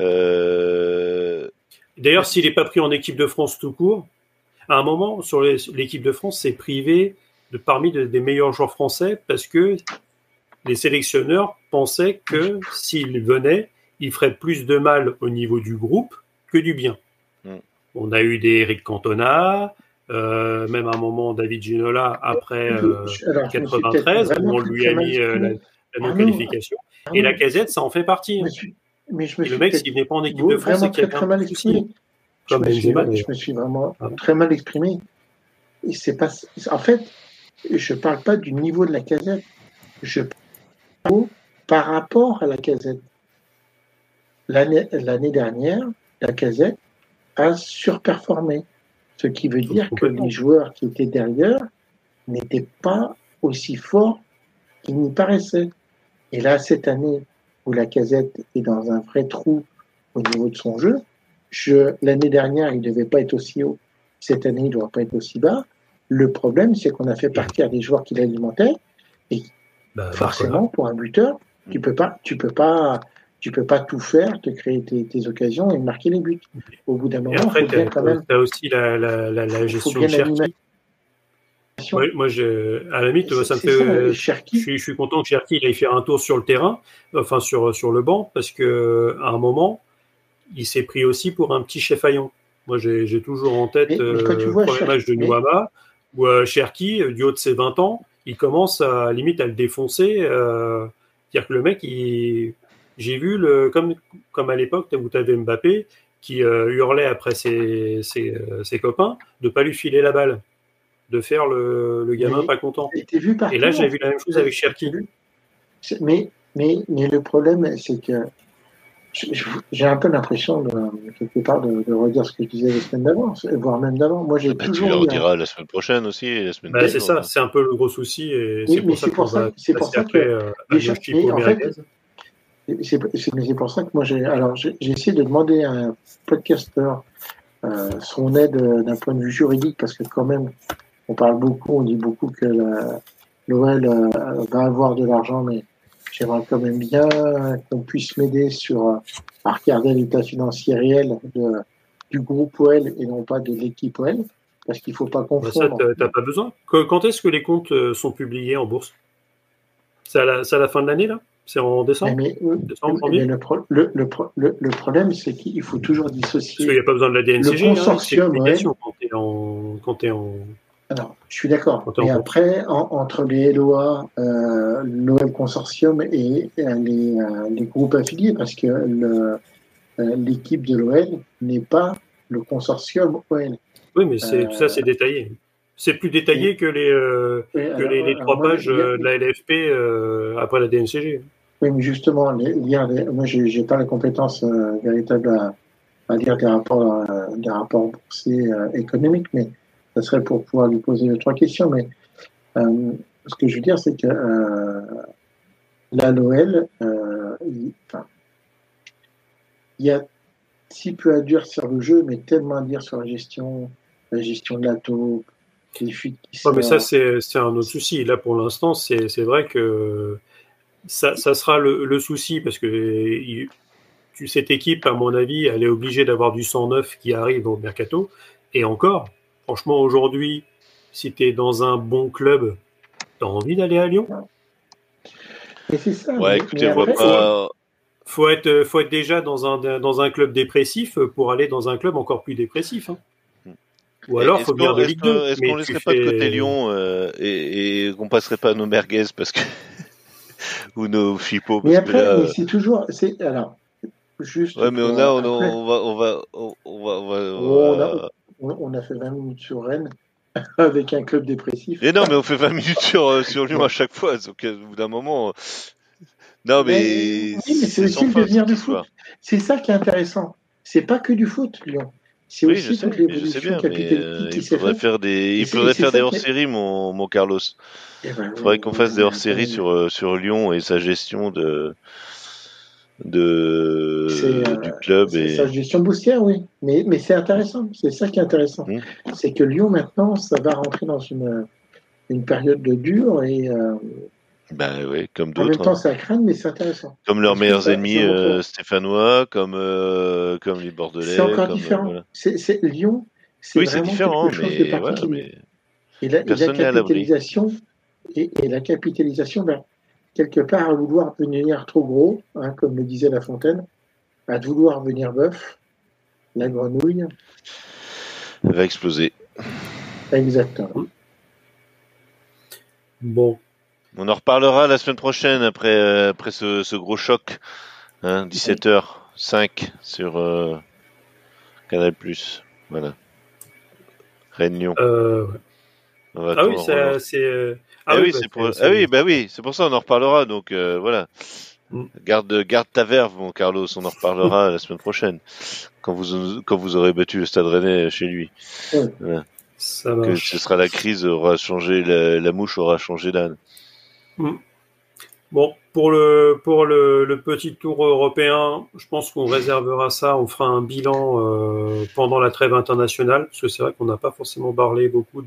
D'ailleurs, s'il n'est pas pris en équipe de France tout court, à un moment, sur l'équipe de France, c'est privé parmi des meilleurs joueurs français parce que les sélectionneurs pensaient que s'il venait, il ferait plus de mal au niveau du groupe que du bien. On a eu des Eric Cantona, même à un moment David Ginola après 93, où on lui a mis la non-qualification. Et la Lacazette, ça en fait partie. Le mec, s'il n'est pas en équipe de France, c'est qu'il y a très mal exprimé. Je me suis vraiment très mal exprimé. Et c'est pas, en fait, je parle pas du niveau de la Lacazette. Je parle par rapport à la Lacazette. L'année dernière, la Lacazette a surperformé. Ce qui veut dire que les joueurs qui étaient derrière n'étaient pas aussi forts qu'ils n'y paraissaient. Et là, cette année, où la Lacazette est dans un vrai trou au niveau de son jeu, l'année dernière, il ne devait pas être aussi haut. Cette année, il ne doit pas être aussi bas. Le problème, c'est qu'on a fait partir des joueurs qui l'alimentaient. Et forcément, pour un buteur, tu peux pas tout faire, te créer tes occasions et marquer les buts. Au bout d'un moment, il faut bien quand même. Tu as aussi la gestion de Cherki. Moi, à la limite, ça me fait. Je suis content que Cherki aille faire un tour sur le terrain, enfin sur le banc, parce que à un moment, il s'est pris aussi pour un petit chef-haillon. Moi, j'ai toujours en tête le premier match de Nouama, où Cherki, du haut de ses 20 ans, il commence à limite à le défoncer. C'est-à-dire que le mec, j'ai vu comme à l'époque où tu avais Mbappé qui hurlait après ses copains de pas lui filer la balle, de faire le gamin pas content. Et là, j'ai vu la même chose avec Cherki. Mais le problème, c'est que j'ai un peu l'impression quelque part de redire ce que je disais la semaine d'avant, voire même d'avant. Moi, j'ai toujours. Tu le rediras la semaine prochaine aussi, la semaine c'est ça, c'est un peu le gros souci, et c'est pour ça que c'est pour ça que moi j'ai essayé de demander à un podcasteur son aide d'un point de vue juridique, parce que quand même on dit beaucoup que l'OL va avoir de l'argent, mais j'aimerais quand même bien qu'on puisse m'aider à regarder l'état financier réel du groupe OL et non pas de l'équipe OL, parce qu'il ne faut pas confondre. Ça, t'as pas besoin. Quand est-ce que les comptes sont publiés en bourse ? C'est à la fin de l'année, là ? C'est en décembre ? Mais le problème, c'est qu'il faut toujours dissocier. Parce qu'il n'y a pas besoin de la DNCG. Le consortium, quand tu es en. Alors, je suis d'accord. Mais après, entre les LOA, l'OL Consortium et les groupes affiliés, parce que l'équipe de l'OL n'est pas le consortium OL. Oui, mais tout ça, c'est détaillé. C'est plus détaillé que les 3 pages de la LFP après la DNCG. Oui, mais justement, moi, je n'ai pas la compétence véritable à lire des rapports boursiers économiques, mais ça serait pour pouvoir lui poser 3 questions. Mais ce que je veux dire, c'est que là, l'OL, il y a si peu à dire sur le jeu, mais tellement à dire sur la gestion de la taupe, les fuites qui mais ça, c'est un autre souci. Là, pour l'instant, c'est vrai que ça sera le souci, parce que cette équipe, à mon avis, elle est obligée d'avoir du 109 qui arrive au mercato. Et encore, franchement, aujourd'hui, si tu es dans un bon club, tu as envie d'aller à Lyon ? Mais c'est ça. Ouais, écoutez, on voit pas. Faut être déjà dans un club dépressif pour aller dans un club encore plus dépressif. Hein. Ou alors, il faut venir de Ligue 2. Est-ce qu'on ne laisserait pas de côté Lyon et qu'on passerait pas à nos merguez parce que ou nos chipots? Mais après, mais c'est toujours. Alors, juste. Ouais, mais on a fait 20 minutes sur Rennes avec un club dépressif. Et non, mais on fait 20 minutes sur Lyon à chaque fois. Donc, au bout d'un moment. Non, mais. Oui, mais c'est aussi le devenir du foot. C'est ça qui est intéressant. C'est pas que du foot, Lyon. C'est aussi toute l'évolution capitalistique qui s'est faite. Il faudrait faire des hors-séries, mon Carlos. Il faudrait qu'on fasse des hors-séries sur Lyon et sa gestion du club. C'est sa gestion boursière, oui. Mais c'est intéressant. C'est ça qui est intéressant. C'est que Lyon, maintenant, ça va rentrer dans une période de dur et Bah ouais, comme En même d'autres, temps, hein. c'est à craindre, mais c'est intéressant. Comme leurs Parce que meilleurs ça ennemis montre. stéphanois, comme les C'est Bordelais, encore comme différent. voilà. Lyon, c'est Oui, c'est vraiment quelque différent, chose de mais voilà, particulier. mais Et la personne n'est à l'abri. capitalisation, ben, quelque part, à vouloir devenir trop gros, hein, comme le disait La Fontaine, à vouloir venir bœuf, la grenouille, Elle va exploser. exactement. Bon, On en reparlera la semaine prochaine après ce gros choc, hein, 17h05 sur Canal+. Voilà. Réunion. ouais. On va Ah tout oui, relancer. ah oui, bah, Ah oui, bah oui, c'est pour ça on en reparlera. Donc voilà. Mm. Garde ta verve, mon Carlos. On en reparlera la semaine prochaine quand vous aurez battu le Stade Rennais chez lui. Ouais. Voilà. Ça Que marche. ce sera la crise aura changé, la mouche aura changé d'âne. Mm. Bon, pour le petit tour européen, je pense qu'on réservera ça, on fera un bilan pendant la trêve internationale, parce que c'est vrai qu'on n'a pas forcément parlé beaucoup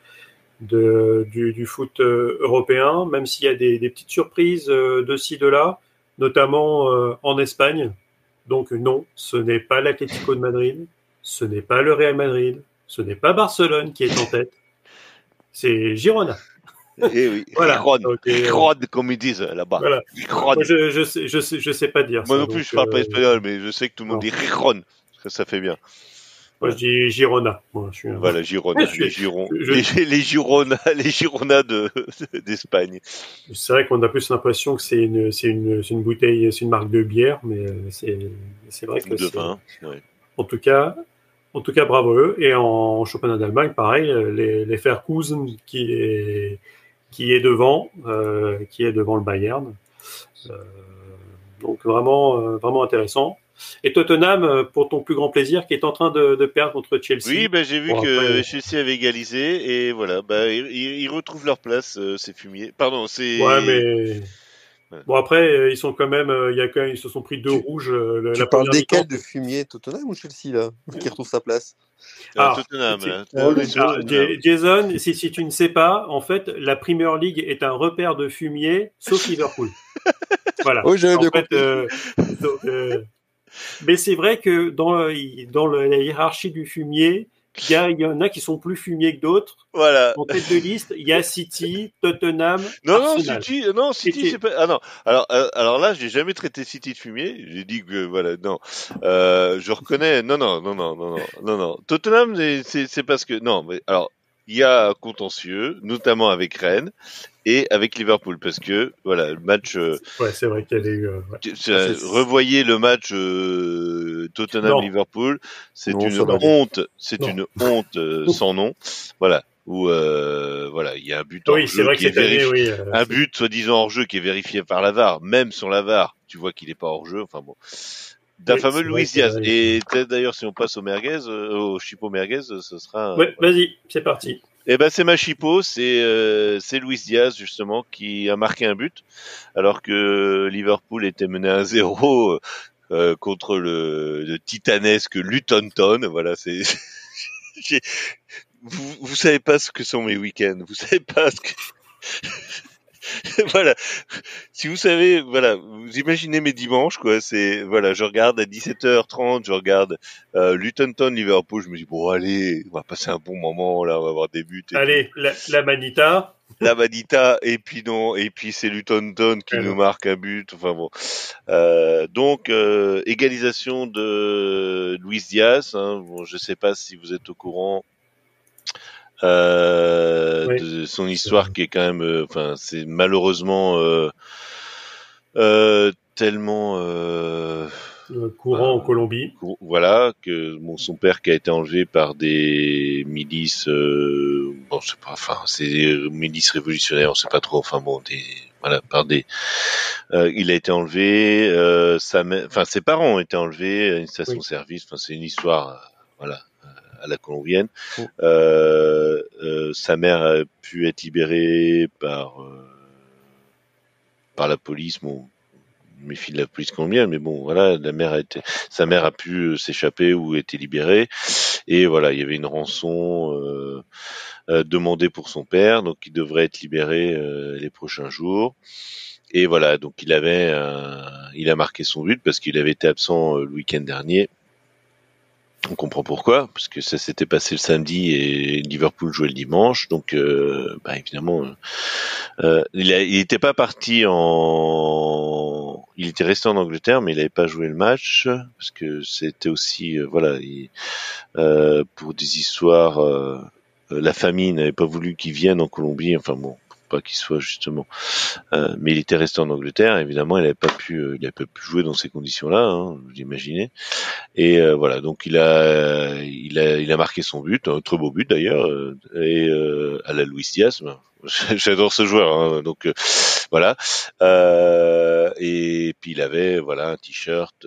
du foot européen, même s'il y a des petites surprises de ci, de là, notamment en Espagne. Donc non, ce n'est pas l'Atlético de Madrid, ce n'est pas le Real Madrid, ce n'est pas Barcelone qui est en tête, c'est Girona. Eh oui, Voilà. Donc, Rijon, comme ils disent là-bas. voilà. Rijon. Moi, je sais pas dire Moi ça. non plus, Donc, je parle pas espagnol, mais je sais que tout le monde non. dit Rijon. Ça fait bien. Moi, je dis Girona. Moi, je suis Voilà, Girona, les Girona d'Espagne. C'est vrai qu'on a plus l'impression que c'est une bouteille, c'est une marque de bière, mais c'est vrai que Ou de c'est. vin, ouais. En tout cas, bravo eux. Et en championnat d'Allemagne, pareil, les Leverkusen qui est devant le Bayern. Euh, donc vraiment intéressant. Et Tottenham, pour ton plus grand plaisir, qui est en train de perdre contre Chelsea. Oui, ben j'ai vu Bon, que après, Chelsea avait égalisé et voilà, ils retrouvent leur place, ces fumiers. Pardon, ouais, c'est. mais Ouais. bon après, ils sont quand même, ils se sont pris deux Tu, rouges tu la parles première mi-temps. desquels de fumier, Tottenham ou Chelsea, là, qui retrouve sa place? Ah, Tottenham, là. Oh, On est sur Tottenham. Jason, si tu ne sais pas, en fait, la Premier League est un repère de fumier, sauf Liverpool. Voilà. Oui, j'avais En bien fait, compris. donc, mais c'est vrai que dans la hiérarchie du fumier, il y en a qui sont plus fumiers que d'autres. Voilà. En tête de liste, il y a City, Tottenham, Non, Arsenal. City, c'est pas. Ah non. Alors là, j'ai jamais traité City de fumier. J'ai dit que voilà, non. Je reconnais. Non. Tottenham, c'est parce que non. Mais alors, il y a un contentieux, notamment avec Rennes et avec Liverpool, parce que voilà, le match. Ouais, c'est vrai qu'il y avait eu. Ouais. Revoyez le match Tottenham-Liverpool, c'est Non, une ça va aller. honte, Non. sans nom. Voilà. Où voilà, il y a un but Oui, hors c'est jeu vrai que qui est cette année, vérifié, oui. un but soi-disant hors jeu qui est vérifié par la VAR. Même sur la VAR, tu vois qu'il est pas hors jeu. Enfin bon, d'un Oui, fameux c'est vrai Luis que là, Diaz. Et d'ailleurs, si on passe au merguez, au chipot merguez, ce sera. ouais, Voilà. vas-y, c'est parti. Eh ben c'est ma chipot, c'est Luis Diaz justement qui a marqué un but alors que Liverpool était mené à 1-0 contre le titanesque Luton Town. Voilà, c'est vous savez pas ce que sont mes week-ends, vous savez pas ce que voilà. Si vous savez, voilà, vous imaginez mes dimanches, quoi. C'est voilà, je regarde à 17h30, je regarde Luton Town Liverpool. Je me dis bon allez, on va passer un bon moment là, on va avoir des buts et tout. Allez, la Manita. La Manita et puis non, et puis c'est Luton Town qui nous Alors, marque un but. Enfin bon, donc égalisation de Luis Diaz. Hein. Bon, je sais pas si vous êtes au courant. oui, De son c'est histoire qui est quand même, enfin c'est malheureusement tellement courant en Colombie. voilà que bon, son père qui a été enlevé par des milices, bon je sais pas, enfin c'est des milices révolutionnaires, on sait pas trop, enfin bon des voilà par des, il a été enlevé, enfin ses parents ont été enlevés à une station-service, enfin c'est une histoire, voilà à la colombienne. Sa mère a pu être libérée par la police. Bon, méfie de la police colombienne, mais bon, voilà, sa mère a pu s'échapper ou été libérée, et voilà, il y avait une rançon demandée pour son père, donc il devrait être libéré les prochains jours. Et voilà, donc il a marqué son but parce qu'il avait été absent le week-end dernier. On comprend pourquoi, parce que ça s'était passé le samedi et Liverpool jouait le dimanche, donc évidemment, il était pas parti il était resté en Angleterre, mais il n'avait pas joué le match parce que c'était aussi pour des histoires, la famille n'avait pas voulu qu'il vienne en Colombie, enfin bon, pas qu'il soit justement, mais il était resté en Angleterre, évidemment, il n'avait pas pu jouer dans ces conditions-là, hein, vous l'imaginez. Et voilà, donc il a marqué son but, un très beau but d'ailleurs, et à la Luis Diaz. J'adore ce joueur, hein, donc voilà. Et puis il avait un t-shirt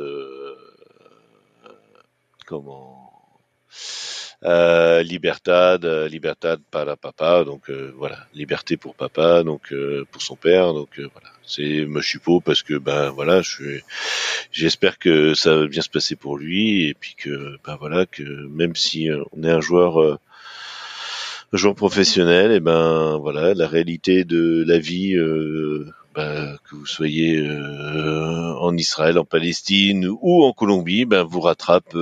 Libertad para papa, donc liberté pour papa, donc pour son père, donc voilà. C'est me chupot parce que j'espère que ça va bien se passer pour lui et puis que que même si on est un joueur professionnel, et la réalité de la vie, que vous soyez en Israël, en Palestine ou en Colombie, vous rattrape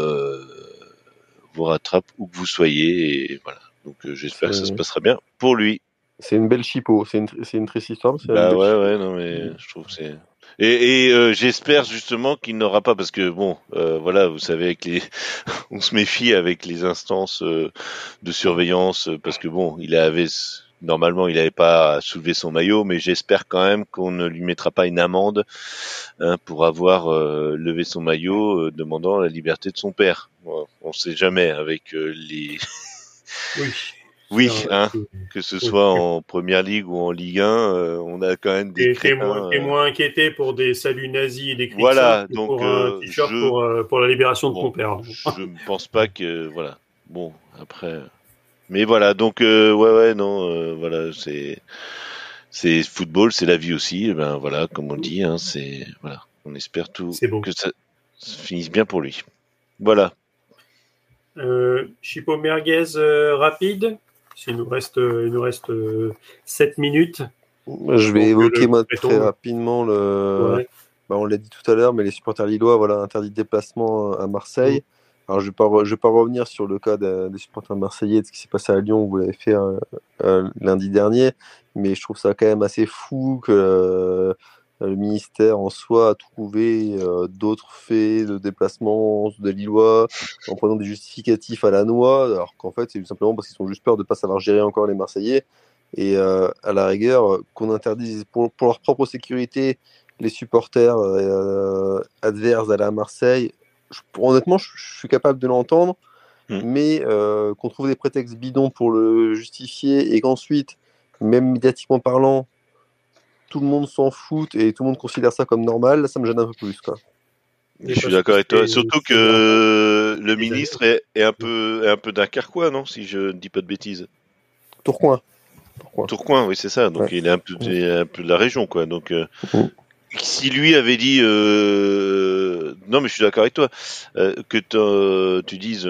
où que vous soyez, et voilà. Donc j'espère que ça se passera bien pour lui. C'est une belle chipot, c'est une triste histoire. Mais non mais je trouve que c'est. Et j'espère justement qu'il n'aura pas, parce que vous savez, on se méfie avec les instances de surveillance, parce que normalement il n'avait pas soulevé son maillot, mais j'espère quand même qu'on ne lui mettra pas une amende pour avoir levé son maillot demandant la liberté de son père. Bon, on ne sait jamais avec les. Oui, que ce soit en Première Ligue ou en Ligue 1, on a quand même des crétins. T'es moins inquiété pour des saluts nazis et des cris donc pour un t-shirt pour la libération de ton père. Je ne pense pas que Bon, après, mais voilà, donc c'est football, c'est la vie aussi. Comme on dit, on espère que ça finisse bien pour lui. Voilà. Chipo merguez rapide. Il nous reste 7 minutes. Je vais évoquer très rapidement on l'a dit tout à l'heure, mais les supporters lillois, interdit de déplacement à Marseille. Alors je vais pas revenir sur le cas des supporters marseillais, de ce qui s'est passé à Lyon, vous l'avez fait lundi dernier, mais je trouve ça quand même assez fou que le ministère en soi a trouvé d'autres faits de déplacement des Lillois en prenant des justificatifs à la noix, alors qu'en fait c'est tout simplement parce qu'ils ont juste peur de ne pas savoir gérer encore les Marseillais, et à la rigueur qu'on interdise pour leur propre sécurité les supporters adverses d'aller à Marseille. Honnêtement, je suis capable de l'entendre, mais qu'on trouve des prétextes bidons pour le justifier et qu'ensuite, même médiatiquement parlant, tout le monde s'en fout et tout le monde considère ça comme normal, ça me gêne un peu plus, quoi. Je suis d'accord avec toi, surtout que le ministre est un peu dunkerquois, non, si je ne dis pas de bêtises. Tourcoing, oui, c'est ça. Donc il est un peu de la région, quoi. Donc si lui avait dit non, mais je suis d'accord avec toi, que tu dises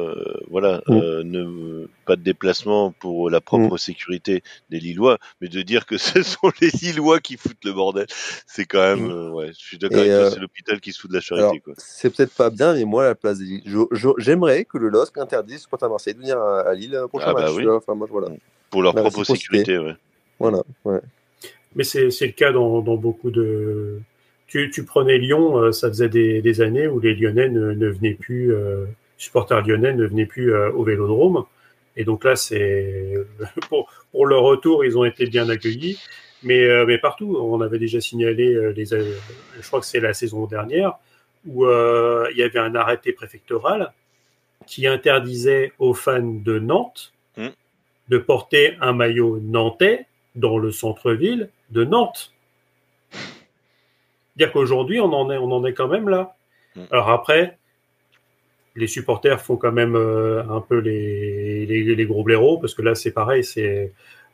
pas de déplacement pour la propre sécurité des Lillois, mais de dire que ce sont les Lillois qui foutent le bordel, c'est quand même je suis d'accord avec toi, c'est l'hôpital qui se fout de la charité. Alors, quoi. C'est peut-être pas bien, mais moi à la place des Lille, j'aimerais que le LOSC interdise aux supporters marseillais de venir à Lille au prochain match. Oui. Pour leur propre sécurité, ouais. Voilà, ouais. Mais c'est le cas dans beaucoup de. Tu prenais Lyon, ça faisait des années où les Lyonnais ne venaient plus, supporters lyonnais ne venaient plus au Vélodrome. Et donc là, c'est pour leur retour, ils ont été bien accueillis. Mais partout, on avait déjà signalé je crois que c'est la saison dernière où il y avait un arrêté préfectoral qui interdisait aux fans de Nantes de porter un maillot nantais dans le centre-ville de Nantes. C'est-à-dire qu'aujourd'hui, on en est quand même là. Alors après, les supporters font quand même un peu les gros blaireaux, parce que là, c'est pareil, c'est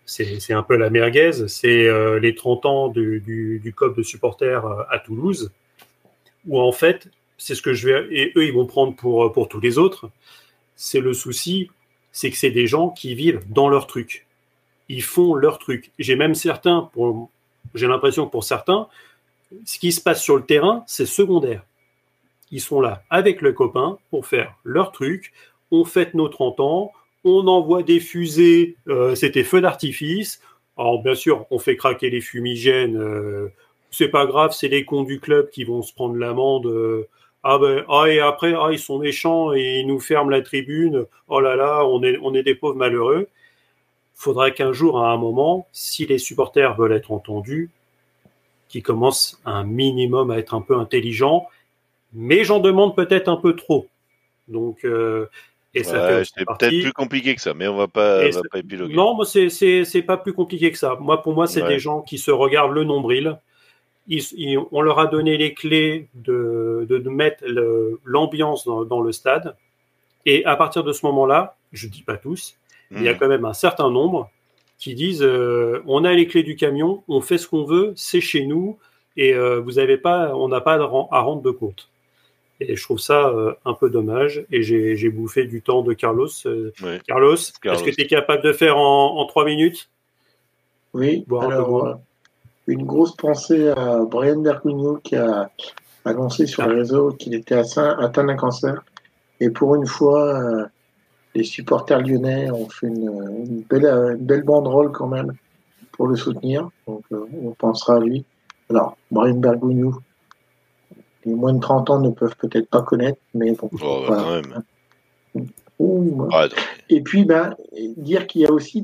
c'est un peu la merguez. C'est les 30 ans du club de supporters à Toulouse, où en fait, c'est ce que je vais, et eux, ils vont prendre pour tous les autres. C'est le souci, c'est que c'est des gens qui vivent dans leur truc. Ils font leur truc. J'ai l'impression que pour certains, ce qui se passe sur le terrain, c'est secondaire. Ils sont là avec le copain pour faire leur truc. On fête nos 30 ans, on envoie des fusées, c'était feu d'artifice. Alors bien sûr, on fait craquer les fumigènes, c'est pas grave, c'est les cons du club qui vont se prendre l'amende. Et après, ils sont méchants et ils nous ferment la tribune. Oh là là, on est des pauvres malheureux. Faudra qu'un jour, à un moment, si les supporters veulent être entendus, qu'ils commencent un minimum à être un peu intelligents, mais j'en demande peut-être un peu trop. Donc, et ça fait c'est peut-être plus compliqué que ça, mais on va pas épiloguer. Non, moi c'est pas plus compliqué que ça. Pour moi, c'est des gens qui se regardent le nombril. On leur a donné les clés de mettre l'ambiance dans le stade. Et à partir de ce moment-là, je dis pas tous, il y a quand même un certain nombre qui disent on a les clés du camion, on fait ce qu'on veut, c'est chez nous, et on n'a pas à rendre de compte. Et je trouve ça un peu dommage. Et j'ai bouffé du temps de Carlos. Carlos, est-ce que tu es capable de faire en 3 minutes? Oui, alors une grosse pensée à Brian Bergogneau qui a annoncé sur le réseau qu'il était atteint d'un cancer. Et pour une fois, les supporters lyonnais ont fait une belle banderole quand même pour le soutenir. Donc on pensera à lui. Alors, Brian Bergogneau, les moins de 30 ans ne peuvent peut-être pas connaître, mais bon. Quand même. Et puis, dire qu'il y a aussi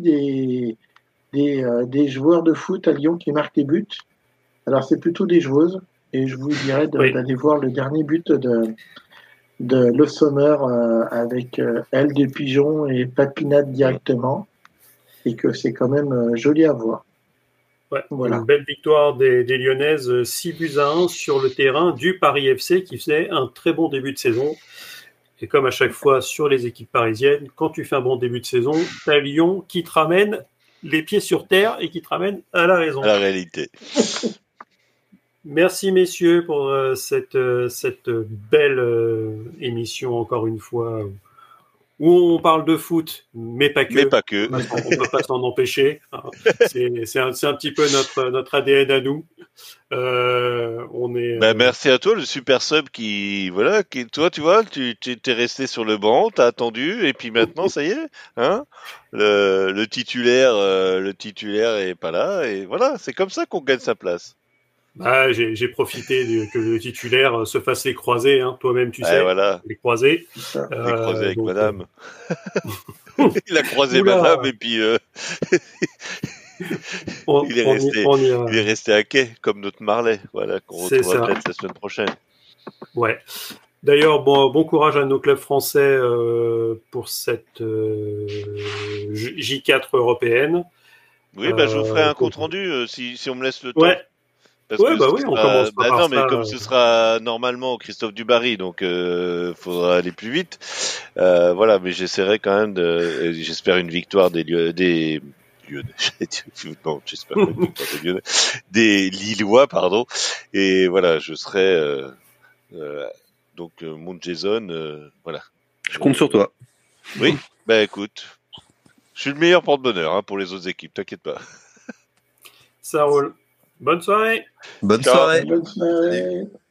des joueurs de foot à Lyon qui marquent des buts. Alors, c'est plutôt des joueuses. Et je vous dirais d'aller voir le dernier but de Le Sommer avec aile de pigeon et papinade directement. Et que c'est quand même joli à voir. Ouais, voilà. Une belle victoire des Lyonnaises, 6-1 sur le terrain du Paris FC qui faisait un très bon début de saison. Et comme à chaque fois sur les équipes parisiennes, quand tu fais un bon début de saison, t'as Lyon qui te ramène les pieds sur terre et qui te ramène à la raison. À la réalité. Merci messieurs pour cette belle émission encore une fois où on parle de foot, mais pas que. On peut pas s'en empêcher. C'est un petit peu notre ADN à nous. Merci à toi, le super sub toi, tu vois, tu t'es resté sur le banc, t'as attendu, et puis maintenant, ça y est, hein, le titulaire est pas là, et voilà, c'est comme ça qu'on gagne sa place. J'ai profité que le titulaire se fasse les croisés, hein. Toi-même tu sais, les croisés. Les croisés avec madame. Il a croisé madame et puis il est resté à quai comme notre Marley, voilà, qu'on retrouvera peut-être la semaine prochaine. Ouais. D'ailleurs, bon courage à nos clubs français pour cette J4 européenne. Oui, je vous ferai un compte rendu si on me laisse le temps. Ouais. Parce que on commence par ça. Comme ce sera normalement Christophe Dubarry, donc faudra aller plus vite. Voilà, mais j'essaierai quand même j'espère une victoire des Lyonnais. Non, j'espère pas une victoire des Lyonnais. Des Lillois, pardon. Et voilà, je serai donc mon Jason, voilà. Je compte sur toi. Oui, écoute, je suis le meilleur porte-bonheur pour les autres équipes, t'inquiète pas. Ça roule. Bonne soirée. Bonne soirée. Bonne soirée.